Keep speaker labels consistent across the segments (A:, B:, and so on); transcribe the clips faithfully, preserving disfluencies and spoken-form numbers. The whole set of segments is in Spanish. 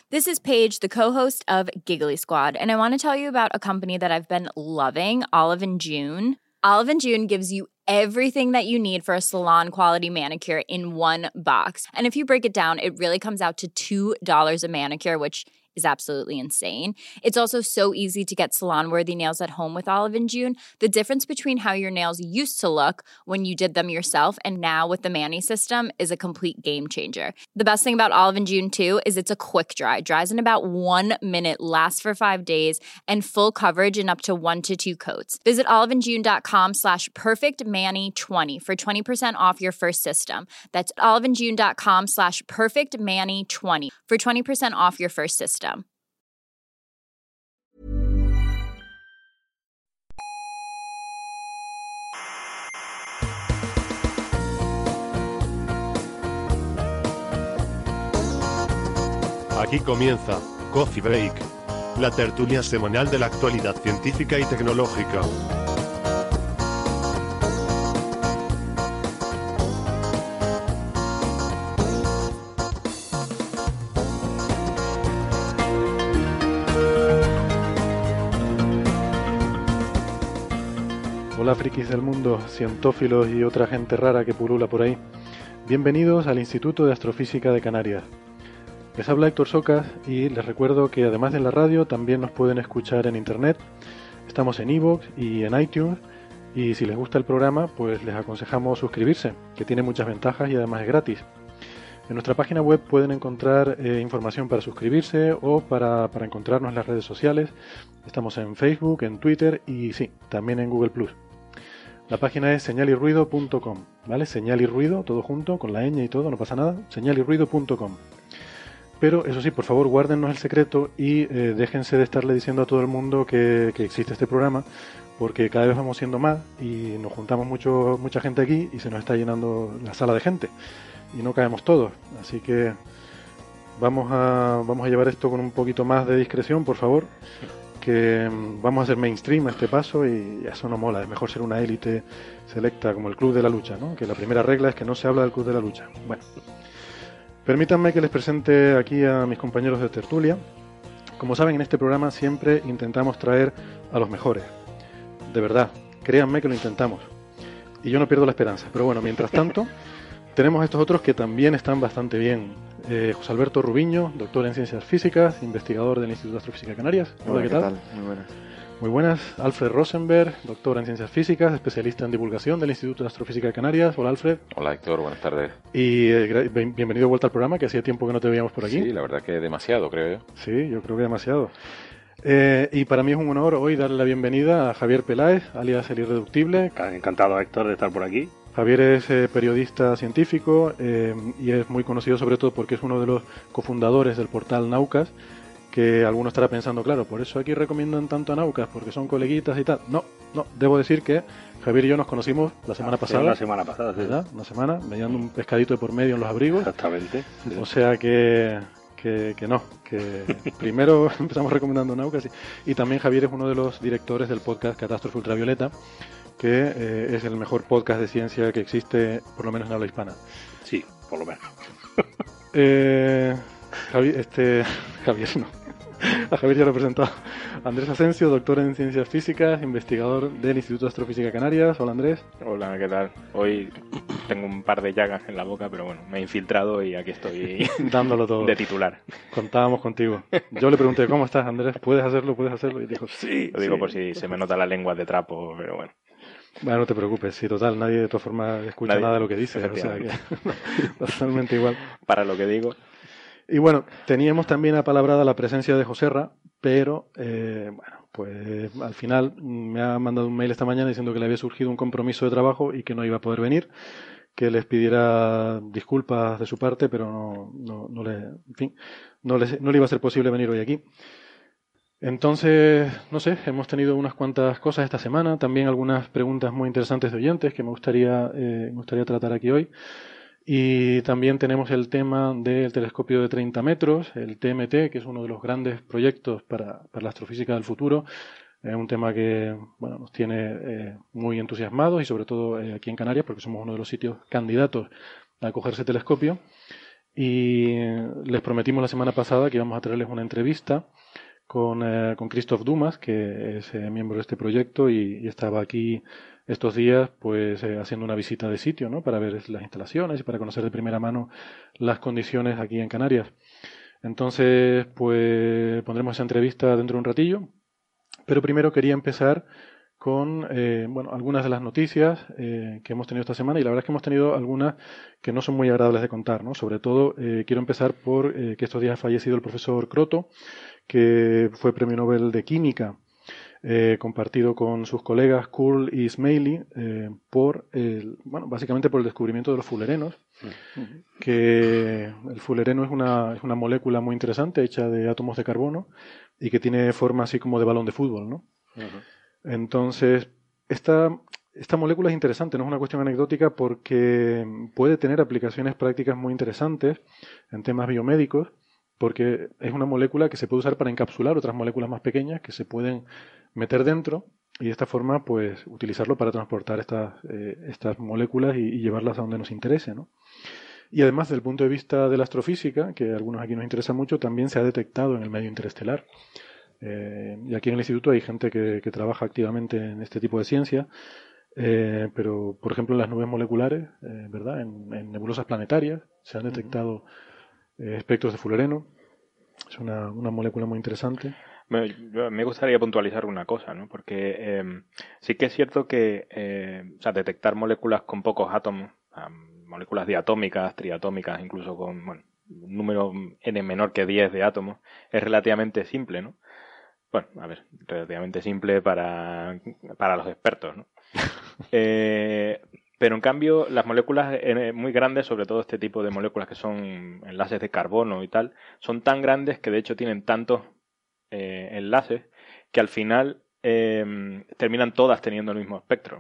A: This is Paige, the co-host of Giggly Squad, and I want to tell you about a company that I've been loving, Olive and June. Olive and June gives you everything that you need for a salon-quality manicure in one box. And if you break it down, it really comes out to two dollars a manicure, which is absolutely insane. It's also so easy to get salon-worthy nails at home with Olive and June. The difference between how your nails used to look when you did them yourself and now with the Mani system is a complete game changer. The best thing about Olive and June, too, is it's a quick dry. Dries in about one minute, lasts for five days, and full coverage in up to one to two coats. Visit oliveandjune.com slash perfectmani20 for twenty percent off your first system. That's oliveandjune.com slash perfectmani20 for twenty percent off your first system.
B: Aquí comienza Coffee Break, la tertulia semanal de la actualidad científica y tecnológica.
C: Hola frikis del mundo, cientófilos y otra gente rara que pulula por ahí. Bienvenidos al Instituto de Astrofísica de Canarias. Les habla Héctor Socas y les recuerdo que además de la radio también nos pueden escuchar en internet. Estamos en iVoox y en iTunes y si les gusta el programa pues les aconsejamos suscribirse, que tiene muchas ventajas y además es gratis. En nuestra página web pueden encontrar eh, información para suscribirse o para, para encontrarnos en las redes sociales. Estamos en Facebook, en Twitter y sí, también en Google plus. La página es señal y ruido punto com, ¿vale? Señal y ruido, todo junto, con la ñ y todo, no pasa nada. señal y ruido punto com. Pero eso sí, por favor, guárdennos el secreto y eh, déjense de estarle diciendo a todo el mundo que, que existe este programa, porque cada vez vamos siendo más y nos juntamos mucho, mucha gente aquí y se nos está llenando la sala de gente y no caemos todos. Así que vamos a, vamos a llevar esto con un poquito más de discreción, por favor, que vamos a hacer mainstream a este paso y eso no mola. Es mejor ser una élite selecta como el Club de la Lucha, ¿no? Que la primera regla es que no se habla del Club de la Lucha. Bueno, permítanme que les presente aquí a mis compañeros de tertulia. Como saben, en este programa siempre intentamos traer a los mejores. De verdad, créanme que lo intentamos. Y yo no pierdo la esperanza. Pero bueno, mientras tanto, tenemos estos otros que también están bastante bien. Eh, José Alberto Rubiño, doctor en Ciencias Físicas, investigador del Instituto de Astrofísica de Canarias.
D: Hola,
C: Hola, ¿qué,
D: ¿qué
C: tal?
D: tal? Muy buenas.
C: Muy buenas. Alfred Rosenberg, doctor en Ciencias Físicas, especialista en divulgación del Instituto de Astrofísica de Canarias. Hola, Alfred.
E: Hola, Héctor, buenas tardes.
C: Y eh, bienvenido de vuelta al programa, que hacía tiempo que no te veíamos por aquí.
E: Sí, la verdad que demasiado, creo yo.
C: Sí, yo creo que demasiado. Eh, y para mí es un honor hoy darle la bienvenida a Javier Peláez, alias El Irreductible.
F: Encantado, Héctor, de estar por aquí.
C: Javier es eh, periodista científico eh, y es muy conocido sobre todo porque es uno de los cofundadores del portal Naucas, que alguno estará pensando, claro, por eso aquí recomiendan tanto a Naucas, porque son coleguitas y tal. No, no, debo decir que Javier y yo nos conocimos la semana
F: ah,
C: pasada.
F: Sí, la semana pasada, sí.
C: ¿Verdad? Una semana, mediando un pescadito de por medio en los abrigos.
F: Exactamente.
C: O sea que, que, que no, que primero empezamos recomendando Naucas y, y también Javier es uno de los directores del podcast Catástrofe Ultravioleta, que eh, es el mejor podcast de ciencia que existe, por lo menos en habla hispana.
F: Sí, por lo menos.
C: eh, Javi, este, Javier, no. A Javier ya lo he presentado. Andrés Asensio, doctor en Ciencias Físicas, investigador del Instituto de Astrofísica Canarias. Hola, Andrés.
D: Hola, ¿qué tal? Hoy tengo un par de llagas en la boca, pero bueno, me he infiltrado y aquí estoy
C: dándolo todo.
D: De titular.
C: Contábamos contigo. Yo le pregunté, ¿cómo estás, Andrés? ¿Puedes hacerlo? ¿Puedes hacerlo? Y dijo, sí.
D: Lo digo
C: sí.
D: por si se me nota la lengua de trapo, pero bueno.
C: Bueno, no te preocupes, sí, total, nadie de todas formas escucha nadie, nada de lo que dices, o sea que totalmente igual.
D: Para lo que digo.
C: Y bueno, teníamos también apalabrada la presencia de Joserra, pero eh, bueno, pues al final me ha mandado un mail esta mañana diciendo que le había surgido un compromiso de trabajo y que no iba a poder venir, que les pidiera disculpas de su parte, pero no, no, no le, en fin, no le, no le iba a ser posible venir hoy aquí. Entonces, no sé, hemos tenido unas cuantas cosas esta semana, también algunas preguntas muy interesantes de oyentes que me gustaría, eh, me gustaría tratar aquí hoy. Y también tenemos el tema del telescopio de treinta metros, el T M T, que es uno de los grandes proyectos para, para la astrofísica del futuro. Es un tema que bueno, nos tiene eh, muy entusiasmados y sobre todo eh, aquí en Canarias, porque somos uno de los sitios candidatos a acogerse telescopio. Y les prometimos la semana pasada que íbamos a traerles una entrevista con, eh, con Christoph Dumas, que es eh, miembro de este proyecto y, y estaba aquí estos días pues eh, haciendo una visita de sitio, ¿no? Para ver las instalaciones y para conocer de primera mano las condiciones aquí en Canarias. Entonces, pues pondremos esa entrevista dentro de un ratillo, pero primero quería empezar con eh, bueno, algunas de las noticias eh, que hemos tenido esta semana, y la verdad es que hemos tenido algunas que no son muy agradables de contar, ¿no? Sobre todo eh, quiero empezar por eh, que estos días ha fallecido el profesor Croto, que fue premio Nobel de Química, eh, compartido con sus colegas Kuhl y Smailey, eh, por el, bueno, básicamente por el descubrimiento de los fullerenos, uh-huh. que el fullereno es una, es una molécula muy interesante hecha de átomos de carbono y que tiene forma así como de balón de fútbol, ¿no? Uh-huh. Entonces, esta, esta molécula es interesante, no es una cuestión anecdótica porque puede tener aplicaciones prácticas muy interesantes en temas biomédicos, porque es una molécula que se puede usar para encapsular otras moléculas más pequeñas que se pueden meter dentro y de esta forma pues utilizarlo para transportar estas, eh, estas moléculas y, y llevarlas a donde nos interese, ¿no? Y además, desde el punto de vista de la astrofísica, que a algunos aquí nos interesa mucho, también se ha detectado en el medio interestelar. Eh, y aquí en el instituto hay gente que, que trabaja activamente en este tipo de ciencia, eh, pero por ejemplo en las nubes moleculares, eh, ¿verdad? En, en nebulosas planetarias se han detectado eh, espectros de fullereno. Es una, una molécula muy interesante.
D: Me, me gustaría puntualizar una cosa, ¿no? Porque eh, sí que es cierto que eh, o sea, detectar moléculas con pocos átomos, um, moléculas diatómicas, triatómicas, incluso con bueno, un número n menor que diez de átomos, es relativamente simple, ¿no? Bueno, a ver, relativamente simple para, para los expertos, ¿no? eh, pero en cambio, las moléculas muy grandes, sobre todo este tipo de moléculas que son enlaces de carbono y tal, son tan grandes que de hecho tienen tantos eh, enlaces que al final eh, terminan todas teniendo el mismo espectro.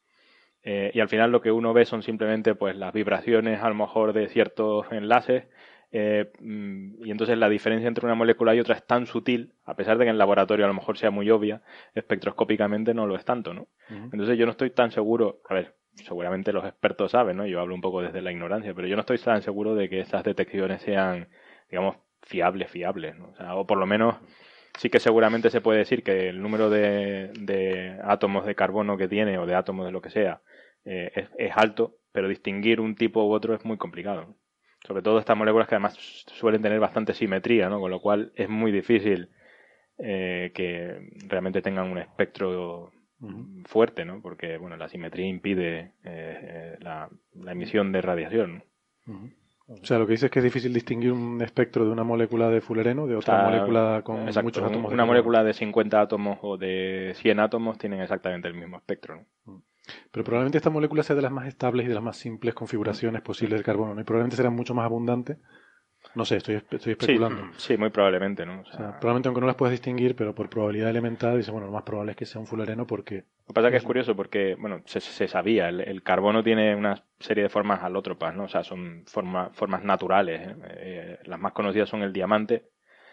D: Eh, y al final lo que uno ve son simplemente pues las vibraciones a lo mejor de ciertos enlaces. Eh, y entonces la diferencia entre una molécula y otra es tan sutil, a pesar de que en el laboratorio a lo mejor sea muy obvia, espectroscópicamente no lo es tanto, ¿no? Uh-huh. Entonces yo no estoy tan seguro, a ver, seguramente los expertos saben, ¿no? Yo hablo un poco desde la ignorancia, pero yo no estoy tan seguro de que estas detecciones sean, digamos, fiables, fiables, ¿no? O sea, o por lo menos sí que seguramente se puede decir que el número de, de átomos de carbono que tiene o de átomos de lo que sea eh, es, es alto, pero distinguir un tipo u otro es muy complicado, ¿no? Sobre todo estas moléculas que además suelen tener bastante simetría, ¿no? Con lo cual es muy difícil eh, que realmente tengan un espectro uh-huh. fuerte, ¿no? Porque, bueno, la simetría impide eh, eh, la, la emisión de radiación, ¿no?
C: Uh-huh. O sea, lo que dices es que es difícil distinguir un espectro de una molécula de fullereno de otra o sea, molécula con
D: exacto,
C: muchos átomos.
D: Una
C: de
D: molécula de cincuenta átomos o de cien átomos tienen exactamente el mismo espectro, ¿no?
C: Uh-huh. Pero probablemente esta molécula sea de las más estables y de las más simples configuraciones posibles del carbono, ¿no? Y probablemente será mucho más abundante. No sé, estoy, estoy especulando.
D: Sí, sí, muy probablemente, ¿no? O sea,
C: o sea, probablemente aunque no las puedas distinguir, pero por probabilidad elemental, dice, bueno, lo más probable es que sea un fullereno porque...
D: Lo que pasa es que es curioso porque, bueno, se, se sabía, el, el carbono tiene una serie de formas alótropas, ¿no? O sea, son forma, formas naturales, ¿eh? Eh, las más conocidas son el diamante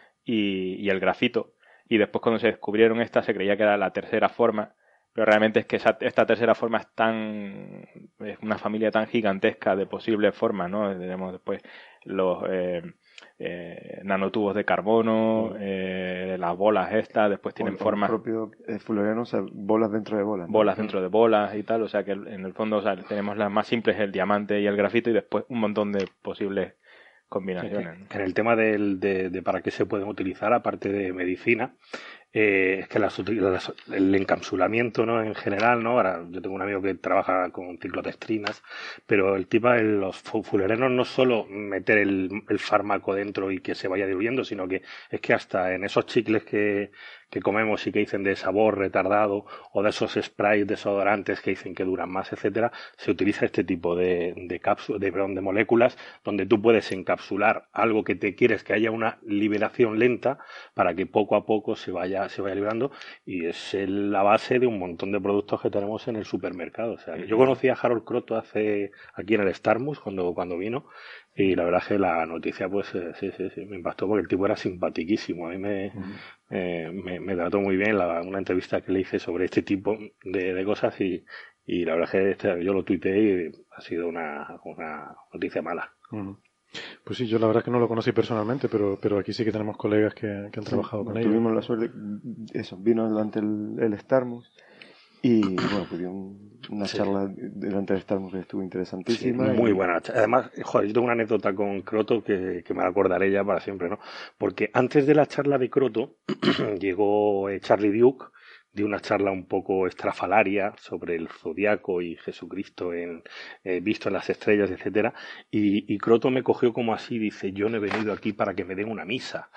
D: y, y el grafito. Y después cuando se descubrieron esta se creía que era la tercera forma, pero realmente es que esa, esta tercera forma es tan es una familia tan gigantesca de posibles formas, ¿no? Tenemos después los eh, eh, nanotubos de carbono, eh, las bolas estas, después tienen
G: o,
D: formas...
G: El propio eh, fullereno, o sea, bolas dentro de bolas, ¿no?
D: Bolas dentro de bolas y tal, o sea que en el fondo, o sea, tenemos las más simples, el diamante y el grafito, y después un montón de posibles combinaciones, ¿no?
F: En el tema del, de, de para qué se pueden utilizar, aparte de medicina, eh, es que las, las, el encapsulamiento, ¿no? En general, ¿no? Ahora yo tengo un amigo que trabaja con ciclotestrinas, pero el tema de los fullerenos no es solo meter el, el fármaco dentro y que se vaya diluyendo, sino que es que hasta en esos chicles que, que comemos y que dicen de sabor retardado, o de esos sprays desodorantes que dicen que duran más, etcétera, se utiliza este tipo de, de cápsulas, de, perdón, de moléculas donde tú puedes encapsular algo que te quieres que haya una liberación lenta para que poco a poco se vaya se vaya liberando, y es la base de un montón de productos que tenemos en el supermercado. O sea, yo conocí a Harold Croto hace aquí en el Starmus cuando, cuando vino, y la verdad es que la noticia pues eh, sí, sí, sí, me impactó porque el tipo era simpaticísimo. A mí me, uh-huh. eh, me, me trató muy bien la, una entrevista que le hice sobre este tipo de, de cosas, y, y la verdad es que este, yo lo tuiteé y ha sido una, una noticia mala.
C: Uh-huh. Pues sí, yo la verdad es que no lo conocí personalmente, pero, pero aquí sí que tenemos colegas que, que han trabajado
G: Sí,
C: con
G: bueno,
C: ellos.
G: tuvimos la suerte, eso, vino delante el, el Starmus y bueno, pues dio un- una
F: Sí.
G: charla delante del Starmus que estuvo
F: Sí,
G: interesantísima.
F: muy
G: y-
F: buena. Además, joder, yo tengo una anécdota con Croto que, que me la acordaré ya para siempre, ¿no? Porque antes de la charla de Croto llegó eh, Charlie Duke, dio una charla un poco estrafalaria sobre el zodiaco y Jesucristo en, eh, visto en las estrellas, etcétera. Y, y Croto me cogió como así, dice, yo no he venido aquí para que me den una misa.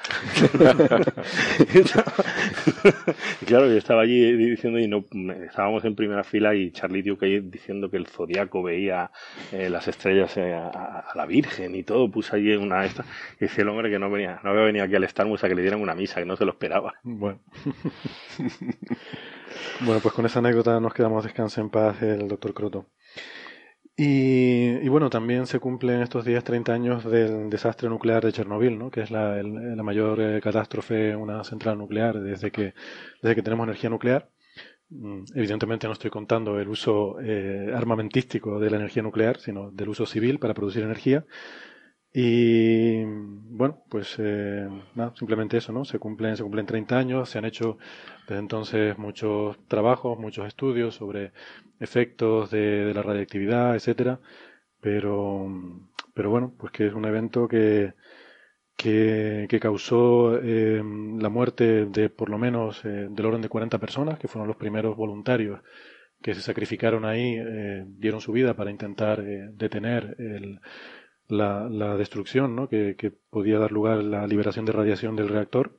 F: Y claro, yo estaba allí diciendo y no estábamos en primera fila y Charlie Duke ahí diciendo que el zodiaco veía eh, las estrellas eh, a, a la Virgen y todo, puso allí una esta y decía el hombre que no venía, no había venido aquí al Starmus a que le dieran una misa, que no se lo esperaba.
C: Bueno. Bueno, pues con esa anécdota nos quedamos. Descanse en paz el doctor Croto. Y, y bueno, también se cumplen estos días treinta años del desastre nuclear de Chernobyl, ¿no? Que es la, el- la mayor eh, catástrofe en una central nuclear desde que, desde que tenemos energía nuclear. Mm, Evidentemente no estoy contando el uso eh, armamentístico de la energía nuclear, sino del uso civil para producir energía. Y bueno, pues eh, nada, simplemente eso, ¿no? Se cumplen, se cumplen treinta años, se han hecho desde entonces muchos trabajos, muchos estudios sobre efectos de, de la radiactividad, etcétera. Pero, pero bueno, pues que es un evento que, que, que causó eh, la muerte de por lo menos eh, del orden de cuarenta personas, que fueron los primeros voluntarios que se sacrificaron ahí, eh, dieron su vida para intentar eh, detener el la, la destrucción, ¿no? que, que podía dar lugar a la liberación de radiación del reactor.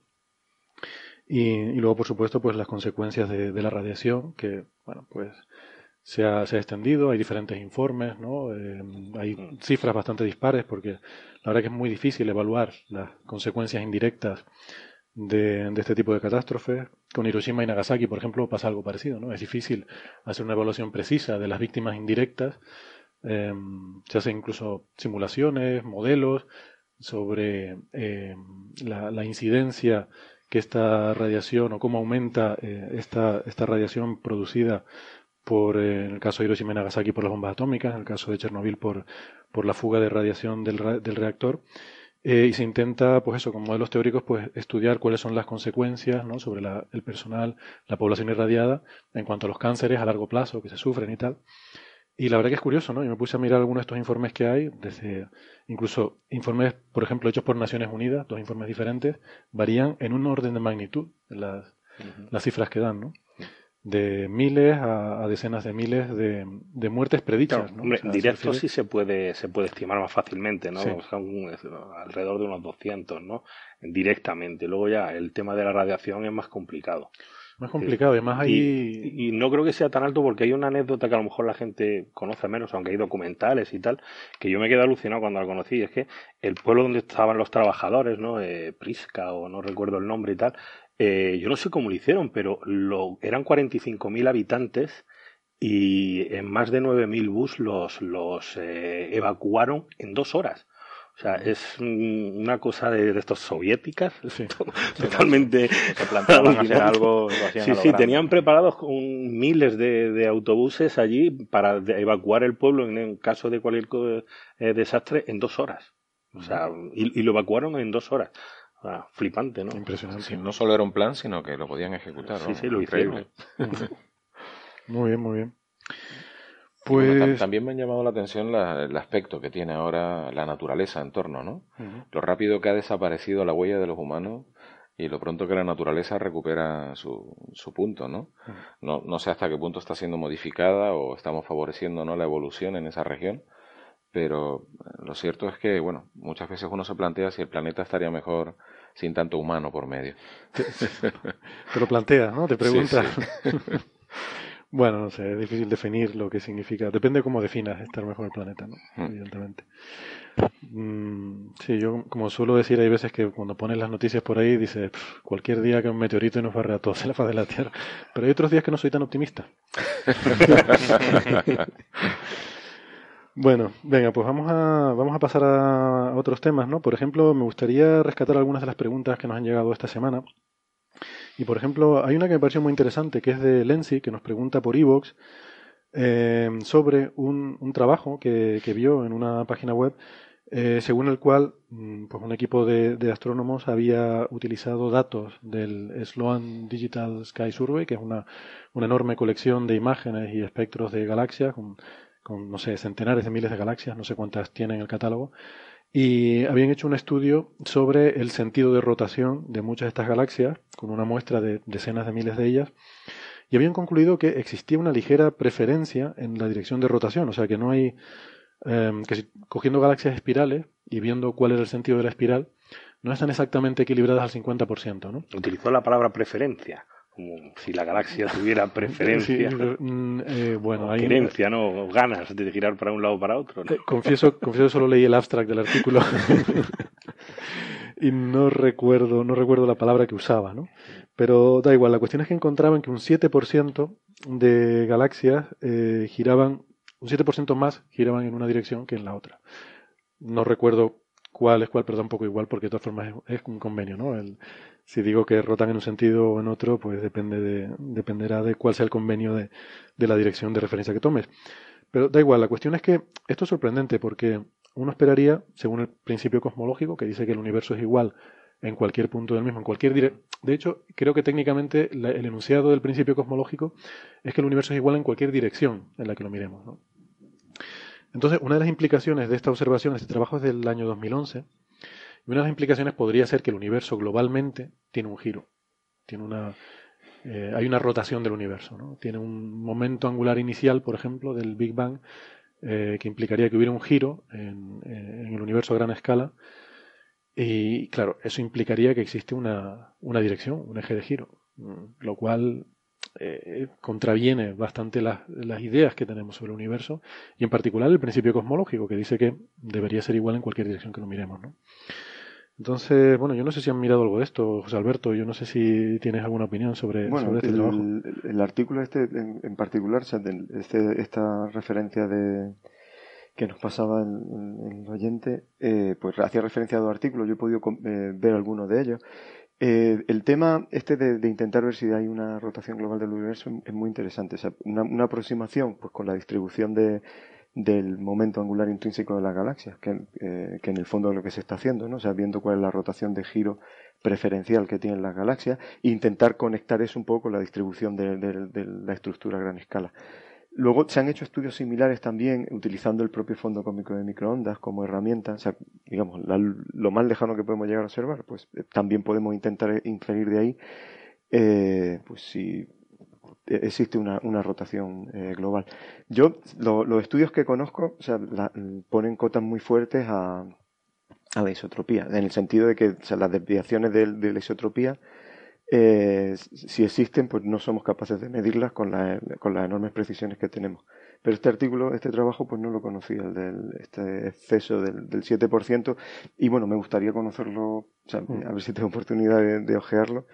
C: Y, y luego, por supuesto, pues las consecuencias de, de la radiación, que, bueno, pues se ha, se ha extendido, hay diferentes informes, ¿no? Eh, hay cifras bastante dispares porque la verdad que es muy difícil evaluar las consecuencias indirectas de, de este tipo de catástrofes. Con Hiroshima y Nagasaki, por ejemplo, pasa algo parecido, ¿no? Es difícil hacer una evaluación precisa de las víctimas indirectas. Eh, se hacen incluso simulaciones, modelos sobre eh, la, la incidencia que esta radiación o cómo aumenta eh, esta, esta radiación producida por, eh, en el caso de Hiroshima y Nagasaki, por las bombas atómicas, en el caso de Chernobyl, por, por la fuga de radiación del, ra- del reactor. Eh, y se intenta, pues eso, con modelos teóricos, pues estudiar cuáles son las consecuencias, ¿no? sobre la- el personal, la población irradiada, en cuanto a los cánceres a largo plazo que se sufren y tal. Y la verdad que es curioso, ¿no? Yo me puse a mirar algunos de estos informes que hay, desde incluso informes, por ejemplo, hechos por Naciones Unidas, dos informes diferentes, varían en un orden de magnitud las,
F: Ujú.
C: las cifras que dan, ¿no? De miles a, a decenas de miles de, de muertes predichas,
F: Claro,
C: ¿no?
F: hombre,
C: O sea,
F: en
C: se
F: directo
C: refiere-
F: sí se puede, se puede estimar más fácilmente, ¿no?
C: Sí.
F: Son es, alrededor de unos doscientos, ¿no? Directamente. Luego ya el tema de la radiación es más complicado.
C: más complicado, y además
F: Y,
C: ahí...
F: y no creo que sea tan alto porque hay una anécdota que a lo mejor la gente conoce menos, aunque hay documentales y tal, que yo me quedé alucinado cuando la conocí. Es que el pueblo donde estaban los trabajadores, ¿no? Eh, Prisca o no recuerdo el nombre y tal, eh, yo no sé cómo lo hicieron, pero lo, eran cuarenta y cinco mil habitantes y en más de nueve mil bus los, los eh, evacuaron en dos horas. O sea, es mm, una cosa de, de estos soviéticas,
C: Sí.
F: totalmente
D: Se planteaban hacer
F: alucinante.
D: algo, lo hacían
F: Sí,
D: a lo
F: sí,
D: grande.
F: tenían preparados un- miles de, de autobuses allí para de- evacuar el pueblo en, en caso de cualquier co- eh, desastre en dos horas. O sea, y, y lo evacuaron en dos horas. O sea, flipante, ¿no?
C: Impresionante.
E: Sí, no solo era un plan, sino que lo podían ejecutar.
F: Sí,
E: vamos,
F: sí, lo
E: increíble.
F: hicieron.
C: Muy bien, muy bien.
E: Y bueno, tam-
C: Pues...
E: también me ha llamado la atención la- el aspecto que tiene ahora la naturaleza en torno, ¿no?
C: Ujú.
E: Lo rápido que ha desaparecido la huella de los humanos y lo pronto que la naturaleza recupera su, su punto, ¿no? No, no sé hasta qué punto está siendo modificada o estamos favoreciendo, ¿no?, la evolución en esa región, pero eh, lo cierto es que, bueno, muchas veces uno se plantea si el planeta estaría mejor sin tanto humano por medio.
C: Te lo planteas, ¿no? Te preguntas.
E: Sí,
C: Bueno, no sé, es difícil definir lo que significa. Depende cómo definas estar mejor el planeta, ¿no?
E: Mm.
C: Evidentemente. Mm, sí, yo como suelo decir, hay veces que cuando pones las noticias por ahí, dices, "Pff, cualquier día que un meteorito nos barre a todos en la faz de la Tierra". Pero hay otros días que no soy tan optimista. Bueno, venga, pues vamos a, vamos a pasar a otros temas, ¿no? Por ejemplo, me gustaría rescatar algunas de las preguntas que nos han llegado esta semana. Y por ejemplo, hay una que me pareció muy interesante, que es de Lenzi, que nos pregunta por iVoox eh, sobre un, un trabajo que, que vio en una página web eh, según el cual pues un equipo de, de astrónomos había utilizado datos del Sloan Digital Sky Survey, que es una, una enorme colección de imágenes y espectros de galaxias, con, con, no sé, centenares de miles de galaxias, no sé cuántas tiene en el catálogo, y habían hecho un estudio sobre el sentido de rotación de muchas de estas galaxias, con una muestra de decenas de miles de ellas, y habían concluido que existía una ligera preferencia en la dirección de rotación, o sea que no hay, eh, que si, cogiendo galaxias espirales y viendo cuál era el sentido de la espiral, no están exactamente equilibradas al cincuenta por ciento, ¿no?
F: Utilizó la palabra preferencia, como si la galaxia tuviera preferencia.
C: Sí, mm, eh, bueno,
F: o
C: hay
F: querencia, ¿no? O ganas de girar para un lado o para otro, ¿no?
C: Eh, confieso, confieso solo leí el abstract del artículo y no recuerdo, no recuerdo la palabra que usaba, ¿no? Pero da igual, la cuestión es que encontraban que un siete por ciento de galaxias eh, giraban, un siete por ciento más giraban en una dirección que en la otra. No recuerdo cuál es cuál, pero tampoco igual, porque de todas formas es, es un convenio, ¿no? El, si digo que rotan en un sentido o en otro, pues depende de, dependerá de cuál sea el convenio de, de la dirección de referencia que tomes. Pero da igual, la cuestión es que esto es sorprendente porque uno esperaría, según el principio cosmológico, que dice que el universo es igual en cualquier punto del mismo, en cualquier dirección. De hecho, creo que técnicamente la, el enunciado del principio cosmológico es que el universo es igual en cualquier dirección en la que lo miremos, ¿no? Entonces, una de las implicaciones de esta observación, este trabajo es del año dos mil once, y una de las implicaciones podría ser que el universo globalmente tiene un giro, tiene una... Eh, hay una rotación del universo, ¿no? Tiene un momento angular inicial, por ejemplo, del Big Bang, eh, que implicaría que hubiera un giro en, eh, en el universo a gran escala. Y claro, eso implicaría que existe una, una dirección, un eje de giro, lo cual eh, contraviene bastante las, las ideas que tenemos sobre el universo y en particular el principio cosmológico, que dice que debería ser igual en cualquier dirección que lo miremos, ¿no? Entonces, bueno, yo no sé si han mirado algo de esto, José Alberto, yo no sé si tienes alguna opinión sobre,
G: bueno,
C: sobre este
G: el,
C: trabajo.
G: El, el artículo este en, en particular, o sea, de, este, esta referencia de que nos pasaba el, el, el oyente, eh, pues hacía referencia a dos artículos, yo he podido eh, ver algunos de ellos. Eh, el tema este de, de intentar ver si hay una rotación global del universo es muy interesante. O sea, una, una aproximación pues con la distribución de del momento angular intrínseco de las galaxias, que, eh, que en el fondo es lo que se está haciendo, ¿no? O sea, viendo cuál es la rotación de giro preferencial que tienen las galaxias e intentar conectar eso un poco con la distribución de, de, de la estructura a gran escala. Luego se han hecho estudios similares también utilizando el propio fondo cósmico de microondas como herramienta. O sea, digamos, la, lo más lejano que podemos llegar a observar, pues eh, también podemos intentar inferir de ahí eh, pues si existe una, una rotación eh, global. Yo, lo, los estudios que conozco, o sea, la, ponen cotas muy fuertes a, a la isotropía, en el sentido de que, o sea, las desviaciones de, de la isotropía, eh, si existen, pues no somos capaces de medirlas con, la, con las enormes precisiones que tenemos. Pero este artículo, este trabajo, pues no lo conocía, el del este exceso del, del siete por ciento, y bueno, me gustaría conocerlo, o sea, a ver si tengo oportunidad de, de ojearlo.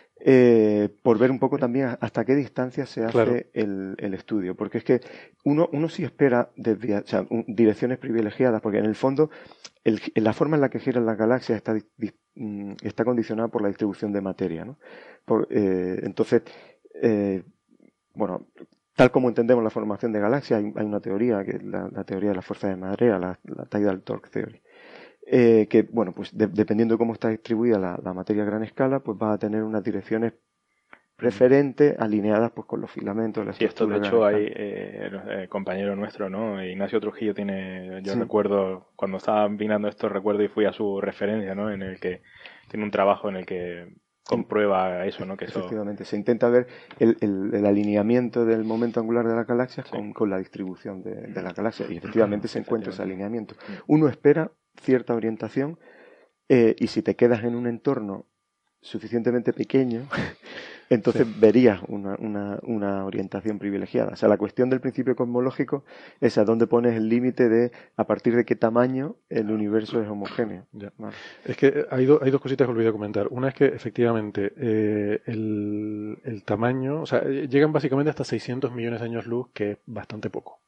G: Eh, por ver un poco también hasta qué distancia se hace
C: Claro.
G: el, el estudio, porque es que uno, uno sí espera desvia, o sea, un, direcciones privilegiadas, porque en el fondo el, la forma en la que giran las galaxias está, está condicionada por la distribución de materia, ¿no? Por, eh, entonces, eh, bueno, tal como entendemos la formación de galaxias, hay, hay una teoría, que es la, la teoría de la fuerza de marea, la, la Tidal Torque Theory. Eh, que, bueno, pues de, dependiendo de cómo está distribuida la, la materia a gran escala, pues va a tener unas direcciones preferentes alineadas pues con los filamentos. La
D: sí, esto de
G: estructura
D: hecho
G: gran
D: hay
G: escala.
D: eh, eh, compañero nuestro, ¿no? Ignacio Trujillo tiene, yo
G: Sí.
D: recuerdo, cuando estaba mirando esto, recuerdo y fui a su referencia, ¿no? En el que tiene un trabajo en el que comprueba eso, ¿no? Que eso...
G: Efectivamente, se intenta ver el, el, el alineamiento del momento angular de las galaxias sí. con, con la distribución de, de las galaxias, y efectivamente se encuentra ese alineamiento. Uno espera cierta orientación, eh, y si te quedas en un entorno suficientemente pequeño, entonces sí. verías una, una, una orientación privilegiada. O sea, la cuestión del principio cosmológico es a dónde pones el límite de a partir de qué tamaño el universo es homogéneo.
C: Ya.
G: Vale.
C: Es que hay, do, hay dos cositas que olvidé comentar. Una es que efectivamente eh, el, el tamaño, o sea, llegan básicamente hasta seiscientos millones de años luz, que es bastante poco.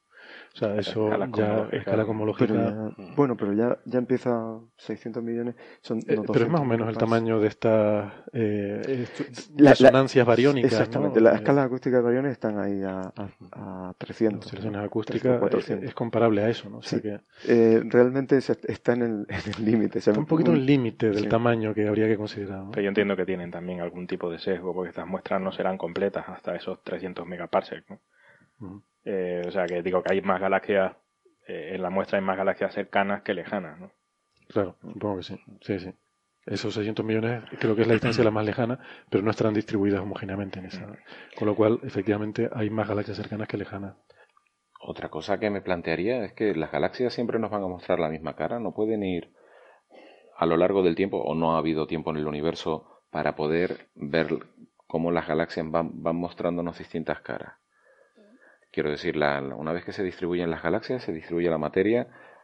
C: O sea, eso
D: Escala
C: ya,
D: cosmológica.
C: escala cosmológica...
G: Pero ya, bueno, pero ya, ya empieza seiscientos millones. Son
C: Eh,
G: no,
C: pero es más o
G: doscientos
C: menos el
G: más.
C: tamaño de estas eh, estu-
G: La- la-
C: resonancias bariónicas,
G: Exactamente,
C: ¿no?
G: las
C: Eh,
G: escalas acústicas de bariones están ahí a, a, a trescientos.
C: oscilaciones
G: ¿no?
C: acústicas
G: trescientos,
C: eh,
G: cuatrocientos.
C: es comparable a eso, ¿no? O sea
G: Sí.
C: que
G: Eh, realmente se- está en el en el límite. o sea,
C: está un poquito el límite del
G: sí.
C: tamaño que habría que considerar, ¿no?
D: Pero yo entiendo que tienen también algún tipo de sesgo, porque estas muestras no serán completas hasta esos trescientos megaparsecs, ¿no?
C: Ujú.
D: Eh, o sea, que digo que hay más galaxias, eh, en la muestra hay más galaxias cercanas que lejanas, ¿no?
C: Claro, supongo que sí. Sí, sí. Esos seiscientos millones creo que es la distancia la más lejana, pero no estarán distribuidas homogéneamente en esa. Con lo cual, efectivamente, hay más galaxias cercanas que lejanas.
E: Otra cosa que me plantearía es que las galaxias siempre nos van a mostrar la misma cara, no pueden ir a lo largo del tiempo, o no ha habido tiempo en el universo para poder ver cómo las galaxias van, van mostrándonos distintas caras. Quiero decir, la, la- una vez que se distribuyen las galaxias, se distribuye la materia,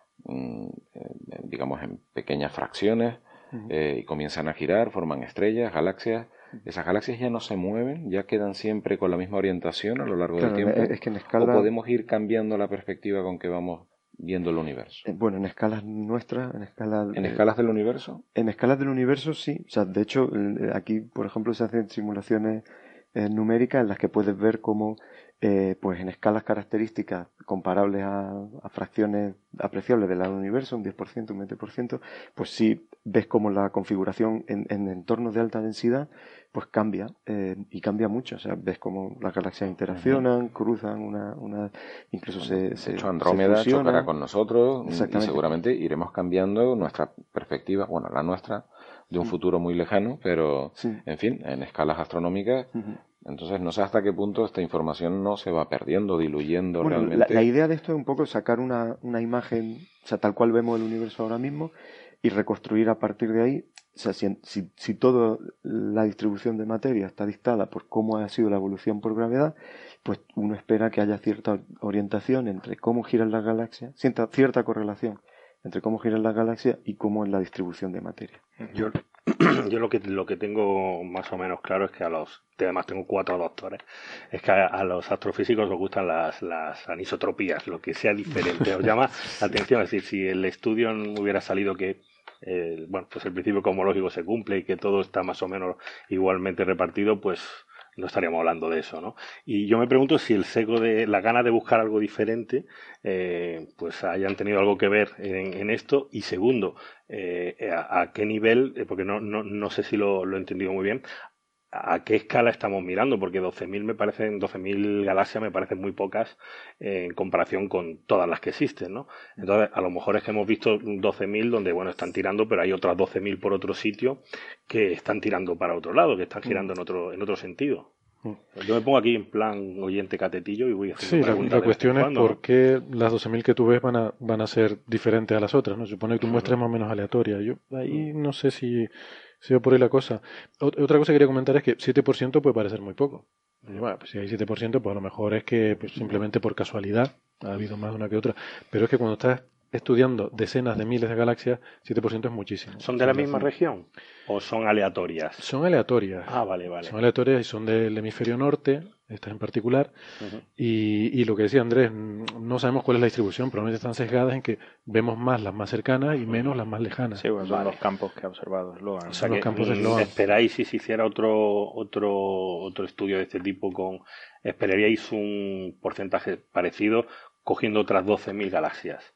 E: mm, eh, digamos, en pequeñas fracciones,
C: Ujú.
E: eh, y comienzan a girar, forman estrellas, galaxias. Esas galaxias ya no se mueven, ya quedan siempre con la misma orientación a lo largo
G: Claro,
E: del tiempo.
G: es que en
E: ¿O
G: escala,
E: podemos ir cambiando la perspectiva con que vamos viendo el universo?
G: eh, bueno, en escalas nuestras, en escalas,
E: ¿En
G: eh,
E: escalas del universo?
G: en escalas del universo sí. O sea, de hecho, eh, aquí, por ejemplo, se hacen simulaciones eh, numéricas en las que puedes ver cómo, eh, pues en escalas características comparables a, a fracciones apreciables del universo, un diez por ciento, un veinte por ciento, pues sí ves cómo la configuración en, en entornos de alta densidad pues cambia, eh, y cambia mucho. O sea, ves cómo las galaxias interaccionan, cruzan, una, una incluso se,
E: De
G: se,
E: hecho,
G: se
E: Andrómeda
G: fusionan.
E: chocará con nosotros y
G: Exactamente.
E: seguramente iremos cambiando nuestra perspectiva, bueno, la nuestra, de un
G: Mm.
E: futuro muy lejano, pero,
G: Sí.
E: en fin, en escalas astronómicas.
G: Ujú.
E: Entonces, no sé hasta qué punto esta información no se va perdiendo, diluyendo
G: Bueno, la,
E: realmente.
G: la idea de esto es un poco sacar una, una imagen, o sea, tal cual vemos el universo ahora mismo, y reconstruir a partir de ahí. O sea, si, si, si toda la distribución de materia está dictada por cómo ha sido la evolución por gravedad, pues uno espera que haya cierta orientación entre cómo giran las galaxias, cierta, cierta correlación entre cómo giran las galaxias y cómo es la distribución de materia.
F: Yo, yo lo que lo que tengo más o menos claro es que a los, además tengo cuatro doctores, es que a, a los astrofísicos les gustan las, las anisotropías, lo que sea diferente. Os llama la atención, es decir, si el estudio no hubiera salido que eh, bueno, pues el principio cosmológico se cumple y que todo está más o menos igualmente repartido, pues no estaríamos hablando de eso, ¿no? Y yo me pregunto si el sesgo de la gana de buscar algo diferente, eh, pues hayan tenido algo que ver en, en esto. Y segundo, eh, a, a qué nivel, eh, porque no, no, no sé si lo, lo he entendido muy bien, a qué escala estamos mirando, porque doce mil me parecen, doce mil galaxias me parecen muy pocas eh, en comparación con todas las que existen, ¿no? Entonces, a lo mejor es que hemos visto doce mil donde, bueno, están tirando, pero hay otras doce mil por otro sitio que están tirando para otro lado, que están girando en otro, en otro sentido. Yo me pongo aquí en plan oyente catetillo y voy haciendo
C: Sí, la,
F: preguntas
C: la
F: de
C: cuestión
F: vez
C: es
F: en cuando,
C: por qué las doce mil que tú ves van a, van a ser diferentes a las otras, ¿no? Se supone que tu muestra es más o menos aleatoria. Yo ahí no sé si, si va por ahí la cosa. Ot- otra cosa que quería comentar es que siete por ciento puede parecer muy poco. Y bueno, pues si hay siete por ciento, pues a lo mejor es que pues, simplemente por casualidad ha habido más de una que otra. Pero es que cuando estás estudiando decenas de miles de galaxias, siete por ciento es muchísimo.
F: ¿no? ¿Son de la misma región o son aleatorias?
C: Son aleatorias.
F: Ah, vale, vale.
C: Son aleatorias y son del hemisferio norte, estas en particular.
F: Ujú.
C: Y, y lo que decía Andrés, mm, no sabemos cuál es la distribución, probablemente están sesgadas en que vemos más las más cercanas y menos las más lejanas.
D: Sí, bueno, son
F: Vale.
D: los campos que ha observado Sloan.
F: O sea
C: los
F: que
C: campos de
F: mm,
C: Sloan.
F: esperáis, si se hiciera otro otro otro estudio de este tipo, con esperaríais un porcentaje parecido cogiendo otras doce mil galaxias.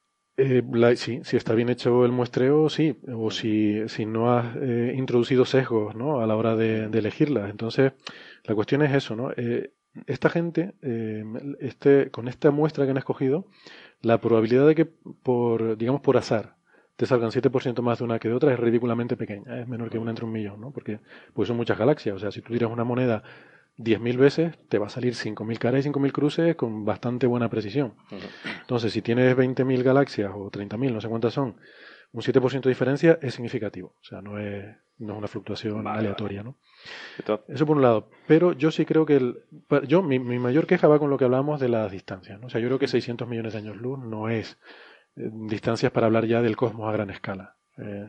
C: Eh, la- sí, si está bien hecho el muestreo, sí, o si, si no has eh, introducido sesgos, ¿no? A la hora de, de elegirlas. Entonces, la cuestión es eso, ¿no? Eh, esta gente, eh, este, con esta muestra que han escogido, la probabilidad de que por, digamos, por azar, te salgan siete por ciento más de una que de otra es ridículamente pequeña, es menor que una entre un millón, ¿no? Porque pues son muchas galaxias, o sea, si tú tiras una moneda diez mil veces, te va a salir cinco mil caras y cinco mil cruces con bastante buena precisión. Entonces, si tienes veinte mil galaxias o treinta mil, no sé cuántas son, un siete por ciento de diferencia es significativo. O sea, no es, no es una fluctuación
F: Vale,
C: aleatoria, ¿no?
D: Entonces,
C: Eso por un lado. Pero yo sí creo que... El, pa- yo mi, mi mayor queja va con lo que hablábamos de las distancias, ¿no? O sea, yo creo que seiscientos millones de años luz no es eh, distancias para hablar ya del cosmos a gran escala. Eh,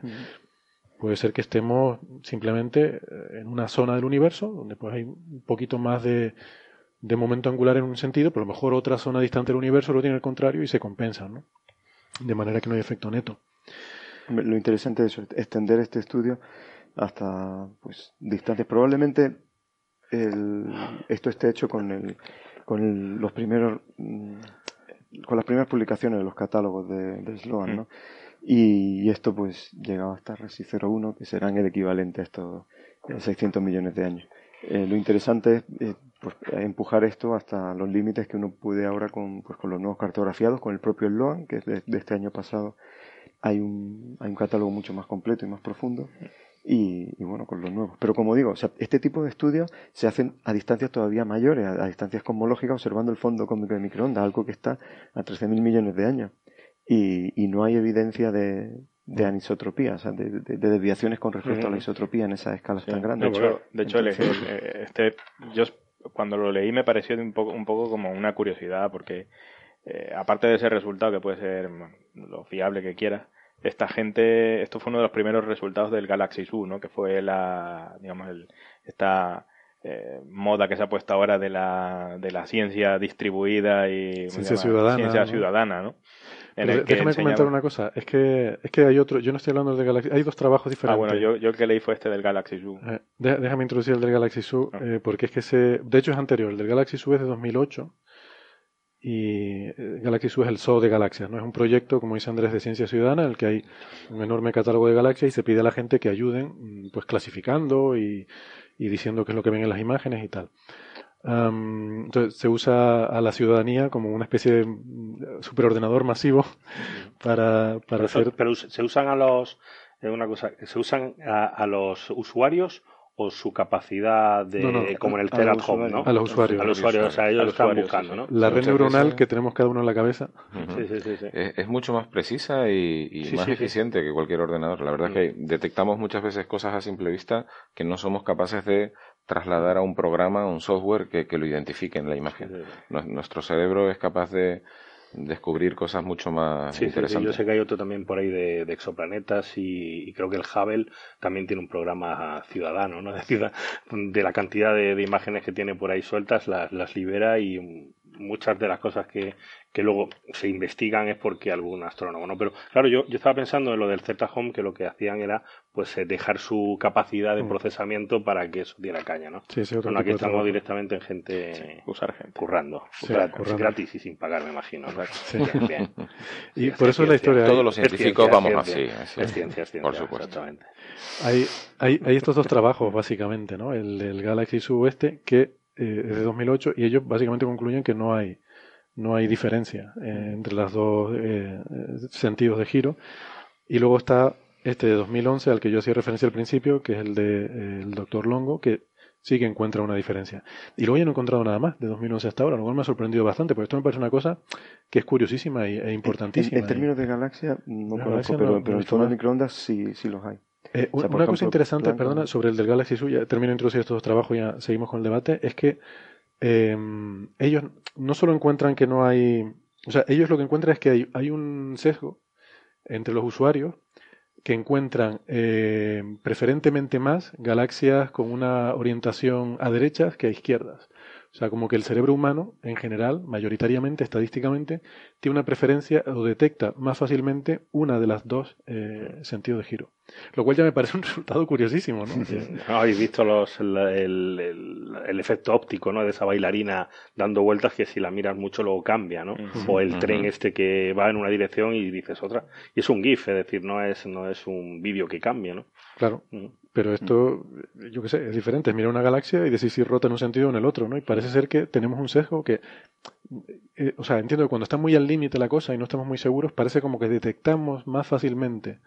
C: Puede ser que estemos simplemente eh, en una zona del universo donde pues hay un poquito más de, de momento angular en un sentido, pero a lo mejor otra zona distante del universo lo tiene al contrario y se compensan, ¿no? De manera que no hay efecto neto.
G: Lo interesante es eso, extender este estudio hasta pues distancias. Probablemente el, esto esté hecho con el, con el, los primeros con las primeras publicaciones de los catálogos de, de Sloan, ¿no? Y, y esto pues llegaba hasta Resi cero uno, que serán el equivalente a estos seiscientos millones de años. Eh, lo interesante es eh, pues, empujar esto hasta los límites que uno puede ahora con, pues, con los nuevos cartografiados, con el propio Sloan, que es de, de este año pasado. Hay un, hay un catálogo mucho más completo y más profundo, y, y bueno, con los nuevos. Pero como digo, o sea, este tipo de estudios se hacen a distancias todavía mayores, a, a distancias cosmológicas, observando el fondo cósmico de microondas, algo que está a trece mil millones de años. Y, y no hay evidencia de, de anisotropía, o sea, de, de, de desviaciones con respecto mm. a la isotropía en esas escalas sí. tan grandes.
D: De hecho, de hecho Entonces, el, el, este, yo cuando lo leí me pareció un poco, un poco como una curiosidad, porque eh, aparte de ese resultado que puede ser lo fiable que quieras, esta gente, esto fue uno de los primeros resultados del Galaxy Zoo, ¿no? Que fue la, digamos, el, esta eh, moda que se ha puesto ahora de la, de la ciencia distribuida y
C: ciencia ciudadana,
D: ciencia
C: ¿no?
D: ciudadana, ¿no?
C: En el que déjame enseñaba... comentar una cosa, es que es que hay otro, yo no estoy hablando del Galaxy, hay dos trabajos diferentes.
D: Ah, bueno, yo, yo el que leí fue este del Galaxy Zoo.
C: Eh, déjame introducir el del Galaxy Zoo, no. eh, porque es que se, de hecho es anterior, el del Galaxy Zoo es de dos mil ocho. Y Galaxy Zoo es el Zoo de galaxias, ¿no? Es un proyecto, como dice Andrés, de ciencia ciudadana, en el que hay un enorme catálogo de galaxias y se pide a la gente que ayuden, pues clasificando y, y diciendo qué es lo que ven en las imágenes y tal. Um, entonces se usa a la ciudadanía como una especie de superordenador masivo para, para
F: pero,
C: hacer...
F: Pero se usan a los... Una cosa, ¿se usan a, a los usuarios o su capacidad de, no, no, como en el Ter at Home, ¿no?
C: A los usuarios.
F: A los usuarios, o sea, ellos lo están buscando, ¿no?
C: La red neuronal que tenemos cada uno en la cabeza.
E: Uh-huh. sí, sí, sí, sí. Es, es mucho más precisa y, y sí, más sí, eficiente sí. que cualquier ordenador. La verdad uh-huh. es que detectamos muchas veces cosas a simple vista que no somos capaces de trasladar a un programa, a un software que, que lo identifique en la imagen. Sí, sí. Nuestro cerebro es capaz de descubrir cosas mucho más
F: sí,
E: interesantes.
F: Sí, sí, yo sé que hay otro también por ahí de, de exoplanetas y, y creo que el Hubble también tiene un programa ciudadano, ¿no? Es decir, de la cantidad de, de imágenes que tiene por ahí sueltas, las, las libera y muchas de las cosas que, que luego se investigan es porque algún astrónomo, ¿no? Pero claro, yo, yo estaba pensando en lo del Z Home, que lo que hacían era pues dejar su capacidad de procesamiento para que eso diera caña, ¿no?
C: Sí, sí,
F: bueno, aquí estamos directamente en gente, sí,
D: usar gente
F: currando,
C: sí,
F: gratis,
C: currando.
F: gratis y sin pagar, me imagino, ¿no?
C: Sí.
F: Bien, bien.
C: Y
F: sí,
C: por eso es la historia.
E: Todos los científicos
F: ciencia,
E: vamos
F: ciencia,
E: así, así.
F: Es ciencia, es ciencia,
E: por supuesto.
F: Exactamente.
C: Hay, hay, hay estos dos trabajos, básicamente, ¿no? El, el Galaxy Zoo este, que eh, es de dos mil ocho, y ellos básicamente concluyen que no hay no hay diferencia eh, entre los dos eh, sentidos de giro. Y luego está este de dos mil once, al que yo hacía referencia al principio, que es el de eh, el doctor Longo, que sí que encuentra una diferencia. Y luego ya no he encontrado nada más de dos mil once hasta ahora, lo cual me ha sorprendido bastante, porque esto me parece una cosa que es curiosísima e importantísima.
G: En, en términos de galaxia no conozco, pero, no, pero en zonas de microondas sí, sí los hay.
C: Eh, o sea, una ejemplo, cosa interesante, blanco, perdona, sobre el del Galaxy Zoo, ya termino de introducir estos dos trabajos y ya seguimos con el debate, es que eh, ellos no solo encuentran que no hay... O sea, ellos lo que encuentran es que hay, hay un sesgo entre los usuarios que encuentran eh, preferentemente más galaxias con una orientación a derechas que a izquierdas. O sea, como que el cerebro humano, en general, mayoritariamente, estadísticamente, tiene una preferencia o detecta más fácilmente una de las dos eh, sentidos de giro. Lo cual ya me parece un resultado curiosísimo, ¿no?
F: No, habéis visto los, el, el, el, el efecto óptico, ¿no? De esa bailarina dando vueltas que si la miras mucho luego cambia, ¿no? Uh-huh, o el uh-huh. tren este que va en una dirección y dices otra. Y es un GIF, es decir, no es, no es un vídeo que cambie, ¿no?
C: Claro. Uh-huh. Pero esto, yo qué sé, es diferente. Es mirar una galaxia y decir si rota en un sentido o en el otro, ¿no? Y parece ser que tenemos un sesgo que... Eh, o sea, entiendo que cuando está muy al límite la cosa y no estamos muy seguros, parece como que detectamos más fácilmente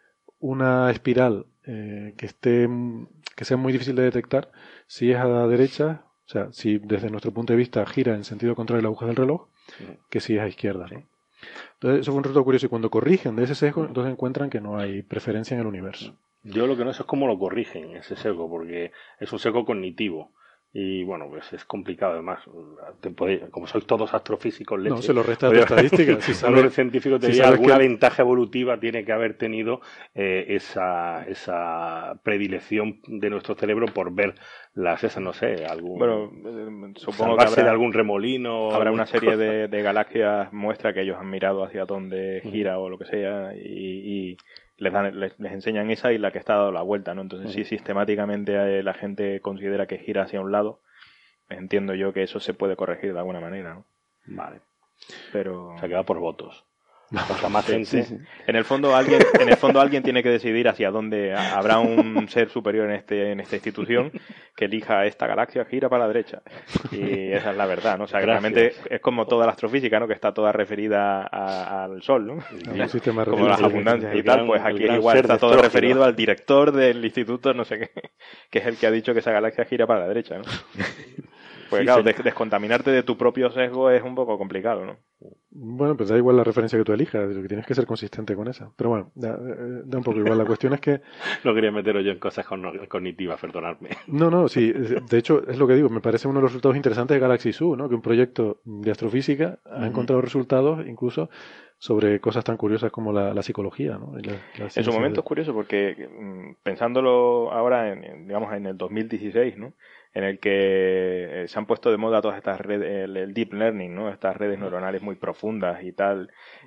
C: una espiral eh, que esté que sea muy difícil de detectar si es a la derecha, o sea, si desde nuestro punto de vista gira en sentido contrario a la aguja del reloj, que si es a izquierda, ¿no? Entonces, eso fue un resultado curioso. Y cuando corrigen de ese sesgo, entonces encuentran que no hay preferencia en el universo.
F: Yo lo que no sé es cómo lo corrigen ese sesgo, porque es un sesgo cognitivo. Y bueno, pues es complicado además. Te podéis, como sois todos astrofísicos, leche,
C: no, se lo resta a tu estadística. Si
F: sabe, un científico te
C: si
F: diría alguna
C: que...
F: ventaja evolutiva tiene que haber tenido eh, esa, esa predilección de nuestro cerebro por ver las esas, no sé, algún
D: bueno, eh, supongo que habrá,
F: de algún remolino.
D: Habrá
F: algún...
D: una serie de, de galaxias muestra que ellos han mirado hacia donde gira o lo que sea y, y les, dan, les, les enseñan esa y la que está dando la vuelta, ¿no? Entonces, si sistemáticamente la gente considera que gira hacia un lado, entiendo yo que eso se puede corregir de alguna manera, ¿no?
F: Vale.
D: Pero...
F: Se queda por votos. Cuanta más gente...
D: Sí, sí. En el fondo alguien, en el fondo alguien tiene que decidir hacia dónde habrá un ser superior en este, en esta institución que elija esta galaxia gira para la derecha. Y esa es la verdad, ¿no? O sea, que realmente es como toda la astrofísica, ¿no? Que está toda referida a, al Sol, ¿no?
C: Sí,
D: como las abundancias y tal, pues aquí igual está todo referido al director del instituto, no sé qué, que es el que ha dicho que esa galaxia gira para la derecha, ¿no? Pues sí, claro, des descontaminarte de tu propio sesgo es un poco complicado, ¿no?
C: Bueno, pues da igual la referencia que tú elijas, lo que tienes que ser consistente con esa. Pero bueno, da, da un poco igual. La cuestión es que...
F: No quería meteros yo en cosas cognitivas, perdonadme.
C: No, no, sí. De hecho, es lo que digo, me parece uno de los resultados interesantes de Galaxy Zoo, ¿no? Que un proyecto de astrofísica ha uh-huh. encontrado resultados incluso sobre cosas tan curiosas como la, la psicología, ¿no? Y la, la
D: en su momento de... es curioso porque, pensándolo ahora, en, digamos, en el dos mil dieciséis, ¿no? En el que se han puesto de moda todas estas redes, el, el deep learning, ¿no? Estas redes neuronales muy profundas y tal.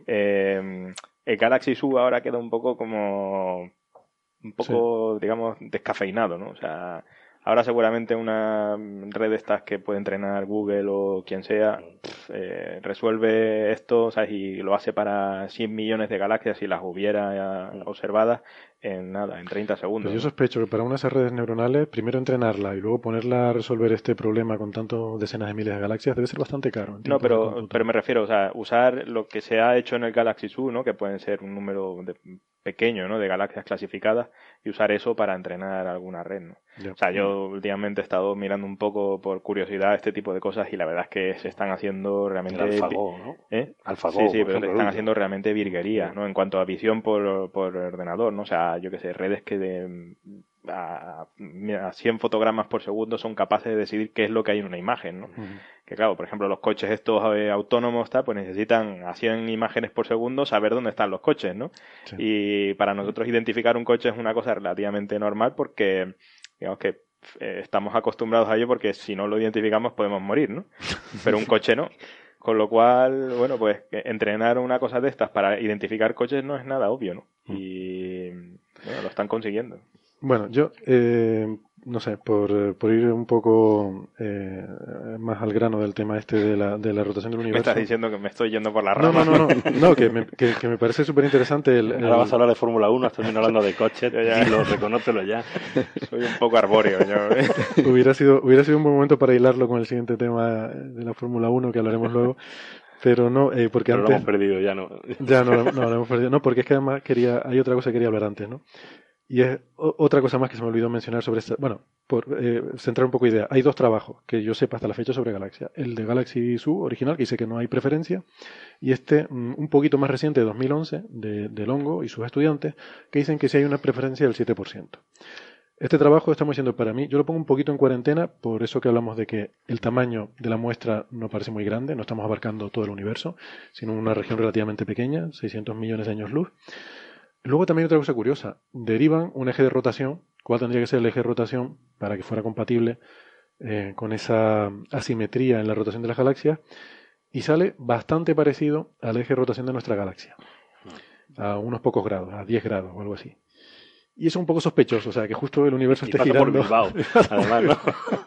D: Eh, el Galaxy Zoo ahora queda un poco como, un poco, sí. digamos, descafeinado, ¿no? O sea, ahora seguramente una red de estas que puede entrenar Google o quien sea, eh, resuelve esto, ¿sabes? Y lo hace para cien millones de galaxias si las hubiera observadas en nada, en treinta segundos.
C: Pues yo sospecho que para una de esas redes neuronales, primero entrenarla y luego ponerla a resolver este problema con tantos decenas de miles de galaxias debe ser bastante caro.
D: No, pero, pero me refiero, o sea, usar lo que se ha hecho en el Galaxy Zoo, ¿no? Que pueden ser un número de, pequeño, ¿no? De galaxias clasificadas y usar eso para entrenar alguna red, ¿no? Yeah. O sea, yo últimamente he estado mirando un poco por curiosidad este tipo de cosas y la verdad es que se están haciendo realmente...
F: El AlphaGo, ¿no?
D: ¿Eh?
F: AlphaGo,
D: sí, sí, pero se están haciendo realmente virguerías, ¿no? En cuanto a visión por, por ordenador, ¿no? O sea, yo qué sé, redes que de a, a cien fotogramas por segundo son capaces de decidir qué es lo que hay en una imagen, ¿no? Uh-huh. Que claro, por ejemplo, los coches estos eh, autónomos, tal, pues necesitan a cien imágenes por segundo saber dónde están los coches, ¿no? Sí. Y para nosotros identificar un coche es una cosa relativamente normal porque, digamos que eh, estamos acostumbrados a ello porque si no lo identificamos podemos morir, ¿no? Pero un coche no. Con lo cual, bueno, pues entrenar una cosa de estas para identificar coches no es nada obvio, ¿no? Y bueno, lo están consiguiendo.
C: Bueno, yo, eh, no sé, por, por ir un poco eh, más al grano del tema este de la, de la rotación del universo.
D: Me estás diciendo que me estoy yendo por la rama.
C: No, no, no, no, no que, me, que, que me parece súper interesante. El, el...
F: Ahora vas a hablar de Fórmula uno, has terminado hablando de coches, ya... lo reconócelo ya.
D: Soy un poco arbóreo. Yo.
C: hubiera, sido, hubiera sido un buen momento para hilarlo con el siguiente tema de la Fórmula uno que hablaremos luego. Pero no, eh, porque
F: Pero
C: antes...
F: lo hemos perdido, ya no.
C: Ya no, no, lo hemos perdido. No, porque es que además quería, hay otra cosa que quería hablar antes, ¿no? Y es o, otra cosa más que se me olvidó mencionar sobre esta... Bueno, por eh, centrar un poco idea. Hay dos trabajos que yo sepa hasta la fecha sobre Galaxia. El de Galaxy Zoo original, que dice que no hay preferencia, y este mm, un poquito más reciente, de dos mil once, de, de Longo y sus estudiantes, que dicen que sí hay una preferencia del siete por ciento. Este trabajo, estamos diciendo, para mí, yo lo pongo un poquito en cuarentena, por eso que hablamos de que el tamaño de la muestra no parece muy grande, no estamos abarcando todo el universo, sino una región relativamente pequeña, seiscientos millones de años luz. Luego también otra cosa curiosa, derivan un eje de rotación, ¿cuál tendría que ser el eje de rotación para que fuera compatible eh, con esa asimetría en la rotación de las galaxias? Y sale bastante parecido al eje de rotación de nuestra galaxia, a unos pocos grados, a diez grados o algo así. Y eso es un poco sospechoso, o sea, que justo el universo
F: y
C: esté
F: pasa
C: girando.
F: Por Bilbao, además, ¿no?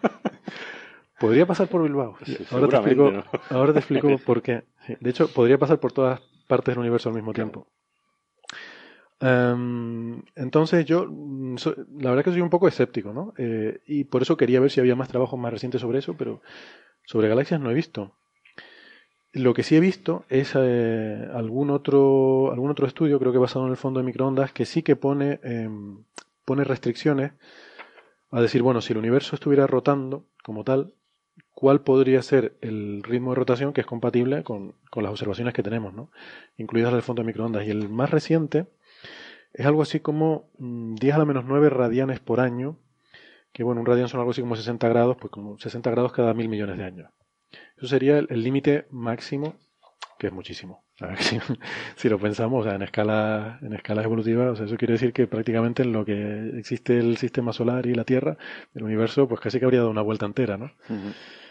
C: Podría pasar por Bilbao.
F: Sí,
C: ahora, te explico,
F: ¿no?
C: ahora te explico por qué. De hecho, podría pasar por todas partes del universo al mismo tiempo. Um, entonces yo, so, la verdad que soy un poco escéptico, ¿no? Eh, y por eso quería ver si había más trabajos más recientes sobre eso, pero sobre galaxias no he visto. Lo que sí he visto es eh, algún otro algún otro estudio, creo que basado en el fondo de microondas, que sí que pone, eh, pone restricciones a decir, bueno, si el universo estuviera rotando como tal, ¿cuál podría ser el ritmo de rotación que es compatible con, con las observaciones que tenemos, ¿no? Incluidas el fondo de microondas? Y el más reciente es algo así como diez a la menos nueve radianes por año, que bueno, un radian son algo así como sesenta grados, pues como sesenta grados cada mil millones de años. Eso sería el límite máximo, que es muchísimo. O sea, si, si lo pensamos, o sea, en escala, en escalas evolutivas, o sea, eso quiere decir que prácticamente en lo que existe el sistema solar y la Tierra, el universo, pues casi que habría dado una vuelta entera, ¿no? Uh-huh.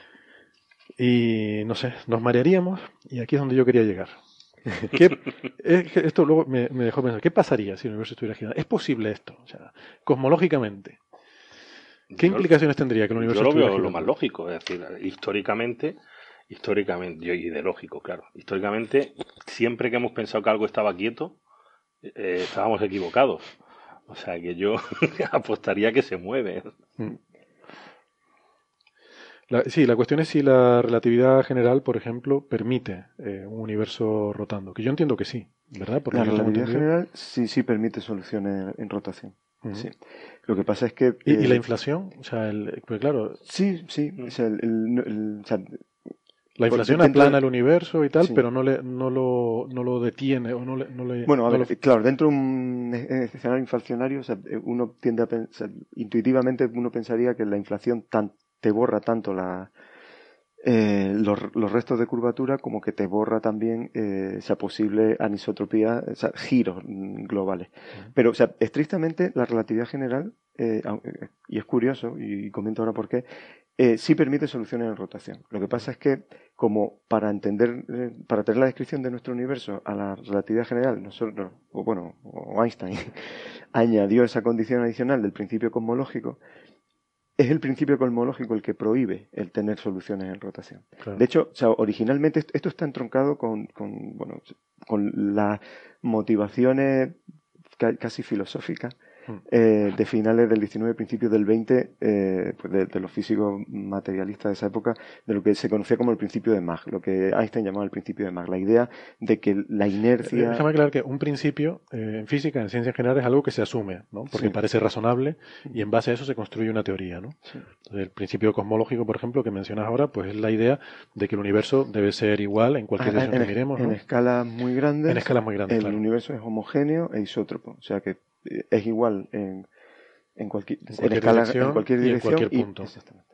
C: Y no sé, nos marearíamos, y aquí es donde yo quería llegar. ¿Qué, esto luego me, me dejó pensar, ¿qué pasaría si el universo estuviera girando? ¿Es posible esto? O sea, cosmológicamente, ¿qué yo, implicaciones tendría que el universo
F: yo lo
C: estuviera
F: veo
C: girando?
F: Lo más lógico, es decir, históricamente, históricamente, y de lógico, claro, históricamente, siempre que hemos pensado que algo estaba quieto, eh, estábamos equivocados. O sea, que yo apostaría que se mueve.
C: Mm. La, sí, la cuestión es si la relatividad general, por ejemplo, permite eh, un universo rotando. Que yo entiendo que sí, ¿verdad? Porque
G: la relatividad general sí, sí permite soluciones en rotación. Uh-huh. Sí. Lo que pasa es que...
C: ¿Y,
G: eh,
C: ¿y la inflación? O sea, el, pues claro...
G: Sí, sí. O sea, el, el, el, o sea,
C: la inflación aplana el universo y tal, sí. pero no, le, no, lo, no lo detiene o no le... No le
G: bueno, a
C: no
G: ver,
C: lo...
G: claro, dentro de un escenario inflacionario, o sea, uno tiende a pensar, intuitivamente uno pensaría que la inflación tan, te borra tanto la, eh, los, los restos de curvatura como que te borra también eh, esa posible anisotropía, o sea, giros globales. Uh-huh. Pero, o sea, estrictamente la relatividad general, eh, y es curioso, y comento ahora por qué, Eh, sí permite soluciones en rotación. Lo que pasa es que, como para entender, eh, para tener la descripción de nuestro universo a la relatividad general, nosotros, o bueno, o Einstein añadió esa condición adicional del principio cosmológico, es el principio cosmológico el que prohíbe el tener soluciones en rotación. Claro. De hecho, o sea, originalmente esto, esto está entroncado con, con, bueno, con las motivaciones casi filosóficas Eh, de finales del diecinueve, principios del veinte, eh, pues de, de los físicos materialistas de esa época, de lo que se conocía como el principio de Mach, lo que Einstein llamaba el principio de Mach, la idea de que la inercia...
C: Déjame aclarar que un principio eh, en física, en ciencia en general, es algo que se asume, ¿no? Porque sí. parece razonable y en base a eso se construye una teoría, ¿no? Sí. Entonces, el principio cosmológico, por ejemplo, que mencionas ahora, pues es la idea de que el universo debe ser igual en cualquier dirección
G: en,
C: que miremos,
G: en
C: ¿no?
G: escalas muy grandes.
C: En escalas muy grandes,
G: el
C: claro.
G: universo es homogéneo e isótropo, o sea que es igual en En cualquier,
C: en cualquier,
G: en escala,
C: dirección,
G: en cualquier dirección
C: y en cualquier punto.
G: Y, exactamente.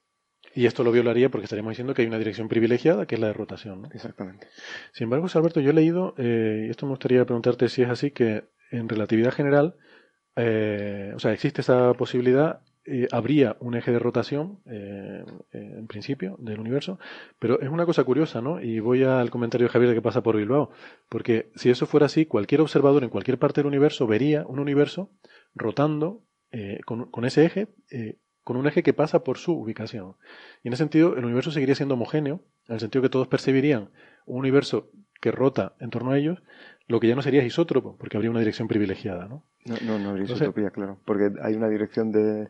C: Y esto lo violaría porque estaríamos diciendo que hay una dirección privilegiada, que es la de rotación, ¿no?
G: Exactamente.
C: Sin embargo, Alberto, yo he leído, eh, y esto me gustaría preguntarte si es así, que en relatividad general, eh, o sea, existe esa posibilidad, eh, habría un eje de rotación, eh, eh, en principio, del universo, pero es una cosa curiosa, ¿no? Y voy al comentario de Javier de que pasa por Bilbao, porque si eso fuera así, cualquier observador en cualquier parte del universo vería un universo rotando Eh, con, con ese eje, eh, con un eje que pasa por su ubicación. Y en ese sentido, el universo seguiría siendo homogéneo, en el sentido que todos percibirían un universo que rota en torno a ellos, lo que ya no sería isótropo, porque habría una dirección privilegiada, ¿no?
G: No, no, no habría isotropía, claro, porque hay una dirección de...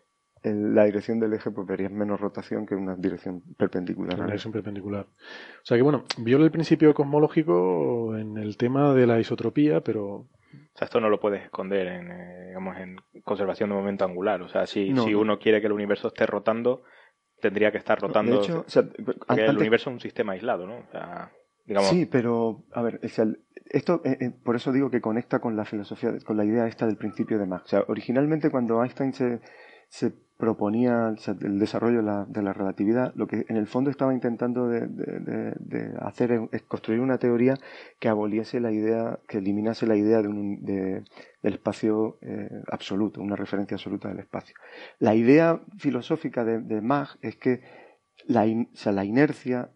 G: En la dirección del eje pues verías menos rotación que una dirección perpendicular.
C: Una dirección perpendicular. O sea que, bueno, viola el principio cosmológico en el tema de la isotropía, pero...
D: O sea, esto no lo puedes esconder en, eh, digamos, en conservación de momento angular. O sea, si,
G: no,
D: si
G: no.
D: uno quiere que el universo esté rotando, tendría que estar rotando.
G: De hecho, o sea,
D: porque
G: antes...
D: el universo es un sistema aislado, ¿no? O sea, digamos...
G: Sí, pero, a ver, o sea, esto, eh, eh, por eso digo que conecta con la filosofía, con la idea esta del principio de Mach. O sea, originalmente cuando Einstein se, se proponía, o sea, el desarrollo de la, de la relatividad, lo que en el fondo estaba intentando de, de, de, de hacer es construir una teoría que aboliese la idea, que eliminase la idea de un, de, del espacio eh, absoluto, una referencia absoluta del espacio. La idea filosófica de, de Mach es que la, in, o sea, la inercia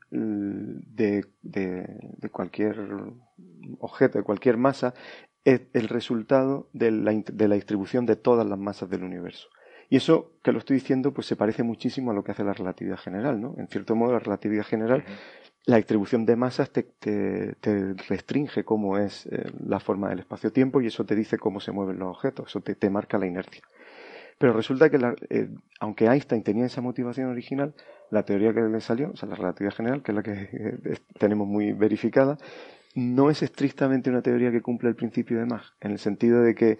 G: de, de, de cualquier objeto, de cualquier masa, es el resultado de la, de la distribución de todas las masas del universo. Y eso que lo estoy diciendo pues se parece muchísimo a lo que hace la relatividad general, ¿no? En cierto modo la relatividad general, uh-huh. la distribución de masas te, te, te restringe cómo es eh, la forma del espacio-tiempo y eso te dice cómo se mueven los objetos, eso te, te marca la inercia. Pero resulta que la, eh, aunque Einstein tenía esa motivación original, la teoría que le salió, o sea la relatividad general, que es la que eh, tenemos muy verificada, no es estrictamente una teoría que cumple el principio de Mach, en el sentido de que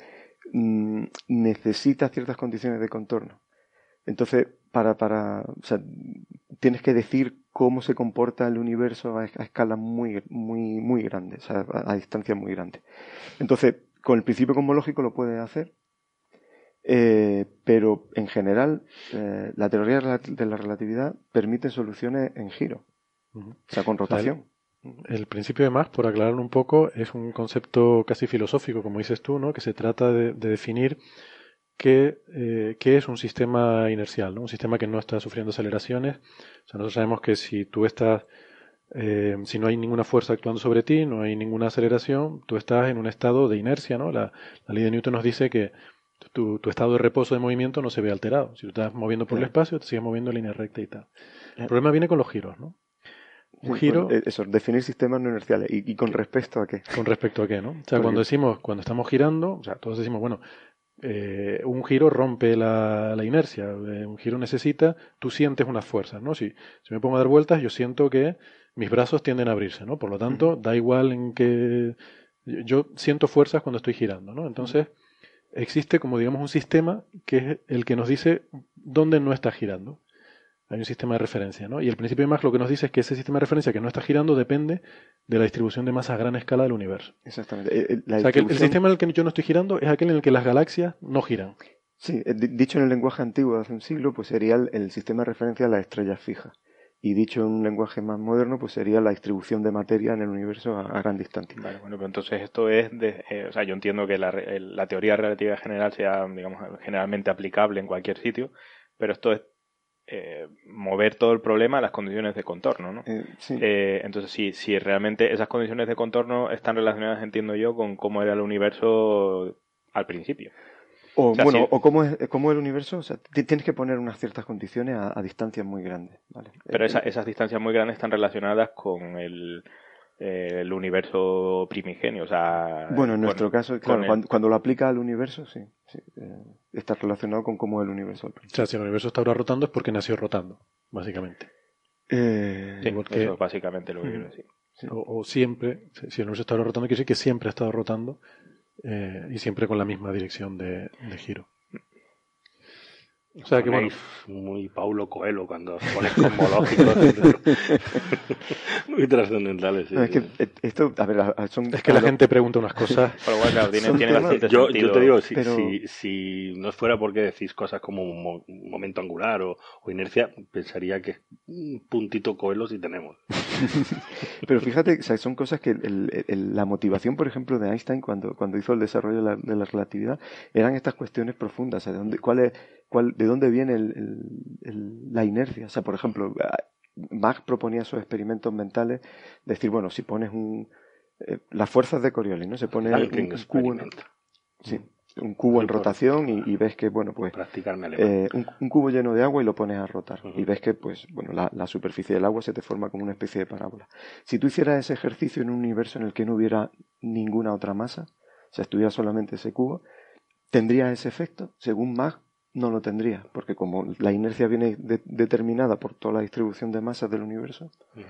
G: necesitas ciertas condiciones de contorno. Entonces, para, para, o sea, tienes que decir cómo se comporta el universo a, a escalas muy, muy, muy grandes, o sea, a, a distancias muy grandes. Entonces, con el principio cosmológico lo puedes hacer, Eh, pero en general, eh, la teoría de la relatividad permite soluciones en giro, uh-huh. o sea, con rotación.
C: O sea, el, el principio de Mach, por aclararlo un poco, es un concepto casi filosófico, como dices tú, ¿no? Que se trata de, de definir qué, eh, qué es un sistema inercial, ¿no? Un sistema que no está sufriendo aceleraciones. O sea, nosotros sabemos que si tú estás, eh, si no hay ninguna fuerza actuando sobre ti, no hay ninguna aceleración, tú estás en un estado de inercia, ¿no? La, la ley de Newton nos dice que Tu, tu estado de reposo de movimiento no se ve alterado. Si tú estás moviendo por el espacio, te sigues moviendo en línea recta y tal. El problema viene con los giros, ¿no? Un
G: sí,
C: giro...
G: Pues eso, definir sistemas no inerciales. ¿Y, y con respecto a qué?
C: ¿Con respecto a qué, no? O sea,
G: Porque...
C: cuando decimos, cuando estamos girando, o sea, todos decimos, bueno, eh, un giro rompe la, la inercia. Eh, un giro necesita, tú sientes unas fuerzas, ¿no? Si, si me pongo a dar vueltas, yo siento que mis brazos tienden a abrirse, ¿no? Por lo tanto, da igual en que... Yo siento fuerzas cuando estoy girando, ¿no? Entonces... existe como digamos un sistema que es el que nos dice dónde no está girando. Hay un sistema de referencia, ¿no? Y el principio de Mach lo que nos dice es que ese sistema de referencia que no está girando depende de la distribución de masa a gran escala del universo.
G: Exactamente.
C: La o sea, que el, el sistema en el que yo no estoy girando es aquel en el que las galaxias no giran.
G: Sí, dicho en el lenguaje antiguo de hace un siglo, pues sería el, el sistema de referencia a las estrellas fijas. Y dicho en un lenguaje más moderno, pues sería la distribución de materia en el universo a, a gran distancia.
D: Vale, bueno, pero entonces esto es, de, eh, o sea, yo entiendo que la, el, la teoría de relatividad general sea, digamos, generalmente aplicable en cualquier sitio, pero esto es eh, mover todo el problema a las condiciones de contorno, ¿no?
G: Eh, sí.
D: eh, entonces, si, si realmente esas condiciones de contorno están relacionadas, entiendo yo, con cómo era el universo al principio.
G: O,
D: o sea,
G: bueno,
D: si...
G: o cómo es, cómo el universo, o sea, tienes que poner unas ciertas condiciones a, a distancias muy grandes, ¿vale?
D: Pero
G: eh,
D: esa, esas distancias muy grandes están relacionadas con el, eh, el universo primigenio, o sea...
G: Bueno, en
D: con,
G: nuestro caso, claro,
D: el...
G: cuando, cuando lo aplica al universo, sí, sí eh, está relacionado con cómo es el universo al principio.
C: O sea, si el universo está ahora rotando es porque nació rotando, básicamente.
G: Eh,
D: sí,
C: porque...
D: eso es básicamente lo que quiero decir.
C: Sí. O, o siempre, si el universo está ahora rotando, quiere decir que siempre ha estado rotando eh, y siempre con la misma dirección de, de giro.
F: O sea que bueno, muy Paulo Coelho cuando se pone cosmológicos muy trascendentales. Sí,
G: no, es
F: sí.
G: que esto, a ver, son,
C: es que la lo... gente pregunta unas cosas.
D: Pero bueno, claro, tiene, tiene bastante
F: yo,
D: sentido.
F: yo te digo, si,
G: pero...
F: si, si no fuera porque decís cosas como un, mo un momento angular o, o inercia, pensaría que un puntito Coelho sí tenemos.
G: Pero fíjate, o sea, son cosas que el, el, la motivación, por ejemplo, de Einstein cuando, cuando hizo el desarrollo de la, de la relatividad eran estas cuestiones profundas. O sea, de dónde, cuál es, cuál, de dónde viene el, el, el, la inercia. O sea, por ejemplo, Mach proponía esos experimentos mentales, decir, bueno, si pones un eh, las fuerzas de Coriolis, ¿no? Se pone un, un cubo en, sí, un cubo en rotación y, y ves que, bueno, pues eh, un, un cubo lleno de agua y lo pones a rotar uh-huh. y ves que, pues, bueno, la, la superficie del agua se te forma como una especie de parábola. Si tú hicieras ese ejercicio en un universo en el que no hubiera ninguna otra masa, o sea, estuviera solamente ese cubo, ¿tendría ese efecto? Según Mach, no lo tendría, porque como la inercia viene de, determinada por toda la distribución de masas del universo.
C: Uh-huh.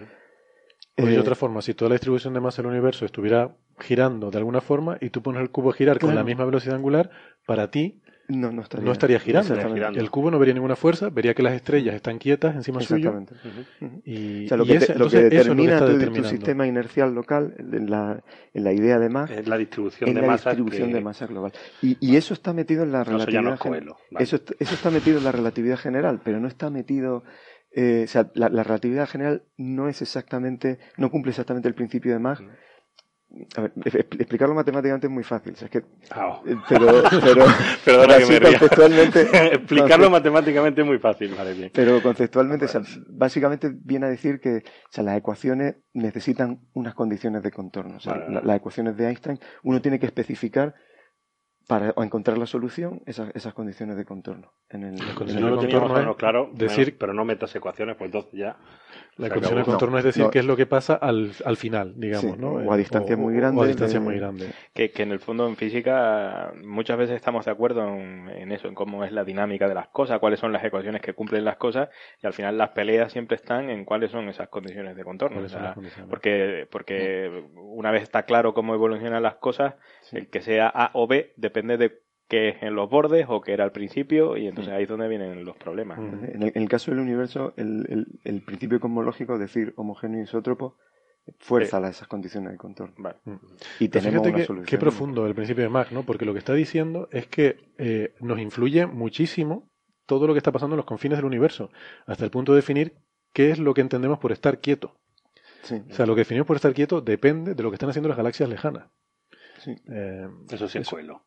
C: O de eh, otra forma, si toda la distribución de masa del universo estuviera girando de alguna forma y tú pones el cubo a girar claro. con la misma velocidad angular, para ti
G: no, no, estaría,
C: no estaría girando. El cubo no vería ninguna fuerza, vería que las estrellas están quietas encima suyo.
G: Uh-huh.
C: Y,
G: o sea, lo
C: y
G: que,
C: ese,
G: te, lo que determina
C: es lo que
G: tu, tu sistema inercial local, en la, en la idea de Mach,
F: es la distribución,
G: es
F: de,
G: la
F: masa
G: distribución
F: que...
G: de masa global. Y, y eso está metido en la relatividad
F: no,
G: general.
F: No vale.
G: Eso, eso está metido en la relatividad general, pero no está metido... Eh, o sea, la, la relatividad general no es exactamente, no cumple exactamente el principio de Mach. A ver, explicarlo matemáticamente es muy fácil, o sea, es que,
F: oh.
G: pero, pero,
F: Perdona que me ría.
G: Conceptualmente,
F: explicarlo matemáticamente es muy fácil, vale bien.
G: Pero conceptualmente, o sea, básicamente viene a decir que, o sea, las ecuaciones necesitan unas condiciones de contorno. O sea, vale, la, las ecuaciones de Einstein, uno tiene que especificar para encontrar la solución esas, esas condiciones de contorno. En el,
F: la condición de contorno es, claro, decir, menos, pero no metas ecuaciones, pues entonces ya...
C: La condición de contorno no, es decir no, qué es lo que pasa al, al final, digamos,
G: sí,
C: ¿no?
G: O a distancias muy grandes.
C: O a distancias muy grandes.
D: Que, que en el fondo en física muchas veces estamos de acuerdo en, en eso, en cómo es la dinámica de las cosas, cuáles son las ecuaciones que cumplen las cosas, y al final las peleas siempre están en cuáles son esas condiciones de contorno. O sea, porque, porque una vez está claro cómo evolucionan las cosas, sí. el que sea A o B depende de que es en los bordes o que era al principio, y entonces ahí es donde vienen los problemas.
G: En el, en el caso del universo, el, el, el principio cosmológico, es decir, homogéneo y isótropo, fuerza
D: Sí.
G: a esas condiciones de contorno.
D: Vale.
G: Y
C: Pero
G: tenemos
C: fíjate
G: una
C: que-
G: solución.
C: qué profundo el principio de Mach, ¿no? Porque lo que está diciendo es que eh, nos influye muchísimo todo lo que está pasando en los confines del universo, hasta el punto de definir qué es lo que entendemos por estar quieto.
G: Sí,
C: O sea, lo que definimos por estar quieto depende de lo que están haciendo las galaxias lejanas.
G: sí.
C: Eh,
F: Eso sí es
C: Eso.
F: Coelho.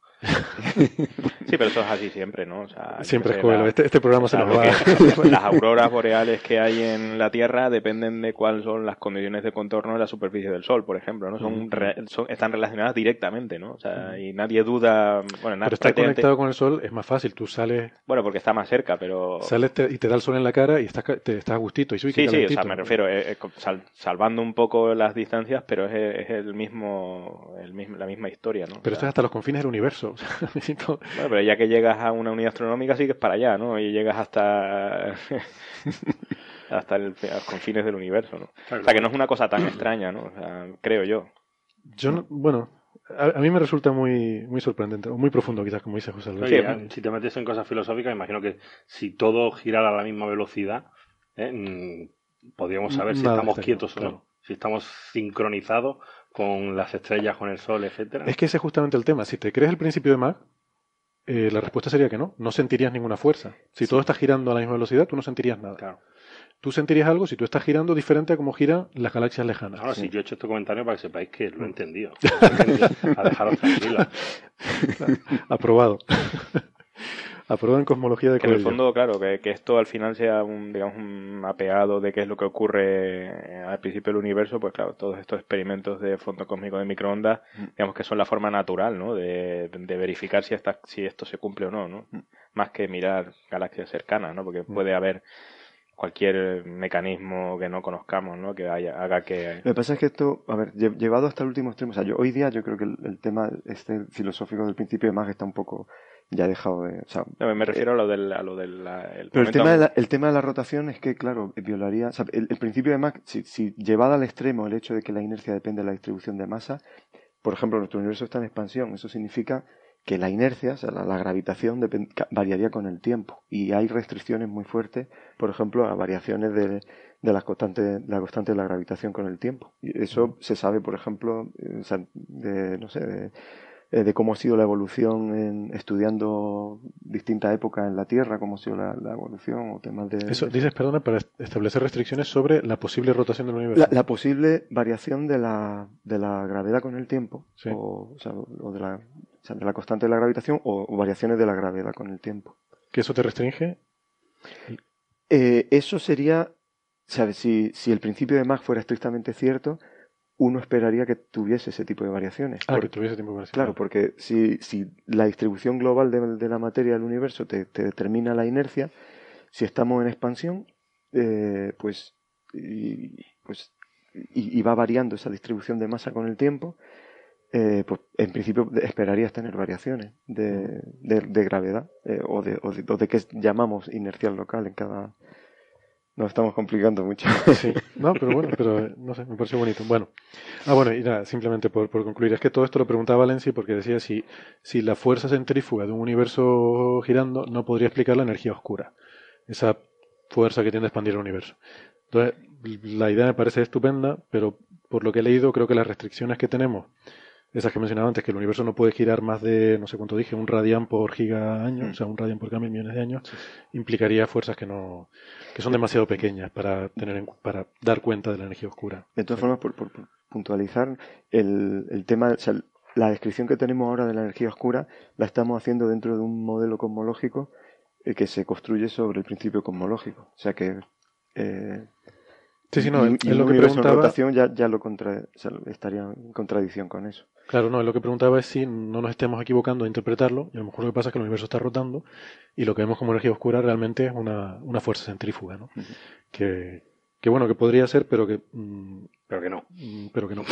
D: Sí, pero eso es así siempre, ¿no? O sea, yo
C: siempre
D: qué
C: es
D: sé,
C: Coelho.
D: la-
C: Este, este programa
D: o sea,
C: se nos
D: lo
C: va.
D: que- las auroras boreales que hay en la Tierra dependen de cuáles son las condiciones de contorno de la superficie del Sol, por ejemplo, ¿no? Son,
C: Ujú.
D: re- son están relacionadas directamente, ¿no? O sea, y nadie duda, bueno, nada,
C: Pero estar
D: prácticamente-
C: conectado con el sol es más fácil. Tú sales,
D: bueno, porque está más cerca, pero
C: sales te- y te da el sol en la cara y estás, ca- te, estás a gustito. Y soy
D: sí, sí, o sea, me refiero, eh, eh, sal- salvando un poco las distancias, pero es, es el mismo, el mismo, la misma historia, ¿no? O
C: Pero esto
D: sea,
C: es hasta los confines del universo. O sea, necesito-
D: bueno, pero ya que llegas a una unidad astronómica sigues para allá, ¿no? Y llegas hasta hasta el- los confines del universo, ¿no?
F: Claro,
D: O sea, que no es una cosa tan extraña, ¿no? O sea, creo yo.
C: Yo, no- bueno, a, a mí me resulta muy, muy sorprendente, o muy profundo quizás, como dice José Alberto.
F: Oye,
D: Sí.
F: ya, si te metes en cosas filosóficas, imagino que si todo girara a la misma velocidad, ¿eh? Mm, podríamos saber si
C: Nada
F: estamos
C: estaría,
F: quietos o
C: claro.
F: no. Si estamos sincronizados con las estrellas, con el sol, etcétera.
C: Es que ese es justamente el tema. Si te crees el principio de Mach, eh, la respuesta sería que no. No sentirías ninguna fuerza. Si todo está girando a la misma velocidad, tú no sentirías nada.
F: Claro.
C: Tú sentirías algo si tú estás girando diferente a cómo giran las galaxias lejanas.
F: Ahora sí, yo he hecho este comentario para que sepáis que lo he entendido. Lo he entendido. A dejaros tranquilos.
C: Aprobado. Aprobado en cosmología de
D: Que en el
C: Coelho.
D: fondo, claro, que, que esto al final sea un, digamos, un mapeado de qué es lo que ocurre eh, al principio del universo, pues claro, todos estos experimentos de fondo cósmico de microondas, digamos que son la forma natural, ¿no? De, de verificar si esta, si esto se cumple o no, ¿no? Más que mirar galaxias cercanas, ¿no? Porque puede haber cualquier mecanismo que no conozcamos, ¿no? Que haya, haga que...
G: Lo que pasa es que esto, a ver, lle- llevado hasta el último extremo, o sea, yo hoy día yo creo que el, el tema este filosófico del principio de Mach está un poco ya dejado de, o sea,
D: No, me refiero a lo del, a lo del la- el
G: pero el
D: momento-
G: tema, de la, el tema de la rotación es que, claro, violaría, o sea, el, el principio de Mach, si, si llevado al extremo el hecho de que la inercia depende de la distribución de masa, por ejemplo, nuestro universo está en expansión, eso significa que la inercia, o sea, la, la gravitación depen- ca- variaría con el tiempo y hay restricciones muy fuertes, por ejemplo, a variaciones de, de las constantes, de la constante de la gravitación con el tiempo. Y eso se sabe, por ejemplo, eh, o sea, de, no sé, de, eh, de cómo ha sido la evolución en, estudiando distintas épocas en la Tierra, cómo ha sido la, la evolución o temas de...
C: Eso,
G: de-
C: dices, perdona, para est- establecer restricciones sobre la posible rotación del universo.
G: la, la posible variación de la, de la gravedad con el tiempo,
C: Sí.
G: o, o sea, o de, la, o sea, de la constante de la gravitación, o, o variaciones de la gravedad con el tiempo.
C: ¿Que eso te restringe?
G: Eh, eso sería, ¿sabes? Si, si el principio de Mach fuera estrictamente cierto, uno esperaría que tuviese ese tipo de variaciones.
C: Ah,
G: Por-
C: que tuviese tiempo para
G: Claro, porque si, si la distribución global de, de la materia del universo te, te determina la inercia, si estamos en expansión, eh, pues, y, pues y, y va variando esa distribución de masa con el tiempo, eh, pues en principio esperarías tener variaciones de, de, de gravedad eh, o, de, o, de, o de que llamamos inercial local en cada... Nos estamos complicando mucho.
C: Sí, no, pero bueno, pero eh, no sé, me pareció bonito. Bueno, ah, bueno, y nada, simplemente por, por concluir, es que todo esto lo preguntaba Valencia porque decía si, si la fuerza centrífuga de un universo girando no podría explicar la energía oscura, esa fuerza que tiende a expandir el universo. Entonces, la idea me parece estupenda, pero por lo que he leído, creo que las restricciones que tenemos, esas que mencionaba antes, que el universo no puede girar más de, no sé cuánto dije, un radián por giga año,
G: Mm.
C: o sea, un radián por cada mil millones de años, implicaría fuerzas que no, que son demasiado pequeñas para tener en- para dar cuenta de la energía oscura.
G: De todas formas, por, por- por puntualizar, el, el tema, o sea, la descripción que tenemos ahora de la energía oscura la estamos haciendo dentro de un modelo cosmológico eh, que se construye sobre el principio cosmológico. O sea que... Eh,
C: Sí, sí, no,
G: y,
C: es
G: y
C: lo
G: un
C: que
G: universo en
C: preguntaba.
G: rotación ya, ya lo contra, o sea, estaría en contradicción con eso.
C: Claro, no, lo que preguntaba es si no nos estemos equivocando a interpretarlo, y a lo mejor lo que pasa es que el universo está rotando, y lo que vemos como energía oscura realmente es una, una fuerza centrífuga, ¿no?
G: Ujú.
C: Que, que bueno, que podría ser, pero que, mm,
F: Pero que no.
C: mm, pero que no.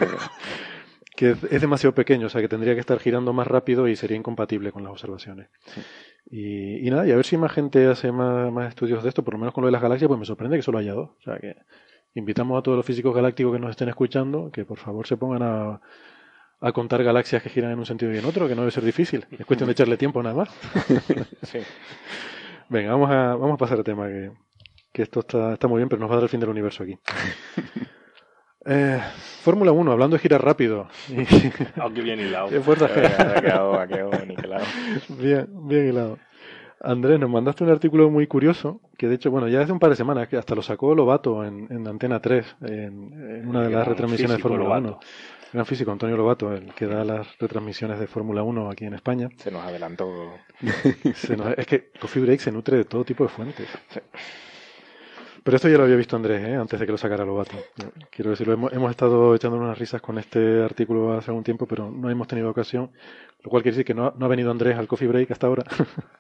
C: Que es, es demasiado pequeño, o sea que tendría que estar girando más rápido y sería incompatible con las observaciones. Y, y nada, y a ver si más gente hace más, más estudios de esto, por lo menos con lo de las galaxias, pues me sorprende que solo haya dos. O sea que invitamos a todos los físicos galácticos que nos estén escuchando que por favor se pongan a, a contar galaxias que giran en un sentido y en otro, que no debe ser difícil. Es cuestión de echarle tiempo nada más.
D: Sí.
C: Venga, vamos a, vamos a pasar al tema, que, que esto está, está muy bien, pero nos va a dar el fin del universo aquí. Eh, Fórmula uno, hablando de girar rápido. Y...
F: Aunque bien hilado.
C: Qué fuerza G.
D: Ha quedado, ha quedado niquelado.
C: Bien, bien hilado. Andrés, nos mandaste un artículo muy curioso, que de hecho, bueno, ya hace un par de semanas, que hasta lo sacó Lobato en, en Antena tres, en, en una de las retransmisiones de Fórmula uno. Gran físico, Antonio Lobato, el que da las retransmisiones de Fórmula uno aquí en España.
D: Se nos adelantó.
C: Se nos, es que Coffee Break se nutre de todo tipo de fuentes. Sí. Pero esto ya lo había visto Andrés, ¿eh? Antes de que lo sacara Lobato. Quiero decirlo, hemos, hemos estado echando unas risas con este artículo hace algún tiempo, pero no hemos tenido ocasión, lo cual quiere decir que no ha, no ha venido Andrés al Coffee Break hasta ahora.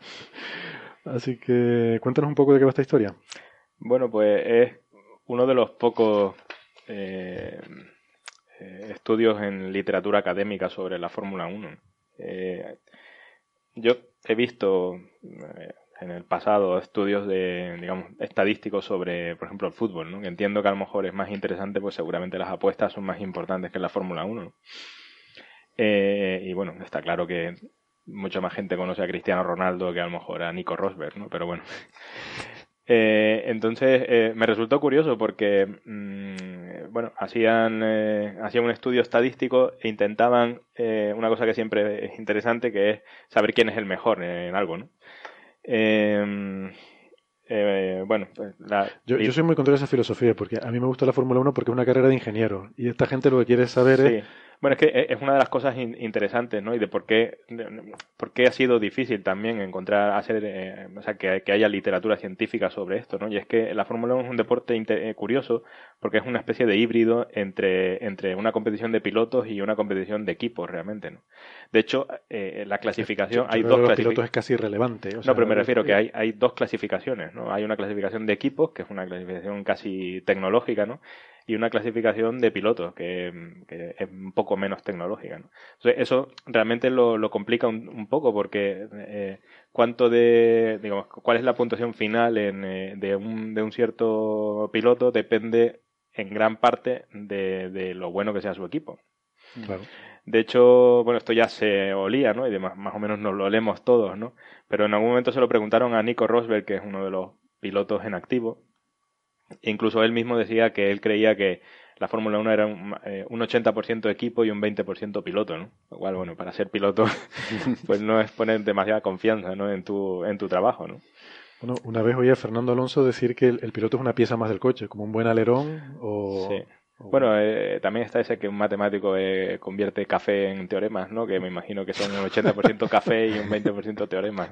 C: Así que cuéntanos un poco de qué va esta historia.
D: Bueno, pues es uno de los pocos eh, eh, estudios en literatura académica sobre la Fórmula uno. Eh, yo he visto eh, en el pasado estudios de, digamos, estadísticos sobre, por ejemplo, el fútbol, ¿no? Que entiendo que a lo mejor es más interesante, pues seguramente las apuestas son más importantes que en la Fórmula uno, ¿no? Eh, y bueno, está claro que mucha más gente conoce a Cristiano Ronaldo que a lo mejor a Nico Rosberg, ¿no? Pero bueno. Eh, entonces, eh, me resultó curioso porque, mmm, bueno, hacían, eh, hacían un estudio estadístico e intentaban eh, una cosa que siempre es interesante, que es saber quién es el mejor en algo, ¿no? Eh, eh, bueno, pues la...
C: yo, yo soy muy contra esa filosofía, porque a mí me gusta la Fórmula uno porque es una carrera de ingenieros, y esta gente lo que quiere saber
D: sí.
C: es...
D: Bueno, es que es una de las cosas in- interesantes, ¿no? Y de por qué, de, por qué ha sido difícil también encontrar, hacer, eh, o sea, que, que haya literatura científica sobre esto, ¿no? Y es que la Fórmula uno es un deporte inter- eh, curioso porque es una especie de híbrido entre, entre una competición de pilotos y una competición de equipos, realmente, ¿no? De hecho, eh, la clasificación,
C: Yo, yo
D: hay
C: creo
D: dos
C: que los
D: clasificaciones.
C: pilotos es casi irrelevante. O sea,
D: No, pero me refiero que hay, hay dos clasificaciones, ¿no? Hay una clasificación de equipos, que es una clasificación casi tecnológica, ¿no? Y una clasificación de pilotos, que, que es un poco menos tecnológica, ¿no? Entonces, eso realmente lo, lo complica un, un poco, porque eh, cuánto de, digamos, cuál es la puntuación final en, eh, de, un, de un cierto piloto depende en gran parte de, de lo bueno que sea su equipo.
C: Claro.
D: De hecho, bueno, esto ya se olía, ¿no? Y demás, más o menos nos lo olemos todos, ¿no? Pero en algún momento se lo preguntaron a Nico Rosberg, que es uno de los pilotos en activo. E incluso él mismo decía que él creía que la Fórmula uno era un, eh, un ochenta por ciento equipo y un veinte por ciento piloto, ¿no? Lo cual, bueno, para ser piloto, pues no es poner demasiada confianza, ¿no? En tu, en tu trabajo, ¿no?
C: Bueno, una vez oí a Fernando Alonso decir que el, el piloto es una pieza más del coche, como un buen alerón o...
D: Sí. Bueno, eh, también está ese que un matemático eh, convierte café en teoremas, ¿no? Que me imagino que son un ochenta por ciento café y un veinte por ciento teoremas.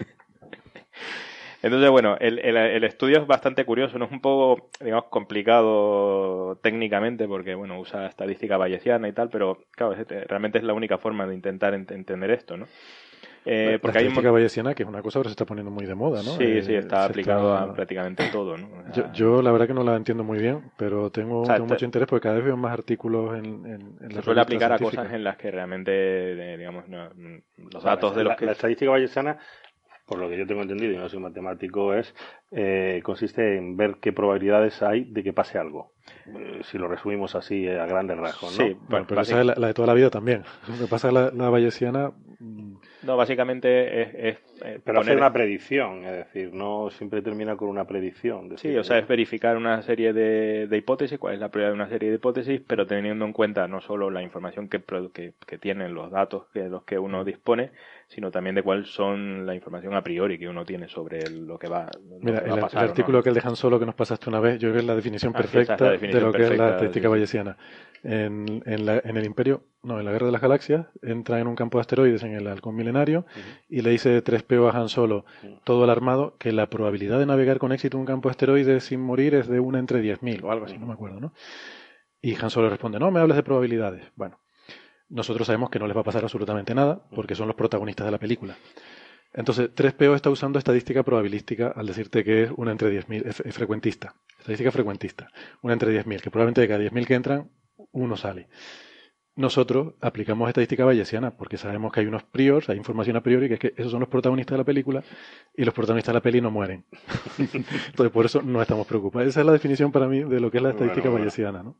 D: Entonces, bueno, el, el, el estudio es bastante curioso, no es un poco, digamos, complicado técnicamente porque, bueno, usa estadística bayesiana y tal, pero, claro, es, realmente es la única forma de intentar ent- entender esto, ¿no? Eh,
C: la
D: porque
C: estadística
D: hay un...
C: bayesiana, que es una cosa que ahora se está poniendo muy de moda, ¿no?
D: Sí,
C: eh,
D: sí, está aplicado
C: está...
D: a prácticamente todo, ¿no? O sea,
C: yo, yo la verdad que no la entiendo muy bien, pero tengo,
D: o sea,
C: tengo
D: te...
C: mucho interés porque cada vez veo más artículos en, en, en
D: se
C: las
D: suele aplicar a
C: científicas.
D: cosas en las que realmente, de, digamos, no, los
F: Vale,
D: datos de los
F: la,
D: que...
F: La estadística bayesiana, por lo que yo tengo entendido, y no soy matemático, es eh, consiste en ver qué probabilidades hay de que pase algo. Eh, si lo resumimos así eh, a grandes rasgos, ¿no?
C: Sí, bueno, bueno pero esa es la, la de toda la vida también. Lo que pasa es la, la bayesiana...
D: No, básicamente es... es eh,
F: pero
D: poner...
F: hacer una predicción, es decir, no siempre termina con una predicción.
D: Decir, sí, o sea, es verificar una serie de, de hipótesis, cuál es la probabilidad de una serie de hipótesis, pero teniendo en cuenta no solo la información que, que, que tienen los datos de los que uno dispone, sino también de cuál son la información a priori que uno tiene sobre lo que va, lo
C: Mira,
D: que va
C: el,
D: a pasar.
C: El artículo
D: ¿no?
C: que el de Han Solo que nos pasaste una vez, yo creo que es la definición
D: ah,
C: perfecta
D: sí, la definición
C: de lo
D: perfecta,
C: que es la estadística
D: sí,
C: bayesiana. En, en, la, en el Imperio, no, en la Guerra de las Galaxias, entra en un campo de asteroides en el Halcón Milenario uh-huh. y le dice tres P O a Han Solo, uh-huh. todo alarmado, que la probabilidad de navegar con éxito en un campo de asteroides sin morir es de una entre diez mil o algo así, uh-huh. no me acuerdo, ¿no? Y Han Solo responde, no me hables de probabilidades. Bueno, nosotros sabemos que no les va a pasar absolutamente nada porque son los protagonistas de la película. Entonces, tres P O está usando estadística probabilística al decirte que es una entre diez mil, es, es frecuentista, estadística frecuentista, una entre diez mil, que probablemente de cada diez mil que entran, uno sale. Nosotros aplicamos estadística bayesiana porque sabemos que hay unos priors, hay información a priori, que es que esos son los protagonistas de la película y los protagonistas de la peli no mueren. Entonces, por eso no estamos preocupados. Esa es la definición para mí de lo que es la estadística bueno, bueno. bayesiana, ¿no?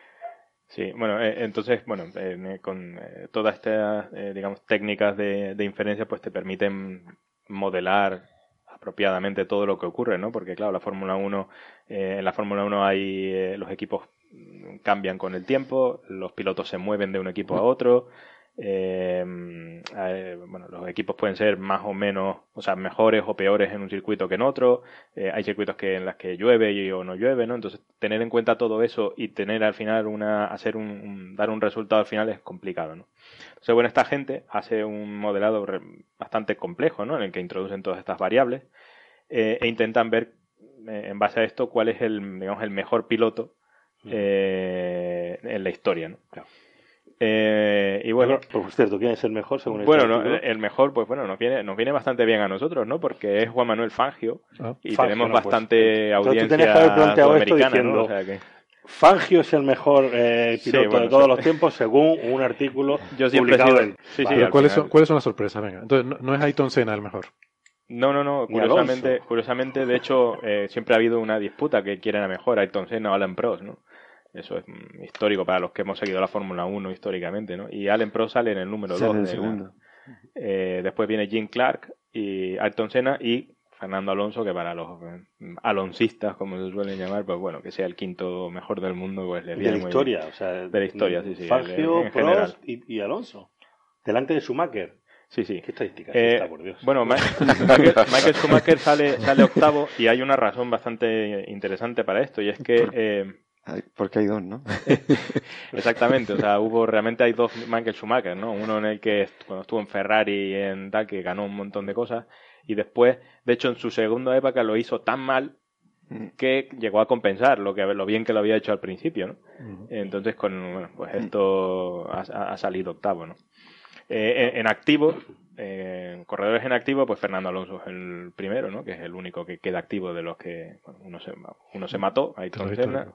D: Sí, bueno, eh, entonces, bueno, eh, con eh, todas estas, eh, digamos, técnicas de, de inferencia, pues te permiten modelar apropiadamente todo lo que ocurre, ¿no? Porque, claro, la Fórmula uno, eh, en la Fórmula uno hay eh, los equipos cambian con el tiempo, los pilotos se mueven de un equipo a otro. Eh, eh, bueno, los equipos pueden ser más o menos, o sea, mejores o peores en un circuito que en otro. Eh, hay circuitos que en las que llueve y, o no llueve, ¿no? Entonces, tener en cuenta todo eso y tener al final una, hacer un, un dar un resultado al final es complicado, ¿no? Entonces, bueno, esta gente hace un modelado re, bastante complejo, ¿no? En el que introducen todas estas variables eh, e intentan ver eh, en base a esto cuál es el, digamos, el mejor piloto eh, en la historia, ¿no? Claro. Eh, y bueno,
F: por cierto, ¿quién es el mejor según el
D: bueno, no, el mejor, pues bueno, nos viene, nos viene bastante bien a nosotros, ¿no? Porque es Juan Manuel Fangio ah, y Fangio, tenemos no, bastante pues, audiencia. Tú tenías que haber planteado esto diciendo, ¿no? O sea que...
F: Fangio es el mejor eh, piloto sí, bueno, de todos sí. los tiempos según un artículo Yo publicado en...
C: Sí, sí, ¿Cuáles, son, ¿Cuáles son las sorpresas? Venga, entonces no, no es Ayrton Senna el mejor.
D: No, no, no, curiosamente, curiosamente de hecho, eh, siempre ha habido una disputa que quieren a mejor Ayrton Senna o Alain Prost, ¿no? Eso es histórico para los que hemos seguido la Fórmula uno históricamente, ¿no? Y Alain Prost sale en el número dos. El segundo. Eh, después viene Jim Clark y Ayrton Senna y Fernando Alonso, que para los eh, alonsistas, como se suelen llamar, pues bueno, que sea el quinto mejor del mundo, pues le viene
F: de la historia,
D: muy,
F: o sea,
D: de la historia, sí, sí.
F: Fangio, en Prost y, y Alonso, delante de Schumacher.
D: Sí, sí.
F: ¿Qué estadística
D: eh,
F: está, por Dios?
D: Bueno, Michael, Michael Schumacher sale, sale octavo y hay una razón bastante interesante para esto y es que... Eh,
G: Porque hay dos, ¿no?
D: Exactamente, o sea, hubo realmente hay dos Michael Schumacher, ¿no? Uno en el que cuando estuvo en Ferrari y en tal, que ganó un montón de cosas, y después, de hecho, en su segunda época lo hizo tan mal que llegó a compensar lo que lo bien que lo había hecho al principio, ¿no? Entonces, con bueno, pues esto ha, ha salido octavo, ¿no? Eh, en, en activo, eh, corredores en activo, pues Fernando Alonso es el primero, ¿no? Que es el único que queda activo de los que bueno, uno se uno se mató, Ayrton Senna,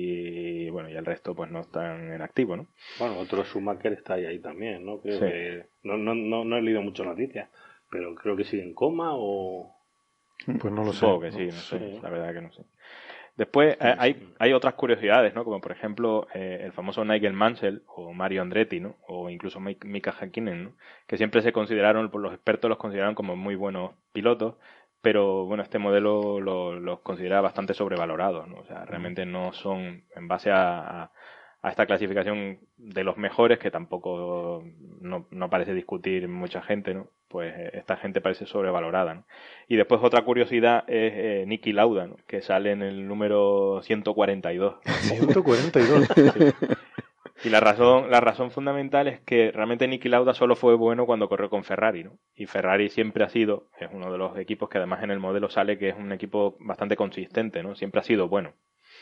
D: y bueno, y el resto pues no están en activo, ¿no?
F: Bueno, otro Schumacher está ahí, ahí también, ¿no? Creo sí. que no, no, no, no he leído muchas noticias, pero creo que sigue en coma o...
C: Pues no lo
D: Supongo
C: sé.
D: que sí, no sé, sí. La verdad que no sé. Después sí, hay, sí. hay otras curiosidades, ¿no? Como por ejemplo eh, el famoso Nigel Mansell o Mario Andretti, ¿no? O incluso Mika Häkkinen, ¿no? Que siempre se consideraron, por los expertos los consideraron como muy buenos pilotos, pero bueno, este modelo los lo considera bastante sobrevalorados, ¿no? O sea, realmente no son, en base a, a, a esta clasificación de los mejores, que tampoco no, no parece discutir mucha gente, ¿no? Pues esta gente parece sobrevalorada, ¿no? Y después otra curiosidad es eh, Niki Lauda, ¿no? Que sale en el número ciento cuarenta y dos.
C: ciento cuarenta y dos.
D: Sí. Y la razón, la razón fundamental es que realmente Niki Lauda solo fue bueno cuando corrió con Ferrari, ¿no? Y Ferrari siempre ha sido, es uno de los equipos que además en el modelo sale que es un equipo bastante consistente, ¿no? Siempre ha sido bueno.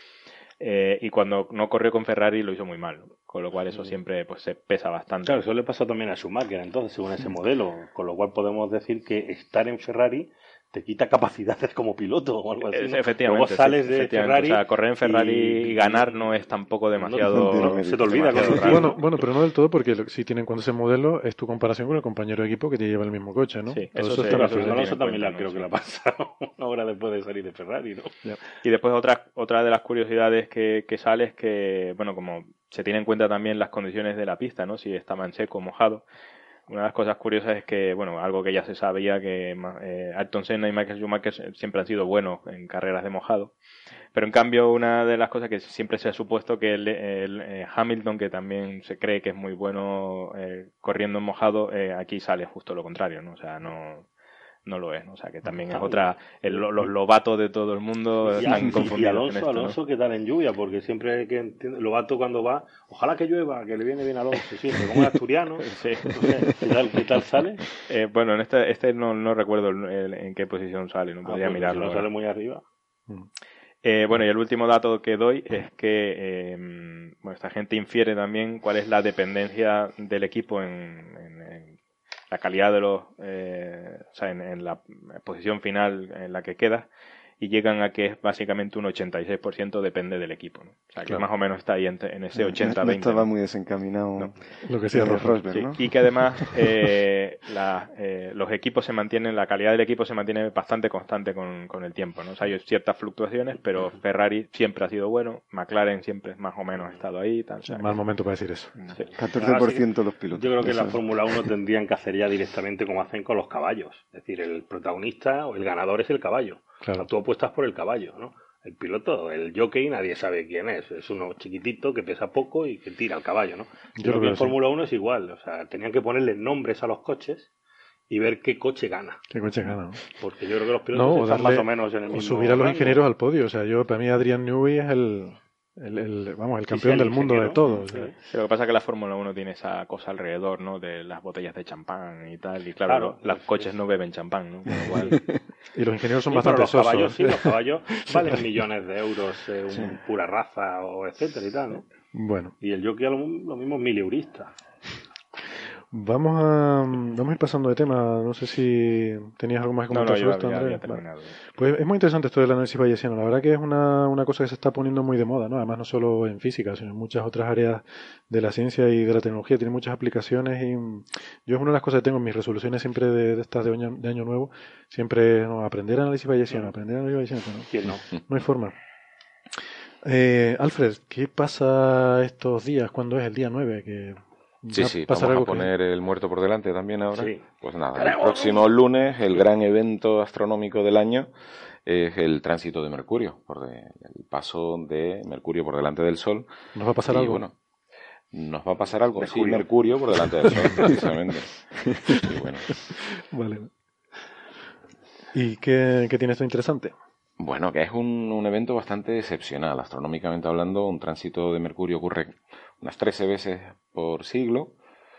D: Eh, y cuando no corrió con Ferrari lo hizo muy mal, ¿no? Con lo cual eso siempre pues se pesa bastante.
F: Claro, eso le pasó también a Schumacher entonces, según ese modelo, con lo cual podemos decir que estar en Ferrari te quita capacidades como piloto o algo así, ¿no?
D: Efectivamente.
F: Luego sales
D: sí,
F: de
D: efectivamente. Ferrari. O sea, correr en Ferrari y, y ganar no es tampoco demasiado...
F: No, no, se te olvida.
C: Con bueno, bueno, pero no del todo, porque lo, si tienen cuando ese modelo es tu comparación con el compañero de equipo que te lleva el mismo coche, ¿no?
D: Sí,
F: eso,
D: eso,
F: eso,
D: se,
F: eso,
D: eso
F: eso también la,
D: ¿no?
F: creo que la ha pasado una hora después de salir de Ferrari, ¿no?
D: Yeah. Y después otra, otra de las curiosidades que, que sale es que, bueno, como se tiene en cuenta también las condiciones de la pista, ¿no? Si está en seco o mojado. Una de las cosas curiosas es que, bueno, algo que ya se sabía, que eh, Ayrton Senna y Michael Schumacher siempre han sido buenos en carreras de mojado. Pero en cambio, una de las cosas que siempre se ha supuesto que el, el, el Hamilton, que también se cree que es muy bueno eh, corriendo en mojado, eh, aquí sale justo lo contrario, ¿no? O sea, no... no lo es, ¿no? O sea, que también es otra... El, los lobatos de todo el mundo
F: y,
D: están
F: y,
D: confundidos
F: y Alonso,
D: en esto, ¿no?
F: Alonso, ¿qué tal en lluvia? Porque siempre que entiende, Lobato cuando va, ojalá que llueva, que le viene bien a Alonso, siempre, como es asturiano.
D: Sí.
F: ¿Qué tal, qué tal sale?
D: Eh, bueno, en este, este no, no recuerdo el, el, en qué posición sale, no podría
F: ah, pues
D: mirarlo.
F: Si no sale muy arriba.
D: Eh, bueno, y el último dato que doy es que eh, bueno, esta gente infiere también cuál es la dependencia del equipo en, en, en la calidad de los, eh, o sea, en, en la posición final en la que queda, y llegan a que es básicamente un ochenta y seis por ciento depende del equipo, ¿no? O sea, que
C: claro.
D: más o menos está ahí en, en ese ochenta veinte.
G: No estaba muy desencaminado.
D: No.
C: Lo que sea
G: Rosberg,
D: sí.
G: ¿no?
D: Y que además eh, la, eh, los equipos se mantienen, la calidad del equipo se mantiene bastante constante con, con el tiempo, ¿no? O sea, hay ciertas fluctuaciones, pero Ferrari siempre ha sido bueno, McLaren siempre más o menos ha estado ahí. Tal, o sea,
C: mal momento para decir eso.
D: Sí.
G: catorce por ciento los pilotos.
F: Yo creo que
G: eso.
F: la Fórmula uno tendrían que hacer ya directamente como hacen con los caballos. Es decir, el protagonista o el ganador es el caballo.
C: Claro.
F: O sea, tú apuestas por el caballo, ¿no? El piloto, el jockey, nadie sabe quién es. Es uno chiquitito que pesa poco y que tira el caballo, ¿no? Yo creo que en Fórmula uno es igual. O sea, tenían que ponerle nombres a los coches y ver qué coche gana.
C: ¿Qué coche gana? ¿No?
F: Porque yo creo que los pilotos
C: no,
F: están
C: darle,
F: más o menos en el mismo...
C: O subir a los
F: rango.
C: ingenieros al podio. O sea, yo para mí Adrian Newey es el... El, el, vamos, el campeón sí, sí, el del mundo ingeniero. De todo. O sea.
D: Sí. Lo que pasa es que la Fórmula uno tiene esa cosa alrededor, ¿no? De las botellas de champán y tal. Y claro, claro los, los coches no beben champán, ¿no? Igual...
C: y los ingenieros son
F: sí,
C: bastante
F: los
C: sosos.
F: Caballos, sí, los caballos valen millones de euros, eh, un, sí. pura raza, o etcétera y tal, ¿no?
C: Bueno.
F: Y el jockey a lo, lo mismo mil euristas.
C: Vamos a, vamos a ir pasando de tema. No sé si tenías algo más que comentar
D: no, no,
C: sobre esto, Andrés.
D: Terminado.
C: Pues es muy interesante esto del análisis bayesiano. La verdad que es una, una cosa que se está poniendo muy de moda, ¿no? Además, no solo en física, sino en muchas otras áreas de la ciencia y de la tecnología. Tiene muchas aplicaciones y yo es una de las cosas que tengo en mis resoluciones siempre de, de estas de año, de año nuevo. Siempre no, aprender análisis bayesiano, no. aprender análisis bayesiano. ¿No?
F: ¿Quién no?
C: No hay forma. Eh, Alfred, ¿qué pasa estos días? ¿Cuándo es el día nueve? Que
E: Sí, sí, vamos a poner
C: que...
E: el muerto por delante también ahora.
F: Sí.
E: Pues nada, el próximo lunes, el gran evento astronómico del año es el tránsito de Mercurio, por de, el paso de Mercurio por delante del Sol.
C: ¿Nos va a pasar
E: y,
C: algo?
E: Bueno, nos va a pasar algo,
F: Mercurio.
E: sí, Mercurio por delante del Sol, precisamente. Y bueno.
C: Vale. ¿Y qué, qué tiene esto interesante?
E: Bueno, que es un, un evento bastante excepcional. Astronómicamente hablando, un tránsito de Mercurio ocurre unas trece veces por siglo.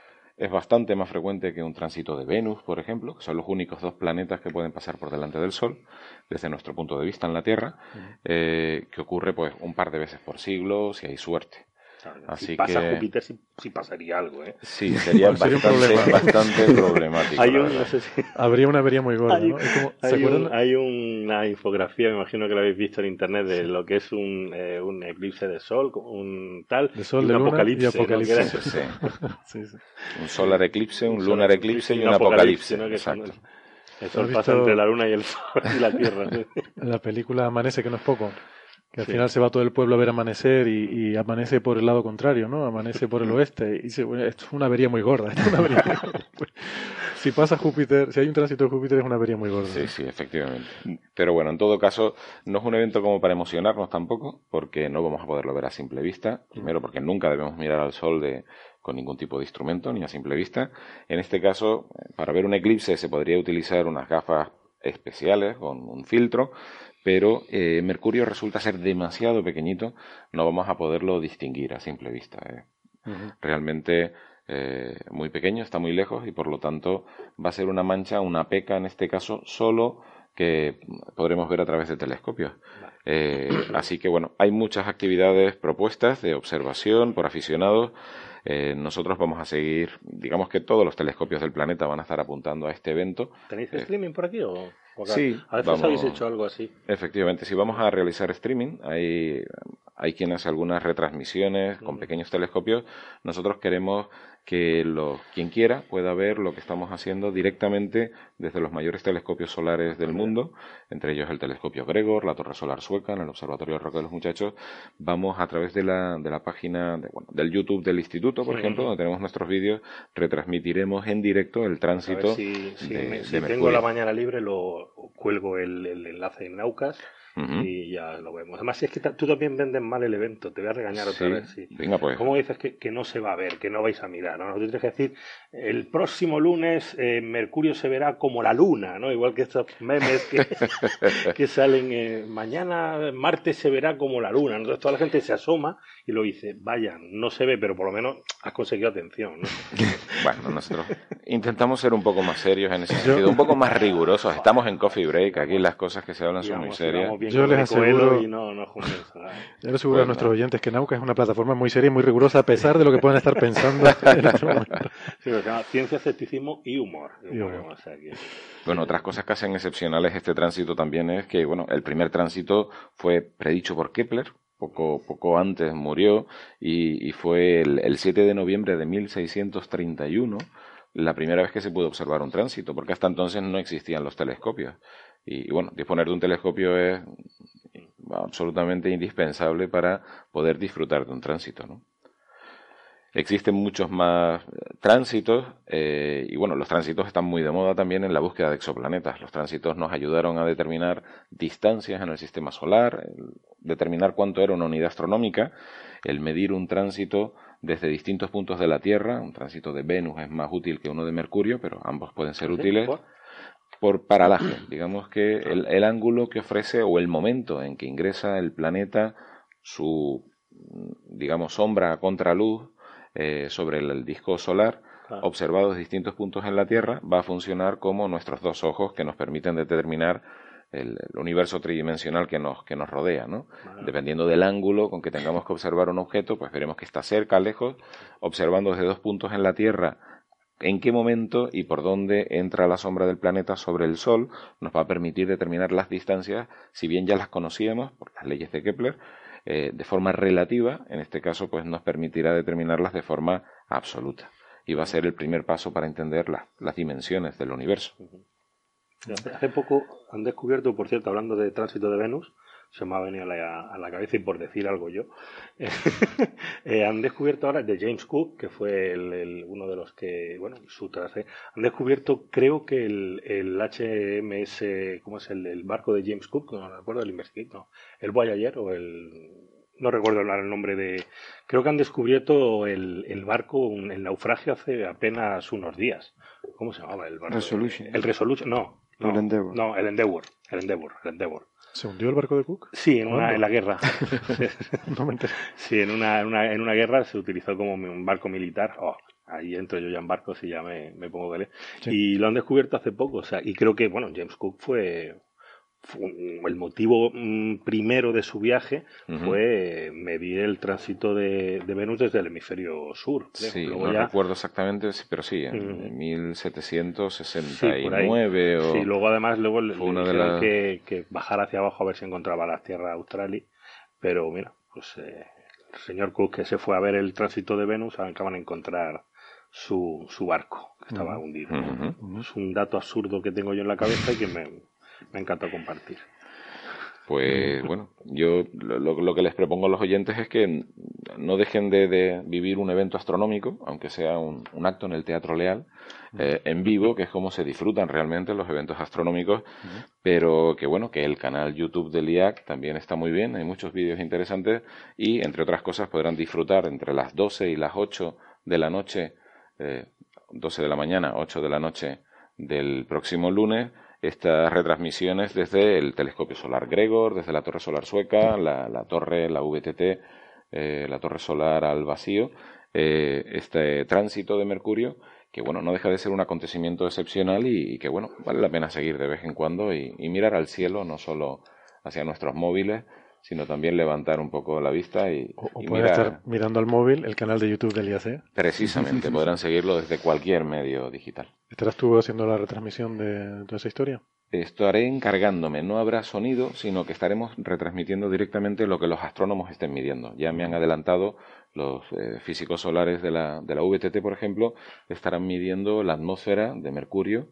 E: Es bastante más frecuente que un tránsito de Venus, por ejemplo, que son los únicos dos planetas que pueden pasar por delante del Sol, desde nuestro punto de vista en la Tierra, uh-huh. eh, que ocurre pues un par de veces por siglo, si hay suerte.
F: Así si
E: que...
F: pasa Júpiter, sí, sí pasaría algo, ¿eh?
E: Sí, sería,
C: sería
E: bastante, bastante problemático.
F: Hay un, no sé si...
C: Habría una avería muy gorda,
F: hay,
C: ¿no? Es como,
F: hay, un, hay una infografía, me imagino que la habéis visto en internet, de sí. lo que es un, eh, un eclipse de sol, un tal,
C: de sol,
F: un
C: de
F: apocalipsis.
C: Y apocalipsis.
E: ¿no? sí, sí.
C: sí, sí.
E: Un solar eclipse, un, un lunar eclipse y un,
F: un
E: apocalipsis.
F: apocalipsis, ¿no?
E: Exacto.
F: El sol pasa entre la luna y el sol y la tierra. ¿sí?
C: La película Amanece, que no es poco. Que al
F: sí.
C: final se va todo el pueblo a ver amanecer y, y amanece por el lado contrario, ¿no? Amanece por el oeste. Y se, bueno, esto es una avería muy gorda. Esto es una avería muy gorda. Si pasa Júpiter, si hay un tránsito de Júpiter, es una avería muy gorda.
E: Sí, sí, efectivamente. Pero bueno, en todo caso, no es un evento como para emocionarnos tampoco, porque no vamos a poderlo ver a simple vista. Primero, porque nunca debemos mirar al Sol de, con ningún tipo de instrumento, ni a simple vista. En este caso, para ver un eclipse se podría utilizar unas gafas especiales con un filtro, pero eh, Mercurio resulta ser demasiado pequeñito, no vamos a poderlo distinguir a simple vista. ¿eh? Uh-huh. Realmente eh, muy pequeño, está muy lejos y por lo tanto va a ser una mancha, una peca en este caso, solo que podremos ver a través de telescopios. Eh, así que bueno, hay muchas actividades propuestas de observación por aficionados. Eh, nosotros vamos a seguir, digamos que todos los telescopios del planeta van a estar apuntando a este evento.
F: ¿Tenéis eh, streaming por aquí o, o acá?
E: Sí,
F: a veces
E: vamos,
F: habéis hecho algo así.
E: Efectivamente, si vamos a realizar streaming, hay, hay quien hace algunas retransmisiones con uh-huh. pequeños telescopios. Nosotros queremos que los, quien quiera pueda ver lo que estamos haciendo directamente desde los mayores telescopios solares del mundo, entre ellos el telescopio Gregor, la Torre Solar Sueca, en el Observatorio de Roca de los Muchachos. Vamos a través de la, de la página, de, bueno, del YouTube del Instituto, por uh-huh. ejemplo, donde tenemos nuestros vídeos, retransmitiremos en directo el tránsito
F: si, si
E: de,
F: me,
E: de
F: si
E: Mercurio.
F: Tengo la mañana libre, lo cuelgo el, el enlace en Naucas.
E: Uh-huh.
F: Y ya lo vemos. Además, es que tú también vendes mal el evento. Te voy a regañar otra
E: sí.
F: vez. Sí.
E: Venga, pues.
F: ¿Cómo dices que, que no se va a ver, que no vais a mirar? ¿no? Tú tienes que decir, el próximo lunes eh, Mercurio se verá como la luna, ¿no? Igual que estos memes que, que salen. Eh, mañana, martes, se verá como la luna. Entonces toda la gente se asoma y lo dice, vaya, no se ve, pero por lo menos has conseguido atención, ¿no?
E: Bueno, nosotros intentamos ser un poco más serios en ese sentido, un poco más rigurosos. Estamos en Coffee Break, aquí las cosas que se hablan son muy serias.
C: Yo les aseguro,
F: no, no
C: yo les aseguro bueno. a nuestros oyentes que Nauka es una plataforma muy seria y muy rigurosa, a pesar de lo que puedan estar pensando en este momento.
F: Sí, se llama ciencia, escepticismo y humor.
C: Y humor.
F: O sea, que...
E: Bueno, otras cosas que hacen excepcionales este tránsito también es que, bueno, el primer tránsito fue predicho por Kepler. Poco, poco antes murió y, y fue el, el siete de noviembre de mil seiscientos treinta y uno la primera vez que se pudo observar un tránsito, porque hasta entonces no existían los telescopios. Y, y bueno, disponer de un telescopio es absolutamente indispensable para poder disfrutar de un tránsito, ¿no? Existen muchos más tránsitos eh, y bueno, los tránsitos están muy de moda también en la búsqueda de exoplanetas. Los tránsitos nos ayudaron a determinar distancias en el sistema solar, determinar cuánto era una unidad astronómica, el medir un tránsito desde distintos puntos de la Tierra. Un tránsito de Venus es más útil que uno de Mercurio, pero ambos pueden ser útiles por paralaje. Digamos que el, el ángulo que ofrece o el momento en que ingresa el planeta, su, digamos, sombra a contraluz, Eh, sobre el, el disco solar, claro, observados en distintos puntos en la Tierra, va a funcionar como nuestros dos ojos que nos permiten determinar el, el universo tridimensional que nos, que nos rodea, ¿no? Vale. Dependiendo del ángulo con que tengamos que observar un objeto, pues veremos que está cerca, lejos, observando desde dos puntos en la Tierra en qué momento y por dónde entra la sombra del planeta sobre el Sol, nos va a permitir determinar las distancias, si bien ya las conocíamos por las leyes de Kepler, Eh, de forma relativa. En este caso pues nos permitirá determinarlas de forma absoluta y va a ser el primer paso para entender la, las dimensiones del universo.
F: Hace, hace poco han descubierto, por cierto, hablando de tránsito de Venus, se me ha venido a la, a la cabeza y por decir algo yo, eh, han descubierto ahora de James Cook, que fue el, el, uno de los que, bueno, su trase, han descubierto, creo que el, el H M S, ¿cómo es el, el barco de James Cook? No recuerdo, el Investigator, no, el Voyager o el, no recuerdo el nombre de, creo que han descubierto el, el barco, un, el naufragio hace apenas unos días. ¿Cómo se llamaba el barco?
G: Resolution.
F: El Resolution, no. No,
G: el Endeavour.
F: No, el Endeavour, el Endeavour, el Endeavour.
C: ¿Se hundió el barco de Cook?
F: Sí, en, una, en la guerra.
C: No me enteré.
F: Sí, en una, en, una, en una guerra se utilizó como un barco militar. Oh, ahí entro yo ya en barcos y ya me, me pongo de sí. Y lo han descubierto hace poco. O sea, y creo que, bueno, James Cook fue... el motivo mm, primero de su viaje uh-huh. fue medir el tránsito de, de Venus desde el hemisferio sur. Creo.
E: Sí,
F: Luego
E: no
F: ya...
E: recuerdo exactamente, pero sí, en uh-huh. mil setecientos sesenta y nueve
F: sí,
E: o...
F: Sí, luego además luego le,
E: le
F: dijeron
E: la...
F: que, que bajar hacia abajo a ver si encontraba las tierras australes, pero mira, pues eh, el señor Cook que se fue a ver el tránsito de Venus acaban de encontrar su, su barco que estaba uh-huh. hundido. Uh-huh. Es un dato absurdo que tengo yo en la cabeza y que me... Me encanta compartir.
E: Pues bueno, yo lo, lo que les propongo a los oyentes es que no dejen de, de vivir un evento astronómico, aunque sea un, un acto en el Teatro Leal, eh, en vivo, que es como se disfrutan realmente los eventos astronómicos, uh-huh. pero que bueno, que el canal YouTube del I A C también está muy bien, hay muchos vídeos interesantes y entre otras cosas podrán disfrutar entre las doce y las ocho de la noche, eh, doce de la mañana, ocho de la noche del próximo lunes, estas retransmisiones desde el telescopio solar Gregor, desde la torre solar sueca, la, la torre, la V T T, eh, la torre solar al vacío, eh, este tránsito de Mercurio, que bueno, no deja de ser un acontecimiento excepcional y, y que bueno, vale la pena seguir de vez en cuando y, y mirar al cielo, no solo hacia nuestros móviles, sino también levantar un poco la vista y,
C: o, o
E: y
C: pueden
E: mirar...
C: estar mirando al móvil el canal de YouTube del I A C.
E: Precisamente, podrán seguirlo desde cualquier medio digital.
C: ¿Estarás tú haciendo la retransmisión de toda esa historia?
E: Estaré encargándome, no habrá sonido, sino que estaremos retransmitiendo directamente lo que los astrónomos estén midiendo. Ya me han adelantado los eh, físicos solares de la, de la V T T, por ejemplo, estarán midiendo la atmósfera de Mercurio.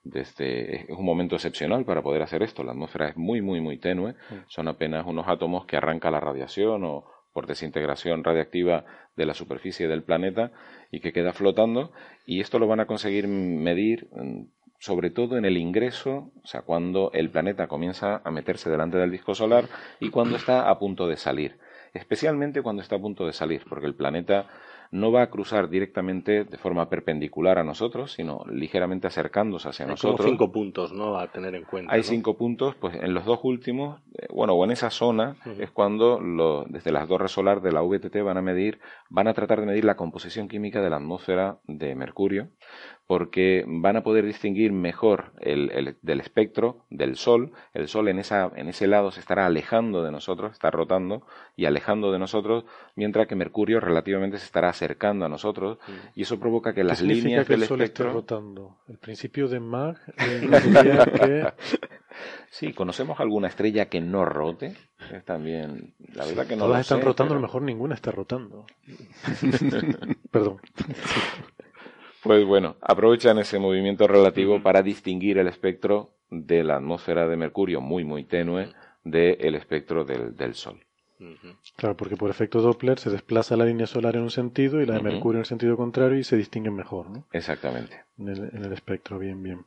E: Desde, es un momento excepcional para poder hacer esto. La atmósfera es muy, muy, muy tenue. Son apenas unos átomos que arranca la radiación o por desintegración radiactiva de la superficie del planeta y que queda flotando. Y esto lo van a conseguir medir sobre todo en el ingreso, o sea, cuando el planeta comienza a meterse delante del disco solar y cuando está a punto de salir. Especialmente cuando está a punto de salir, porque el planeta no va a cruzar directamente de forma perpendicular a nosotros, sino ligeramente acercándose hacia
F: Hay
E: nosotros.
F: Hay como cinco puntos, ¿no?, a tener en cuenta.
E: Hay
F: ¿no?
E: cinco puntos, pues en los dos últimos, eh, bueno, o en esa zona, uh-huh. es cuando lo, desde las torres solar de la V T T van a medir, van a tratar de medir la composición química de la atmósfera de Mercurio, porque van a poder distinguir mejor el, el del espectro del Sol. El Sol en esa en ese lado se estará alejando de nosotros, está rotando y alejando de nosotros, mientras que Mercurio relativamente se estará acercando a nosotros, sí. y eso provoca que las líneas
C: que
E: del
C: el Sol
E: espectro...
C: esté rotando? El principio de Mach diría que...
E: Sí, ¿conocemos alguna estrella que no rote? Es también, la verdad que no
C: Todas
E: lo
C: están
E: sé,
C: rotando,
E: pero...
C: a lo mejor ninguna está rotando. Perdón.
E: Pues bueno, aprovechan ese movimiento relativo uh-huh. para distinguir el espectro de la atmósfera de Mercurio, muy muy tenue, del espectro del, del Sol.
F: Uh-huh.
C: Claro, porque por efecto Doppler se desplaza la línea solar en un sentido y la de
E: Uh-huh.
C: Mercurio en el sentido contrario y se distinguen mejor, ¿no?
E: Exactamente.
C: En el, en el espectro, bien, bien.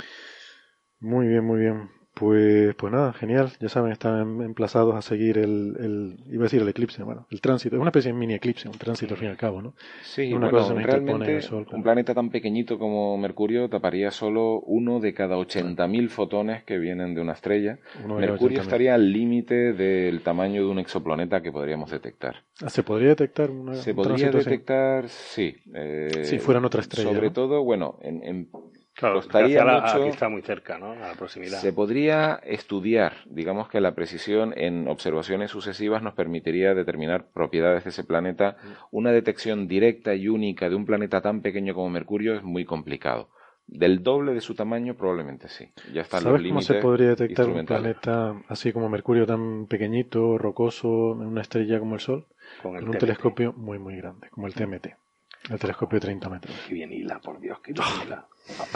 C: Muy bien, muy bien. Pues, pues nada, genial. Ya saben, están emplazados a seguir el, el, iba a decir el eclipse, bueno, el tránsito. Es una especie de mini eclipse, un tránsito al fin y al cabo, ¿no?
E: Sí,
C: Una
E: bueno,
C: cosa se nos interpone en
E: realmente
C: el Sol, claro.
E: un planeta tan pequeñito como Mercurio taparía solo uno de cada ochenta mil fotones que vienen de una estrella.
C: Uno de cada
E: Mercurio
C: ochenta mil.
E: estaría al límite del tamaño de un exoplaneta que podríamos detectar.
C: Ah, ¿se podría detectar una,
E: Se
C: un
E: podría
C: tránsito así?
E: detectar, sí. eh,
C: Si fuera en otra estrella,
E: Sobre
C: ¿no?
E: todo, bueno, en, en
F: Claro,
E: costaría
F: la,
E: mucho.
F: aquí está muy cerca, ¿no? A la proximidad.
E: Se podría estudiar, digamos que la precisión en observaciones sucesivas nos permitiría determinar propiedades de ese planeta. Una detección directa y única de un planeta tan pequeño como Mercurio es muy complicado. Del doble de su tamaño probablemente sí. Ya están los
C: ¿Sabes cómo
E: límites
C: se podría detectar un
E: instrumentales.
C: planeta así como Mercurio tan pequeñito, rocoso, en una estrella como el Sol?
F: Con el
C: Con un
F: T M T.
C: telescopio muy, muy grande, como el T M T. El telescopio de treinta metros.
F: Qué bien hila, por Dios, qué bien hila.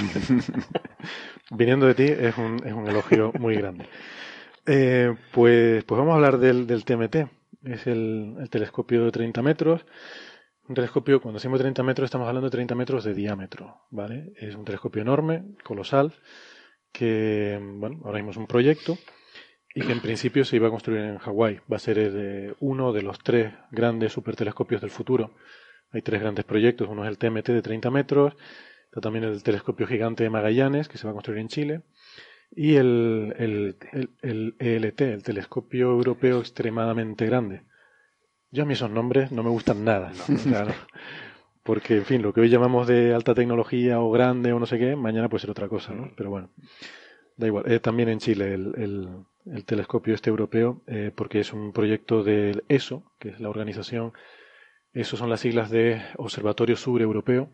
C: Viniendo de ti es un, es un elogio muy grande. Eh, pues, pues vamos a hablar del, del T M T. Es el, el telescopio de treinta metros. Un telescopio, cuando decimos treinta metros, estamos hablando de treinta metros de diámetro, ¿vale? Es un telescopio enorme, colosal, que, bueno, ahora mismo es un proyecto y que en principio se iba a construir en Hawái. Va a ser eh, uno de los tres grandes supertelescopios del futuro. Hay tres grandes proyectos. Uno es el T M T de treinta metros, está también el telescopio gigante de Magallanes, que se va a construir en Chile, y el, el, el, el E L T, el telescopio europeo extremadamente grande. Yo a mí esos nombres no me gustan nada, ¿no? O sea, no, porque, en fin, lo que hoy llamamos de alta tecnología o grande o no sé qué, mañana puede ser otra cosa, ¿no? Pero bueno, da igual. Eh, también en Chile el, el, el telescopio este europeo, eh, porque es un proyecto del E S O, que es la organización, eso son las siglas de Observatorio Sur Europeo,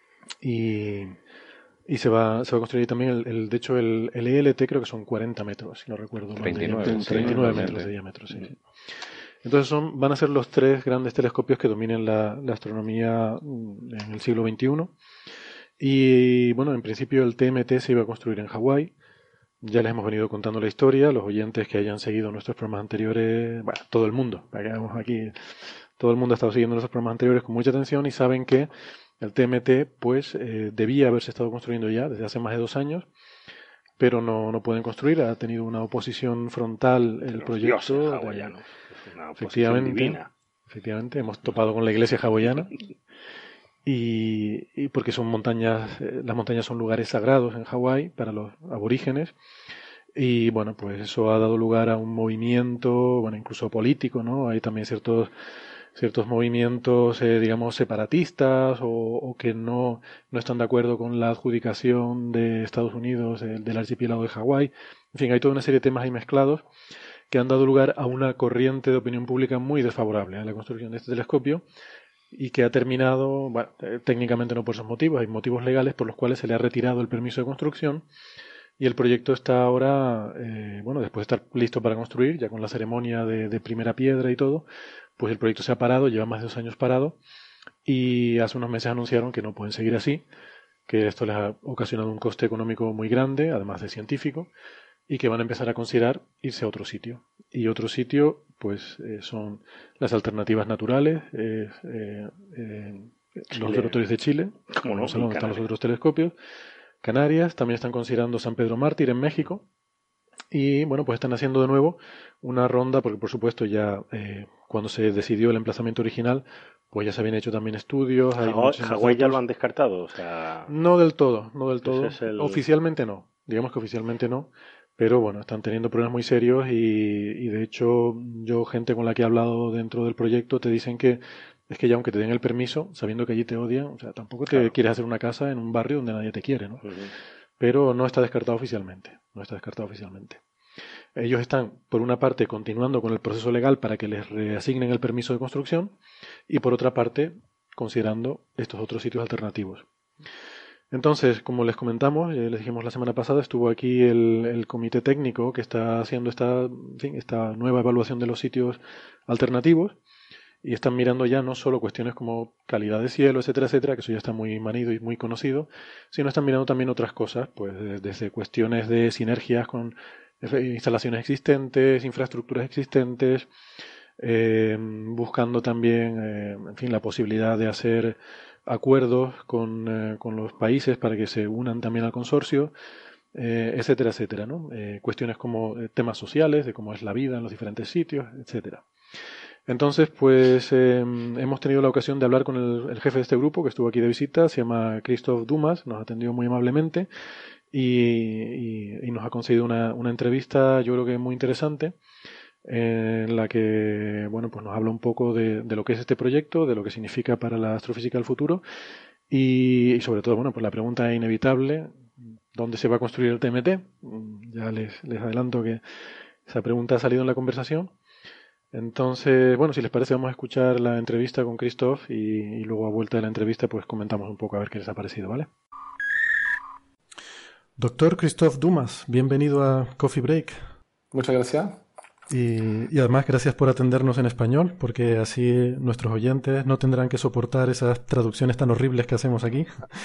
C: y, y se va, se va a construir también, el, el, de hecho, el, el E L T creo que son cuarenta metros, si no recuerdo mal.
E: treinta y nueve,
C: de treinta y nueve
E: sí,
C: metros de diámetro, sí, sí. Entonces son, van a ser los tres grandes telescopios que dominen la, la astronomía en el siglo veintiuno. Y bueno, en principio el T M T se iba a construir en Hawái. Ya les hemos venido contando la historia, los oyentes que hayan seguido nuestros programas anteriores, bueno, todo el mundo, para que hagamos aquí, todo el mundo ha estado siguiendo nuestros programas anteriores con mucha atención y saben que el T M T pues eh, debía haberse estado construyendo ya desde hace más de dos años, pero no, no pueden construir, ha tenido una oposición frontal el
F: Los
C: proyecto.
F: dioses hawaianos. Es una oposición
C: Efectivamente,
F: divina.
C: efectivamente, hemos topado con la iglesia hawaiana. Y, y porque son montañas, eh, las montañas son lugares sagrados en Hawái para los aborígenes. Y bueno, pues eso ha dado lugar a un movimiento, bueno, incluso político, ¿no? Hay también ciertos, ciertos movimientos, eh, digamos, separatistas o, o que no, no están de acuerdo con la adjudicación de Estados Unidos del, del archipiélago de Hawái. En fin, hay toda una serie de temas ahí mezclados que han dado lugar a una corriente de opinión pública muy desfavorable a la construcción de este telescopio y que ha terminado, bueno, eh, técnicamente no por esos motivos, hay motivos legales por los cuales se le ha retirado el permiso de construcción y el proyecto está ahora, eh, bueno, después de estar listo para construir, ya con la ceremonia de, de primera piedra y todo, pues el proyecto se ha parado, lleva más de dos años parado y hace unos meses anunciaron que no pueden seguir así, que esto les ha ocasionado un coste económico muy grande, además de científico, y que van a empezar a considerar irse a otro sitio. Y otro sitio, pues, eh, son las alternativas naturales, eh, eh, eh, los observatorios de Chile,
F: Como no,
C: no sé dónde están los
F: Canarias.
C: otros telescopios, Canarias, también están considerando San Pedro Mártir en México, y bueno, pues están haciendo de nuevo una ronda, porque por supuesto ya eh, cuando se decidió el emplazamiento original, pues ya se habían hecho también estudios. hay
F: Hawái
C: muchísimos
F: Hawái ya
C: datos.
F: lo han descartado, o sea...
C: No del todo, no del
F: Ese
C: todo.
F: es el-
C: Oficialmente no, digamos que oficialmente no, pero bueno, están teniendo problemas muy serios y, y de hecho yo, gente con la que he hablado dentro del proyecto, te dicen que es que ya aunque te den el permiso, sabiendo que allí te odian, o sea, tampoco te
F: Claro.
C: quieres hacer una casa en un barrio donde nadie te quiere, ¿no?
F: Ujú.
C: Pero no está descartado oficialmente, no está descartado oficialmente. Ellos están, por una parte, continuando con el proceso legal para que les reasignen el permiso de construcción y, por otra parte, considerando estos otros sitios alternativos. Entonces, como les comentamos, eh, les dijimos la semana pasada, estuvo aquí el, el comité técnico que está haciendo esta, en fin, esta nueva evaluación de los sitios alternativos y están mirando ya no solo cuestiones como calidad de cielo, etcétera, etcétera, que eso ya está muy manido y muy conocido, sino están mirando también otras cosas, pues desde cuestiones de sinergias con instalaciones existentes, infraestructuras existentes, eh, buscando también, eh, en fin, la posibilidad de hacer acuerdos con, eh, con los países para que se unan también al consorcio, eh, etcétera, etcétera, ¿no? Eh, cuestiones como eh, temas sociales, de cómo es la vida en los diferentes sitios, etcétera. Entonces, pues eh, hemos tenido la ocasión de hablar con el, el jefe de este grupo que estuvo aquí de visita, se llama Christoph Dumas, nos atendió muy amablemente y, y, y nos ha concedido una, una entrevista, yo creo que muy interesante, en la que, bueno, pues nos habla un poco de, de lo que es este proyecto, de lo que significa para la astrofísica del futuro y, y sobre todo, bueno, pues la pregunta inevitable, ¿dónde se va a construir el T M T? Ya les, les adelanto que esa pregunta ha salido en la conversación. Entonces, bueno, si les parece, vamos a escuchar la entrevista con Christoph y, y luego a vuelta de la entrevista pues comentamos un poco a ver qué les ha parecido, ¿vale? Doctor Christoph Dumas, bienvenido a Coffee Break.
H: Muchas gracias.
C: Y, y además gracias por atendernos en español, porque así nuestros oyentes no tendrán que soportar esas traducciones tan horribles que hacemos aquí.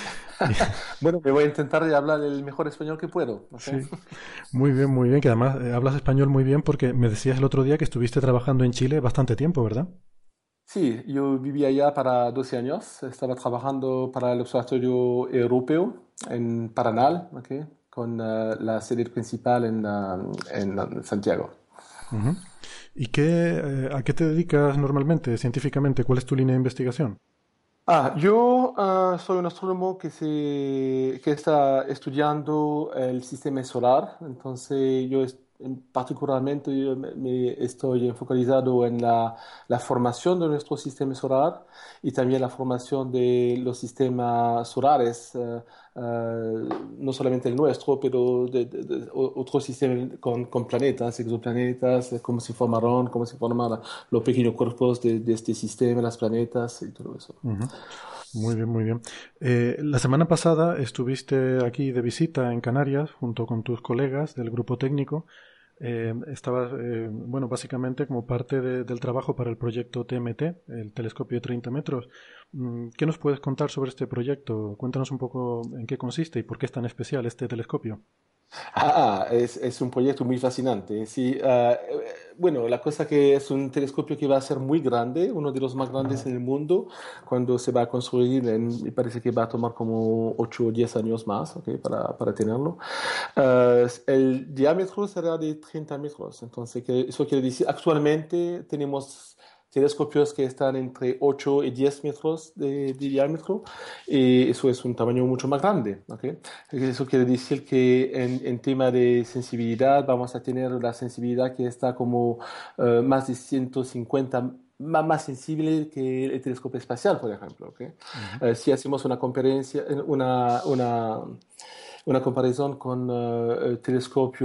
H: Bueno, me voy a intentar de hablar el mejor español que puedo. ¿Okay?
C: Sí. Muy bien, muy bien, que además eh, hablas español muy bien porque me decías el otro día que estuviste trabajando en Chile bastante tiempo, ¿verdad?
H: Sí, yo vivía allá para doce años, estaba trabajando para el Observatorio Europeo en Paranal, ¿okay? Con uh, la sede principal en, uh, en Santiago.
C: Uh-huh. ¿Y qué, eh, a qué te dedicas normalmente, científicamente? ¿Cuál es tu línea de investigación?
H: Ah, yo uh, soy un astrónomo que, se, que está estudiando el sistema solar, entonces yo est- particularmente yo me, me estoy focalizado en la, la formación de nuestro sistema solar y también la formación de los sistemas solares, uh, uh, no solamente el nuestro, pero de, de, de otros sistemas con, con planetas, exoplanetas, cómo se formaron, cómo se forman los pequeños cuerpos de, de este sistema, las planetas y todo eso.
C: Uh-huh. Muy bien, muy bien. Eh, la semana pasada estuviste aquí de visita en Canarias junto con tus colegas del grupo técnico. Eh, estabas, eh, bueno, básicamente como parte de, del trabajo para el proyecto T M T, el telescopio de treinta metros. ¿Qué nos puedes contar sobre este proyecto? Cuéntanos un poco en qué consiste y por qué es tan especial este telescopio.
H: Ah, es, es un proyecto muy fascinante. Sí, uh, bueno, la cosa que es un telescopio que va a ser muy grande, uno de los más grandes en el mundo, cuando se va a construir, en, me parece que va a tomar como ocho o diez años más, ¿okay? para, para tenerlo. Uh, el diámetro será de treinta metros, entonces que, eso quiere decir, actualmente tenemos telescopios que están entre ocho y diez metros de, de diámetro, y eso es un tamaño mucho más grande. ¿Okay? Eso quiere decir que en, en tema de sensibilidad vamos a tener la sensibilidad que está como uh, más de ciento cincuenta más, más sensible que el telescopio espacial, por ejemplo. ¿Okay? Uh-huh. Uh, si hacemos una conferencia, una, una una comparación con uh, el telescopio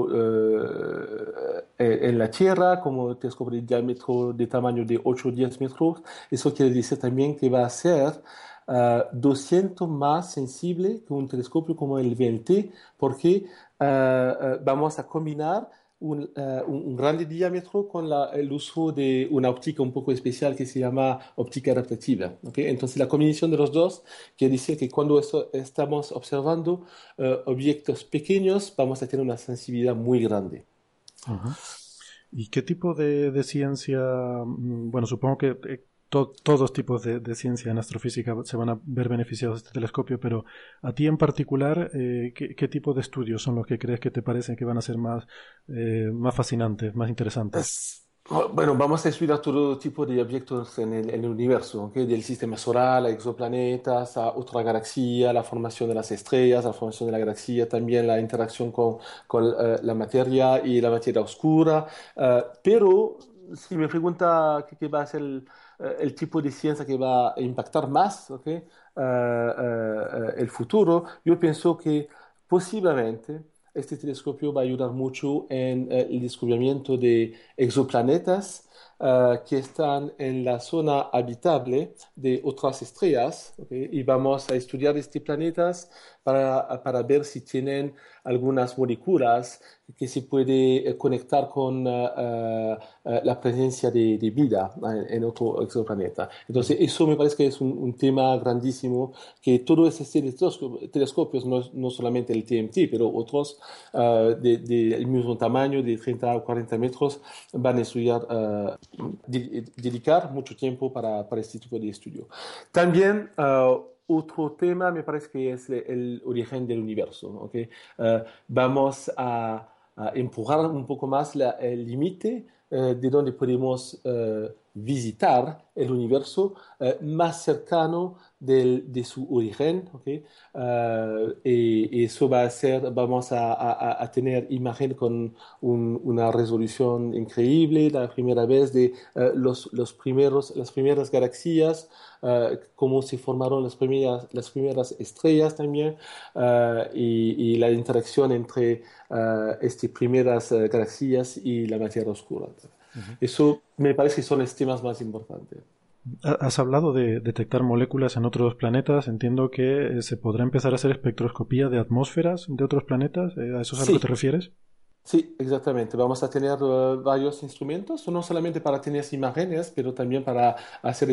H: uh, en la Tierra, como el telescopio de diámetro de tamaño de ocho o diez metros, eso quiere decir también que va a ser uh, doscientos más sensible que un telescopio como el V L T, porque uh, uh, vamos a combinar Un, uh, un, un grande diámetro con la, el uso de una óptica un poco especial que se llama óptica adaptativa. ¿Okay? Entonces, la combinación de los dos quiere decir que cuando eso, estamos observando uh, objetos pequeños, vamos a tener una sensibilidad muy grande.
C: Uh-huh. ¿Y qué tipo de, de ciencia? Bueno, supongo que eh, to, todos tipos de, de ciencia en astrofísica se van a ver beneficiados de este telescopio, pero a ti en particular, eh, ¿qué, ¿qué tipo de estudios son los que crees que te parecen que van a ser más, eh, más fascinantes, más interesantes?
H: Es, bueno, vamos a estudiar todo tipo de objetos en el, en el universo, ¿okay? Del sistema solar, a exoplanetas, a otra galaxia, la formación de las estrellas, la formación de la galaxia, también la interacción con, con uh, la materia y la materia oscura. Uh, pero si me pregunta qué, qué va a ser el, uh, el tipo de ciencia que va a impactar más, ¿okay? uh, uh, uh, el futuro, yo pienso que posiblemente este telescopio va a ayudar mucho en uh, el descubrimiento de exoplanetas uh, que están en la zona habitable de otras estrellas, ¿okay? Y vamos a estudiar estos planetas para, para ver si tienen algunas moléculas que se puede conectar con uh, uh, uh, la presencia de, de vida en otro exoplaneta. Entonces, eso me parece que es un, un tema grandísimo, que todos estos telescopios, no, no solamente el T M T, pero otros uh, del de, de mismo tamaño, de treinta o cuarenta metros, van a estudiar, uh, de, dedicar mucho tiempo para, para este tipo de estudio. También, uh, otro tema me parece que es el origen del universo. ¿Okay? Uh, vamos a, a empujar un poco más la, el límite uh, de donde podemos uh, visitar el universo uh, más cercano del, de su origen. ¿Okay? Uh, y, y eso va a ser, vamos a, a, a tener imagen con un, una resolución increíble, la primera vez de uh, los, los primeros, las primeras galaxias, Uh, cómo se formaron las primeras, las primeras estrellas también, uh, y, y la interacción entre uh, estas primeras uh, galaxias y la materia oscura. Uh-huh. Eso me parece que son los temas más importantes.
C: Has hablado de detectar moléculas en otros planetas. Entiendo que se podrá empezar a hacer espectroscopía de atmósferas de otros planetas. ¿A eso es a lo que te refieres?
H: Sí, exactamente. Vamos a tener uh, varios instrumentos, no solamente para tener imágenes, pero también para hacer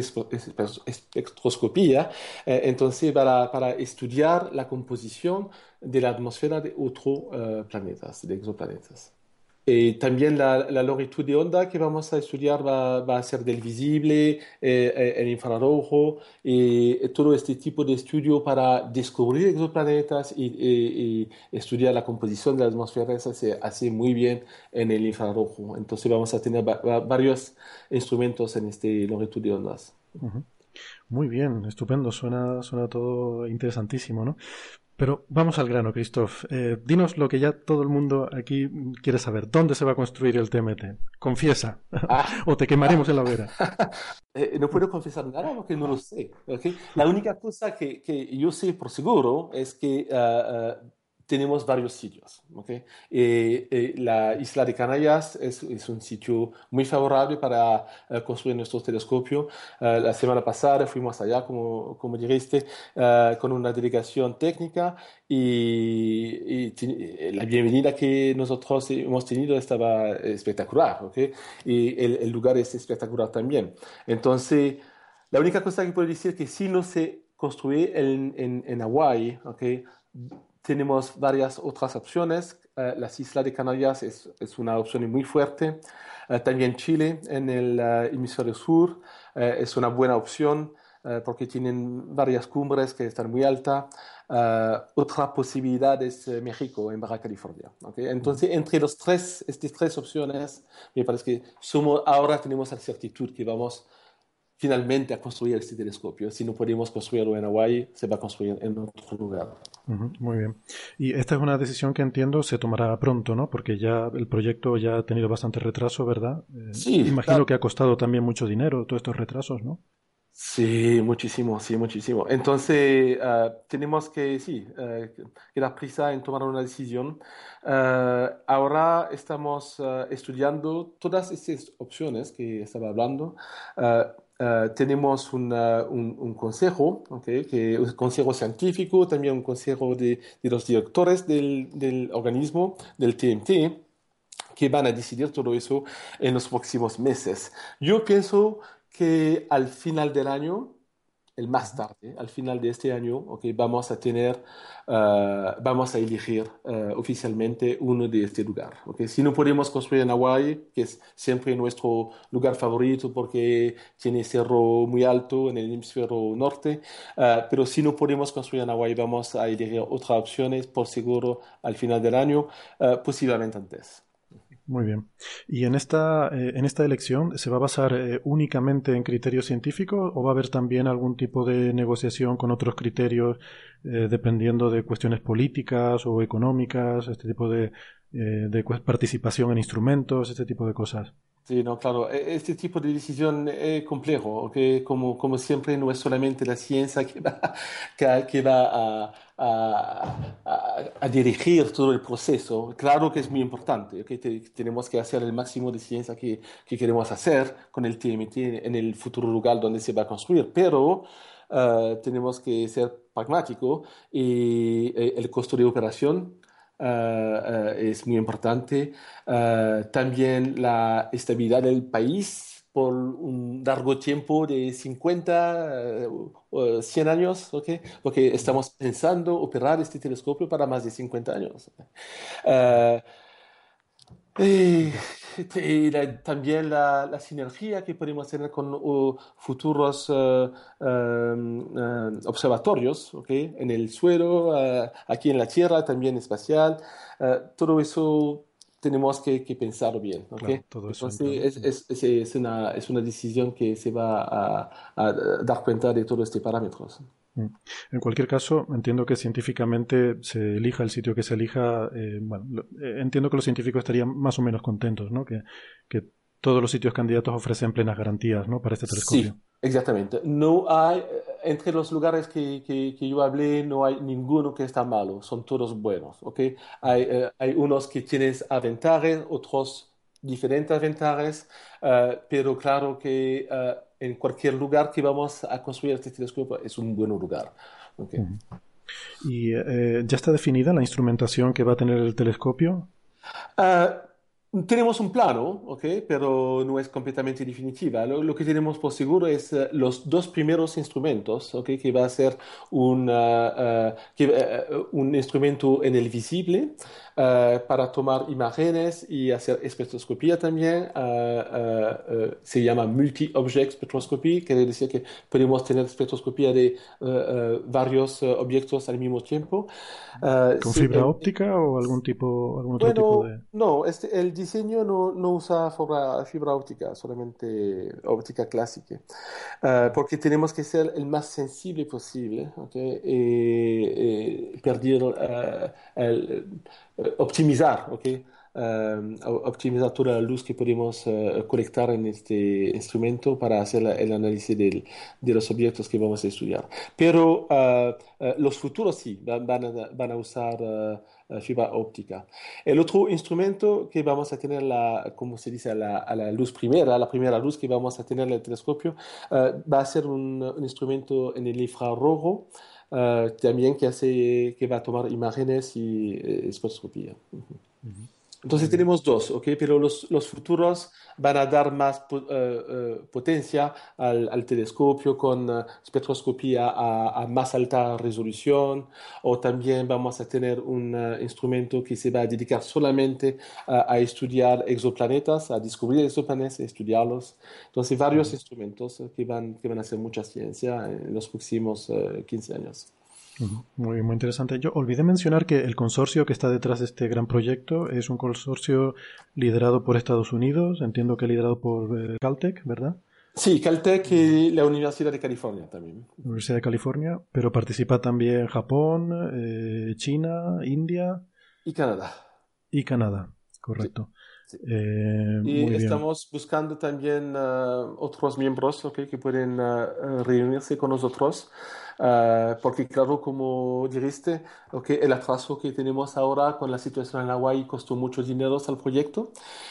H: espectroscopía. Eh, entonces, para, para estudiar la composición de la atmósfera de otros uh, planetas, de exoplanetas. Y también la, la longitud de onda que vamos a estudiar va, va a ser del visible, eh, el infrarrojo, y todo este tipo de estudio para descubrir exoplanetas y, y, y estudiar la composición de la atmósfera se hace muy bien en el infrarrojo. Entonces vamos a tener va, va, varios instrumentos en esta longitud de ondas.
C: Uh-huh. Muy bien, estupendo, suena, suena todo interesantísimo, ¿no? Pero vamos al grano, Christoph. Eh, dinos lo que ya todo el mundo aquí quiere saber. ¿Dónde se va a construir el T M T? Confiesa. Ah. O te quemaremos en la hoguera.
H: eh, no puedo confesar nada porque no lo sé. ¿Okay? La única cosa que, que yo sé por seguro es que uh, uh, tenemos varios sitios. ¿Okay? Eh, eh, la isla de Canarias es, es un sitio muy favorable para uh, construir nuestro telescopio. Uh, la semana pasada fuimos allá, como, como dijiste, uh, con una delegación técnica y, y t- la bienvenida que nosotros hemos tenido estaba espectacular. ¿Okay? Y el, el lugar es espectacular también. Entonces, la única cosa que puedo decir es que si no se construye en, en, en Hawái, ¿okay? Tenemos varias otras opciones. Uh, las Islas de Canarias es, es una opción muy fuerte. Uh, también Chile, en el uh, hemisferio sur, uh, es una buena opción uh, porque tienen varias cumbres que están muy altas. Uh, otra posibilidad es uh, México, en Baja California. ¿Okay? Entonces, entre los tres, estas tres opciones, me parece que somos, ahora tenemos la certidumbre que vamos finalmente a construir este telescopio. Si no podemos construirlo en Hawái, se va a construir en otro lugar.
C: Uh-huh, muy bien. Y esta es una decisión que entiendo se tomará pronto, ¿no? Porque ya el proyecto ya ha tenido bastante retraso, ¿verdad? Eh,
H: sí.
C: Imagino
H: Claro.
C: que ha costado también mucho dinero todos estos retrasos, ¿no?
H: Sí, muchísimo, sí, muchísimo. Entonces, uh, tenemos que, sí, uh, que dar prisa en tomar una decisión. Uh, ahora estamos uh, estudiando todas estas opciones que estaba hablando. Uh, Uh, tenemos una, un, un consejo, ¿okay? Que, un consejo científico, también un consejo de, de los directores del, del organismo, del T M T, que van a decidir todo eso en los próximos meses. Yo pienso que al final del año, el más tarde, al final de este año, okay, vamos a tener, uh, vamos a elegir uh, oficialmente uno de este lugar. Okay. Si no podemos construir en Hawái, que es siempre nuestro lugar favorito porque tiene cerro muy alto en el hemisferio norte, uh, pero si no podemos construir en Hawái, vamos a elegir otras opciones, por seguro, al final del año, uh, posiblemente antes.
C: Muy bien. ¿Y en esta, eh, en esta elección se va a basar eh, únicamente en criterios científicos o va a haber también algún tipo de negociación con otros criterios eh, dependiendo de cuestiones políticas o económicas, este tipo de, eh, de participación en instrumentos, este tipo de cosas?
H: Sí, no, claro. Este tipo de decisión es complejo, ¿okay? Como, como siempre, no es solamente la ciencia que va, que, que va a, a, a, a dirigir todo el proceso. Claro que es muy importante, ¿okay? Te, tenemos que hacer el máximo de ciencia que, que queremos hacer con el T M T en el futuro lugar donde se va a construir, pero uh, tenemos que ser pragmáticos y eh, el costo de operación uh, uh, es muy importante. Uh, también la estabilidad del país por un largo tiempo de cincuenta, uh, cien años, ¿okay? Porque estamos pensando operar este telescopio para más de cincuenta años. Uh, y, y la, también la, la sinergia que podemos tener con uh, futuros uh, um, uh, observatorios, ¿okay? En el suelo, uh, aquí en la Tierra, también espacial. Uh, todo eso tenemos que, que pensar bien, ¿ok?
C: Claro, todo eso
H: Entonces,
C: entra, ¿no?
H: es, es, es, una, es una decisión que se va a, a dar cuenta de todos estos parámetros.
C: En cualquier caso, entiendo que científicamente se elija el sitio que se elija. Eh, bueno, lo, eh, entiendo que los científicos estarían más o menos contentos, ¿no? Que, que todos los sitios candidatos ofrecen plenas garantías, ¿no? Para este telescopio.
H: Sí, exactamente. No hay, entre los lugares que, que, que yo hablé, no hay ninguno que está malo, son todos buenos, ¿ok? Hay, eh, hay unos que tienen ventajas, otros diferentes ventajas, uh, pero claro que uh, en cualquier lugar que vamos a construir este telescopio es un buen lugar. Okay.
C: Uh-huh. ¿Y eh, ya está definida la instrumentación que va a tener el telescopio?
H: Uh, tenemos un plano, ¿okay? Pero no es completamente definitiva. Lo, lo que tenemos por seguro es uh, los dos primeros instrumentos, ¿okay? Que va a ser un, uh, uh, que, uh, un instrumento en el visible uh, para tomar imágenes y hacer espectroscopía también. Uh, uh, uh, se llama multi-object spectroscopy, quiere decir que podemos tener espectroscopía de uh, uh, varios uh, objetos al mismo tiempo.
C: Uh, ¿Con fibra el, óptica o algún tipo, algún otro
H: bueno,
C: tipo de...?
H: No, este, el diseño no, no usa fibra, fibra óptica, solamente óptica clásica, uh, porque tenemos que ser el más sensible posible, ¿okay? y, y perder, uh, el, uh, optimizar, ¿okay? Uh, optimizar toda la luz que podemos uh, colectar en este instrumento para hacer la, el análisis del, de los objetos que vamos a estudiar. Pero uh, uh, los futuros sí, van, van, a, van a usar uh, fibra óptica. El otro instrumento que vamos a tener, la, como se dice, a la, a la luz primera, la primera luz que vamos a tener en el telescopio, uh, va a ser un, un instrumento en el infrarrojo, uh, también que, hace, que va a tomar imágenes y eh, espectroscopía. Uh-huh. Uh-huh. Entonces tenemos dos, ¿ok? Pero los, los futuros van a dar más uh, uh, potencia al, al telescopio con uh, espectroscopía a, a más alta resolución, o también vamos a tener un uh, instrumento que se va a dedicar solamente uh, a estudiar exoplanetas, a descubrir exoplanetas, a estudiarlos. Entonces varios uh-huh. instrumentos que van, que van a hacer mucha ciencia en los próximos uh, quince años.
C: Muy, muy interesante. Yo olvidé mencionar que el consorcio que está detrás de este gran proyecto es un consorcio liderado por Estados Unidos, entiendo que liderado por eh, Caltech, ¿verdad?
H: Sí, Caltech y la Universidad de California también.
C: Universidad de California, pero participa también Japón, eh, China, India.
H: Y Canadá.
C: Y Canadá, correcto.
H: Sí, sí.
C: Eh,
H: y
C: muy
H: estamos bien. buscando también uh, otros miembros, okay, que pueden uh, reunirse con nosotros. Uh, porque claro, como dijiste, okay, el atraso que tenemos ahora con la situación en Hawái costó mucho dinero al proyecto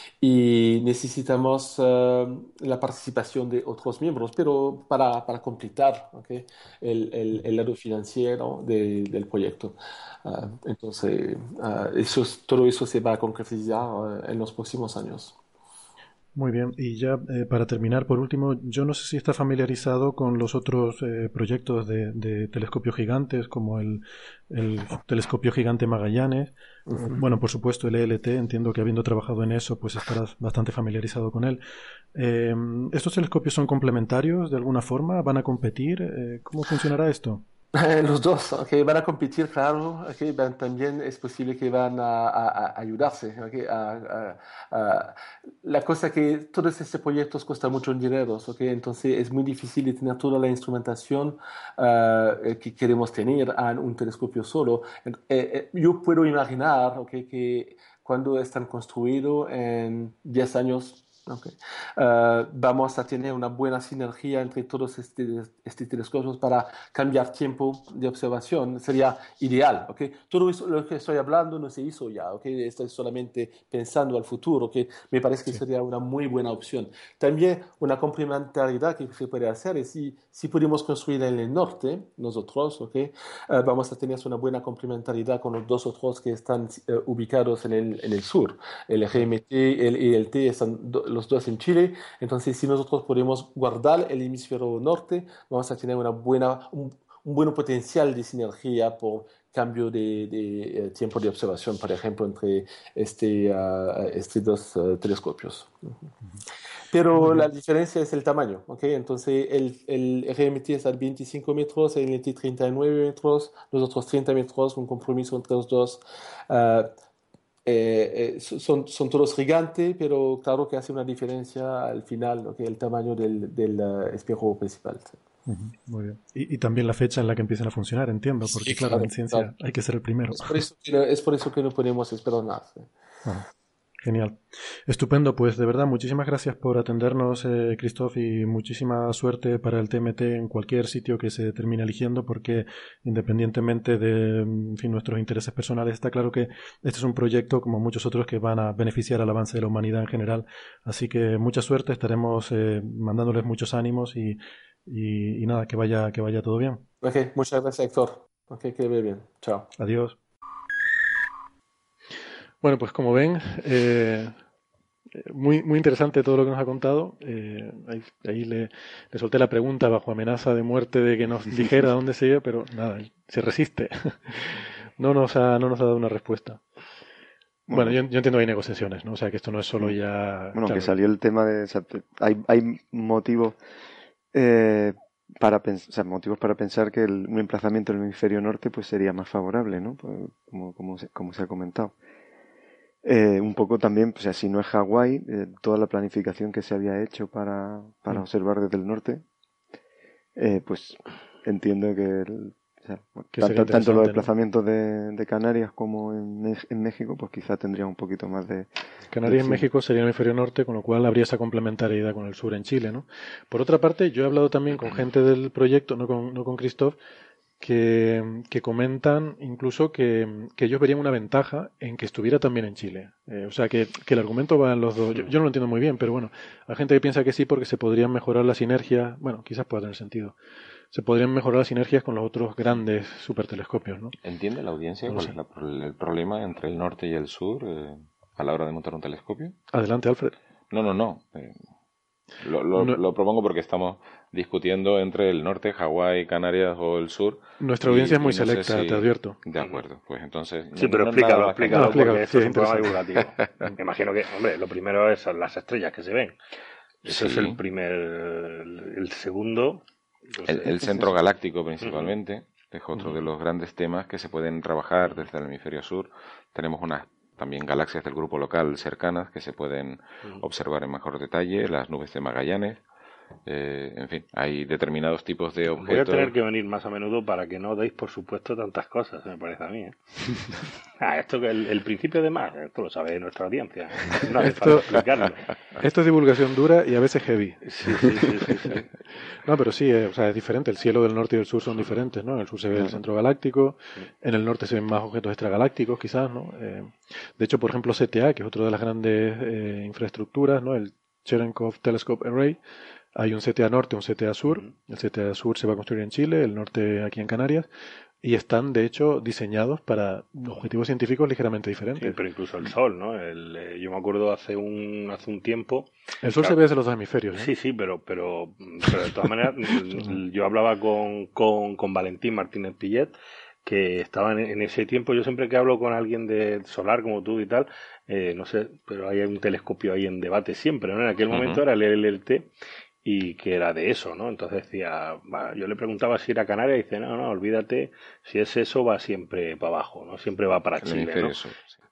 H: y necesitamos uh, la participación de otros miembros, pero para, para completar, okay, el, el, el lado financiero de, del proyecto. Uh, entonces, uh, eso, todo eso se va a concretizar uh, en los próximos años.
C: Muy bien, y ya eh, para terminar, por último, yo no sé si está familiarizado con los otros eh, proyectos de, de telescopios gigantes, como el, el telescopio gigante Magallanes. Uh-huh. Bueno, por supuesto, el E L T, entiendo que habiendo trabajado en eso, pues estarás bastante familiarizado con él. Eh, ¿Estos telescopios son complementarios de alguna forma? ¿Van a competir? Eh, ¿Cómo funcionará esto?
H: Los dos, okay, van a competir, claro, okay, van, también es posible que van a, a, a ayudarse. Okay, a, a, a, la cosa que todos estos proyectos cuestan mucho dinero, okay, entonces es muy difícil de tener toda la instrumentación uh, que queremos tener en un telescopio solo. Eh, eh, yo puedo imaginar, okay, que cuando están construidos en diez años, Okay. Uh, vamos a tener una buena sinergia entre todos estos este telescopios para cambiar tiempo de observación. Sería ideal. ¿Okay? Todo eso, lo que estoy hablando no se hizo ya. ¿Okay? Estoy solamente pensando al futuro. ¿Okay? Me parece que sí. sería una muy buena opción. También una complementariedad que se puede hacer es si, si podemos construir en el norte, nosotros, ¿okay? uh, vamos a tener una buena complementariedad con los dos otros que están uh, ubicados en el, en el sur. El G M T, el E L T están do, los dos en Chile, entonces si nosotros podemos guardar el hemisferio norte, vamos a tener una buena, un, un buen potencial de sinergia por cambio de, de uh, tiempo de observación, por ejemplo, entre este, uh, estos dos uh, telescopios. Uh-huh. Pero la diferencia es el tamaño, ¿ok? Entonces el, el R M T es a veinticinco metros, el N T treinta y nueve metros, los otros treinta metros, un compromiso entre los dos. Uh, Eh, eh, son, son todos gigantes, pero claro que hace una diferencia al final, ¿no? Que el tamaño del, del uh, espejo principal.
C: Uh-huh, muy bien. Y, y también la fecha en la que empiezan a funcionar, entiendo, porque sí, claro, claro, en ciencia claro. hay que ser el primero.
H: Es por eso que no, es por eso que no podemos esperar más. ¿eh?
C: Uh-huh. Genial. Estupendo, pues de verdad, muchísimas gracias por atendernos, eh, Christoph, y muchísima suerte para el T M T en cualquier sitio que se termine eligiendo, porque independientemente de en fin, nuestros intereses personales, está claro que este es un proyecto, como muchos otros, que van a beneficiar al avance de la humanidad en general. Así que mucha suerte, estaremos eh, mandándoles muchos ánimos y, y, y nada, que vaya, que vaya todo bien.
H: Ok, muchas gracias, Héctor. Ok, que vaya bien. Chao.
C: Adiós. Bueno, pues como ven, eh, muy, muy interesante todo lo que nos ha contado. Eh, ahí ahí le, le solté la pregunta bajo amenaza de muerte de que nos dijera dónde se iba, pero nada, se resiste. No nos ha, no nos ha dado una respuesta. Bueno, bueno yo, yo entiendo que hay negociaciones, ¿no? O sea, que esto no es solo ya...
G: Bueno,
C: claro,
G: que salió el tema de... O sea, hay, hay motivos... Eh, para pens- o sea, motivos para pensar que el, un emplazamiento en el hemisferio norte pues sería más favorable, ¿no? Pues, como, como, se, como se ha comentado. Eh, un poco también, o sea, si no es Hawái, eh, toda la planificación que se había hecho para, para mm. observar desde el norte, eh, pues entiendo que, el, o sea, que tanto, tanto los desplazamientos, ¿no? de, de Canarias como en, en México, pues quizá tendría un poquito más de...
C: Canarias
G: de
C: en México sería el hemisferio norte, con lo cual habría esa complementariedad con el sur en Chile, ¿no? Por otra parte, yo he hablado también con gente del proyecto, no con, no con Christoph, Que, que comentan incluso que, que ellos verían una ventaja en que estuviera también en Chile. Eh, o sea, que, que el argumento va en los dos. Yo, yo no lo entiendo muy bien, pero bueno, hay gente que piensa que sí porque se podrían mejorar las sinergias. Bueno, quizás pueda tener sentido. Se podrían mejorar las sinergias con los otros grandes supertelescopios, ¿no?
E: ¿Entiende la audiencia
C: no
E: cuál
C: sé.
E: es la, el problema entre el norte y el sur eh, a la hora de montar un telescopio?
C: Adelante, Alfred.
E: No, no, no. Eh, lo, lo, no. lo propongo porque estamos discutiendo entre el norte, Hawái, Canarias o el sur.
C: Nuestra audiencia
E: y,
C: es muy
E: no
C: selecta,
E: sé si...
C: te advierto.
E: De acuerdo, pues entonces...
F: Sí,
E: no,
F: pero
E: no
F: explícalo, explícalo,
C: no,
F: porque
C: explícalo,
F: esto
C: sí,
F: es un programa divulgativo. Me imagino que, hombre, lo primero es las estrellas que se ven. Ese sí. es el primer... El segundo...
E: No sé, el, el centro galáctico principalmente, uh-huh. es otro uh-huh. de los grandes temas que se pueden trabajar desde el hemisferio sur. Tenemos unas también galaxias del grupo local cercanas que se pueden uh-huh. observar en mejor detalle, las nubes de Magallanes. Eh, en fin, hay determinados tipos de objetos.
F: Voy a tener que venir más a menudo para que no deis por supuesto tantas cosas, me parece a mí. ¿eh? ah, esto que el, el principio de Mars, esto lo sabe nuestra audiencia. No hace falta explicarlo.
C: Esto es divulgación dura y a veces heavy.
F: Sí, sí, sí, sí, sí.
C: No, pero sí, eh, o sea, es diferente. El cielo del norte y del sur son diferentes, ¿no? En el sur se ve el centro galáctico, en el norte se ven más objetos extragalácticos, quizás, ¿no? Eh, de hecho, por ejemplo, C T A, que es otra de las grandes eh, infraestructuras, ¿no? El Cherenkov Telescope Array. Hay un C T A norte, un C T A sur. El C T A sur se va a construir en Chile, el norte aquí en Canarias. Y están, de hecho, diseñados para objetivos científicos ligeramente diferentes.
F: Sí, pero incluso el Sol, ¿no? El, eh, yo me acuerdo hace un hace un tiempo...
C: El Sol claro, se ve desde los dos hemisferios, ¿eh?
F: Sí, sí, pero, pero, pero de todas maneras, yo hablaba con, con, con Valentín Martínez Pillet, que estaban en ese tiempo. Yo siempre que hablo con alguien de solar como tú y tal, eh, no sé, pero hay un telescopio ahí en debate siempre, ¿no? En aquel uh-huh. momento era el L L T y que era de eso, ¿no? Entonces decía, bah, yo le preguntaba si era Canarias y dice, no, no, olvídate, si es eso va siempre para abajo, ¿no? Siempre va para Chile, ¿no?
E: Eso, sí.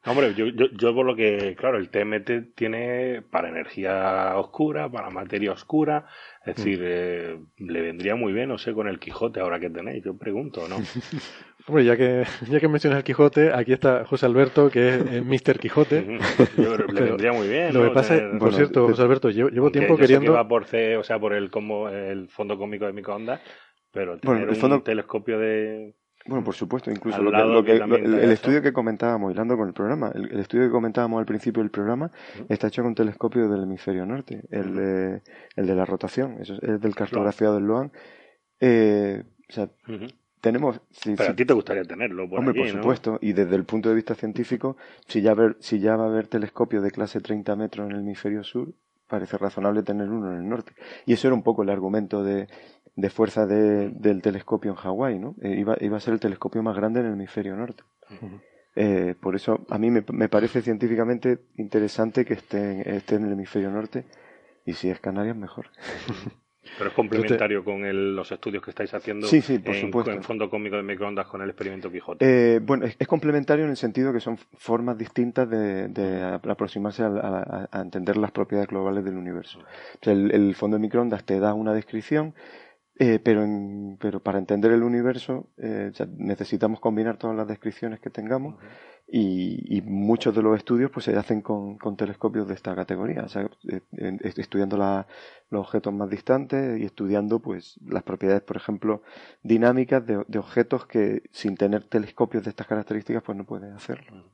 F: Hombre, yo, yo, yo por lo que, claro, el T M T tiene para energía oscura, para materia oscura, es decir, eh, le vendría muy bien, no sé, con el Quijote ahora que tenéis, yo pregunto, ¿no?
C: Hombre, ya que, ya que mencionas el Quijote, aquí está José Alberto, que es eh, míster Quijote.
F: Yo, le vendría muy bien,
C: Lo
F: ¿no?
C: que pasa
F: Tener...
C: es, por cierto, José Alberto, llevo, llevo
F: Aunque
C: tiempo
F: yo sé
C: queriendo...
F: que va por C, o sea, por el, como, el fondo cómico de microondas, pero tener
G: Bueno, el fondo...
F: un telescopio de...
G: Bueno, por supuesto, incluso
F: Al
G: lo que,
F: lado
G: lo que,
F: que
G: lo-
F: también
G: el,
F: te
G: el
F: da
G: estudio
F: eso.
G: que comentábamos, hilando con el programa, el, el estudio que comentábamos al principio del programa está hecho con un telescopio del hemisferio norte, el, de, el de la rotación, eso es, es del cartografiado del LOAN. Eh, o sea,
F: Ujú.
G: tenemos... si-
F: Pero
G: si-
F: a ti te gustaría tenerlo por
G: Hombre,
F: allí,
G: por
F: ¿no?
G: supuesto, y desde el punto de vista científico, si ya, ver, si ya va a haber telescopios de clase treinta metros en el hemisferio sur, parece razonable tener uno en el norte. Y eso era un poco el argumento de, de fuerza de, del telescopio en Hawái, ¿no? Eh, iba, iba a ser el telescopio más grande en el hemisferio norte.
C: Ujú.
G: Eh, por eso a mí me, me parece científicamente interesante que esté, en- esté en el hemisferio norte, y si es Canarias, mejor.
F: Pero es complementario con el- los estudios que estáis haciendo
G: Sí, sí, por
F: en,
G: supuesto.
F: en fondo cómico de microondas con el experimento Quijote.
G: Eh, bueno, es, es complementario en el sentido que son formas distintas de, de a- aproximarse a, a- a entender las propiedades globales del universo. O sea, el, el fondo de microondas te da una descripción, eh, pero, en- pero para entender el universo eh, o sea, necesitamos combinar todas las descripciones que tengamos, y, y muchos de los estudios pues se hacen con, con telescopios de esta categoría, o sea, eh, eh, estudiando la- los objetos más distantes y estudiando pues las propiedades, por ejemplo, dinámicas de, de objetos que sin tener telescopios de estas características pues no pueden hacerlo.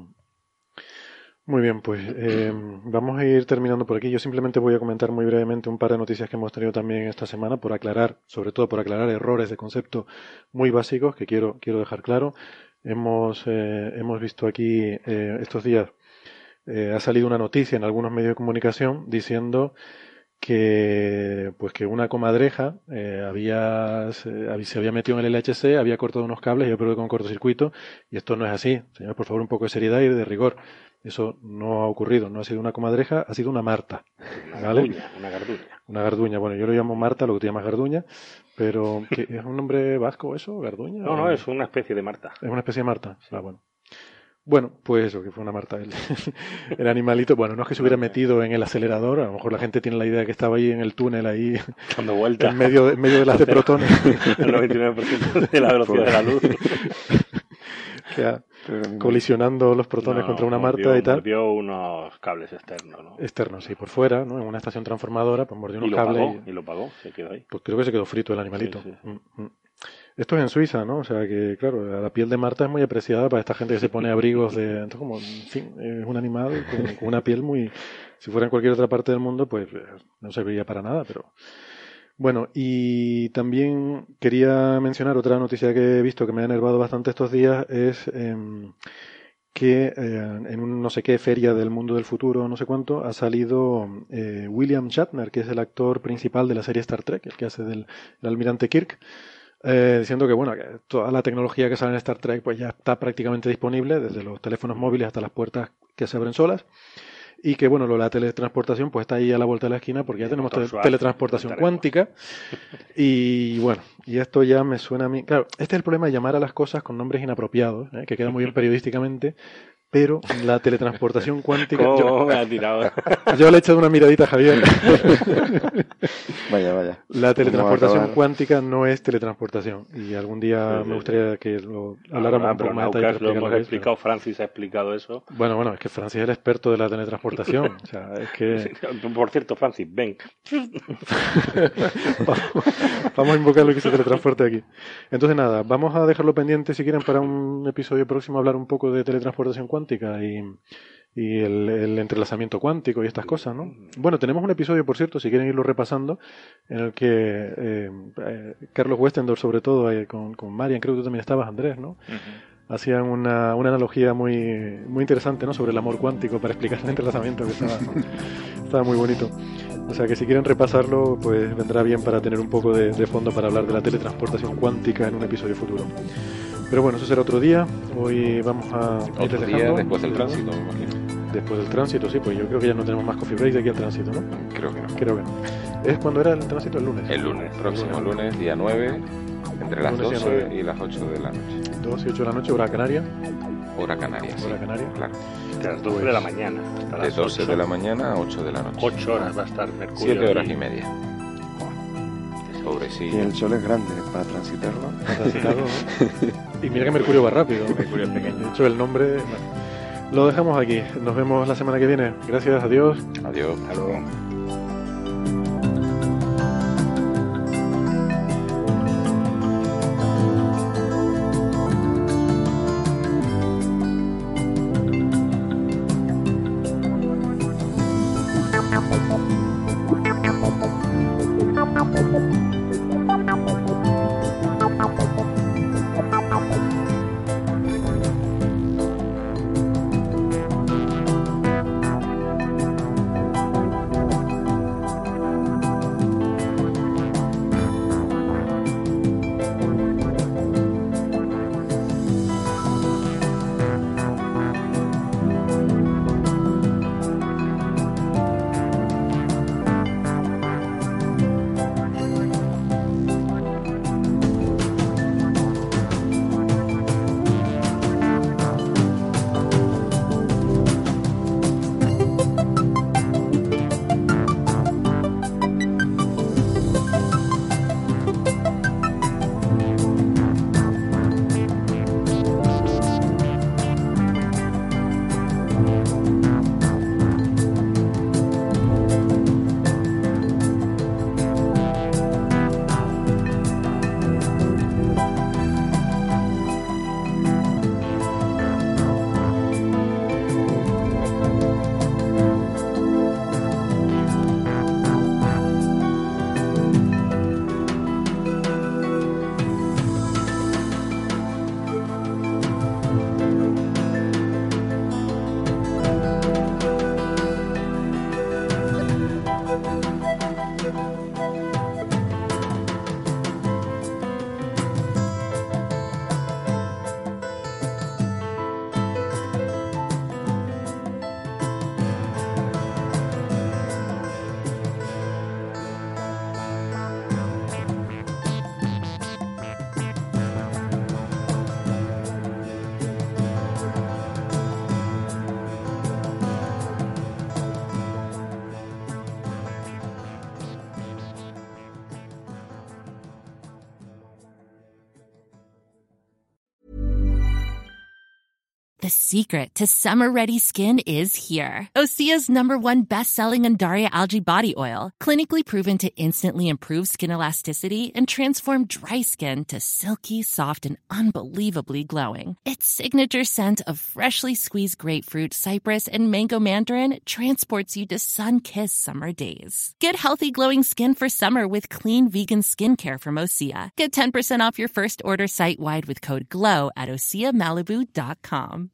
C: Muy bien, pues eh, vamos a ir terminando por aquí. Yo simplemente voy a comentar muy brevemente un par de noticias que hemos tenido también esta semana, por aclarar, sobre todo por aclarar errores de concepto muy básicos que quiero, quiero dejar claro. Hemos, eh, hemos visto aquí eh, estos días, eh, ha salido una noticia en algunos medios de comunicación diciendo que pues que una comadreja eh, había se, había se había metido en el L H C, había cortado unos cables, yo creo que con cortocircuito, y esto no es así. Señor, por favor, un poco de seriedad y de rigor. Eso no ha ocurrido, no ha sido una comadreja, ha sido una Marta.
F: Una
C: ¿Vale?
F: garduña, una garduña.
C: Una garduña. Bueno, yo lo llamo Marta, lo que tú llamas garduña, pero ¿qué, ¿es un nombre vasco eso, garduña?
F: No, no,
C: ¿O
F: es una especie de Marta.
C: es una especie de Marta? Ah, bueno. Bueno, pues eso, que fue una Marta. El, el animalito, bueno, no es que se hubiera metido en el acelerador, a lo mejor la gente tiene la idea de que estaba ahí en el túnel, ahí
F: Dando vueltas.
C: en medio, en medio de las de protones.
F: El noventa y nueve por ciento de la velocidad de la luz.
C: que ha-
G: Pero,
C: colisionando los protones
F: No,
C: contra una
F: mordió-
C: Marta y tal.
F: Mordió unos cables externos, ¿no?
C: Externos, sí, por fuera, ¿no? En una estación transformadora, pues mordió
F: Y
C: unos
F: lo
C: cables.
F: pagó,
C: y-
F: y lo pagó, se quedó ahí.
C: Pues creo que se quedó frito el animalito.
F: Sí, sí.
C: Mm, mm. Esto es en Suiza, ¿no? O sea que, claro, la piel de Marta es muy apreciada para esta gente que se pone abrigos de... Entonces, como, en fin, es un animal con, con una piel muy... Si fuera en cualquier otra parte del mundo, pues eh, no serviría para nada, pero... Bueno, y también quería mencionar otra noticia que he visto que me ha enervado bastante estos días, es em, que eh, en un no sé qué feria del mundo del futuro, no sé cuánto, ha salido eh, William Shatner, que es el actor principal de la serie Star Trek, el que hace del el almirante Kirk, eh, diciendo que bueno, que toda la tecnología que sale en Star Trek pues ya está prácticamente disponible, desde los teléfonos móviles hasta las puertas que se abren solas. Y que, bueno, lo de la teletransportación pues está ahí a la vuelta de la esquina porque ya tenemos
F: Doctor
C: tele-
F: Schwartz,
C: teletransportación
F: estaremos.
C: cuántica. Y bueno, y esto ya me suena a mí... Claro, este es el problema de llamar a las cosas con nombres inapropiados, ¿eh? Que queda muy bien periodísticamente, pero la teletransportación cuántica...
F: ¿Cómo
C: Yo,
F: me ha tirado?
C: yo le he echado una miradita a Javier.
G: Vaya, vaya.
C: La teletransportación
G: acabar?
C: cuántica no es teletransportación. Y algún día
F: Sí, sí,
C: me gustaría que lo habláramos
F: Ah,
C: un poco
F: pero
C: más
F: Naucas
C: detalle para
F: lo hemos
C: explicar lo que es,
F: explicado, Francis ha explicado eso.
C: pero- Bueno, bueno, es que Francis es el experto de la teletransportación. O sea, es que...
F: Por cierto, Francis, ven.
C: Vamos a invocar lo que se teletransporte aquí. Entonces nada, vamos a dejarlo pendiente si quieren para un episodio próximo hablar un poco de teletransportación cuántica y, y el, el entrelazamiento cuántico y estas cosas, ¿no? Bueno, tenemos un episodio, por cierto, si quieren irlo repasando, en el que eh, eh, Carlos Westendorf, sobre todo, eh, con, con Marian, creo que tú también estabas, Andrés, ¿no? Hacían una, una analogía muy, muy interesante, ¿no? Sobre el amor cuántico para explicar el entrelazamiento, que estaba, estaba muy bonito. O sea que si quieren repasarlo, pues vendrá bien para tener un poco de, de fondo para hablar de la teletransportación cuántica en un episodio futuro. Pero bueno, eso será otro día. Hoy vamos a ir
E: Otro día
C: dejando.
E: después del tránsito, me imagino.
C: Después del tránsito, sí, pues yo creo que ya no tenemos más coffee break de aquí al tránsito, ¿no?
E: Creo que no.
C: Creo que no. ¿Es cuando era el tránsito? El lunes.
E: El lunes, próximo lunes, día nueve, entre las
C: Lunes día
E: doce
C: nueve.
E: y las ocho de la noche.
C: dos y ocho de la noche, hora canaria.
E: Hora canaria, sí.
C: Hora canaria.
E: Claro.
F: De las doce de la mañana hasta
E: De
F: las
E: doce
F: ocho.
E: de la mañana a ocho de la noche.
F: ocho horas va a estar Mercurio.
E: Siete horas
F: allí.
E: y media.
G: Y
E: Pobrecillo.
G: el sol es grande para transitarlo.
C: Para transitarlo, ¿no? Y mira que Mercurio va rápido.
D: Mercurio es pequeño.
C: De hecho, el nombre... Lo dejamos aquí. Nos vemos la semana que viene. Gracias, adiós.
E: Adiós.
D: Hasta luego.
I: The secret to summer-ready skin is here. Osea's number one best-selling Undaria Algae Body Oil, clinically proven to instantly improve skin elasticity and transform dry skin to silky, soft, and unbelievably glowing. Its signature scent of freshly squeezed grapefruit, cypress, and mango mandarin transports you to sun-kissed summer days. Get healthy, glowing skin for summer with clean vegan skincare from Osea. Get ten percent off your first order site-wide with code GLOW at osea malibu dot com.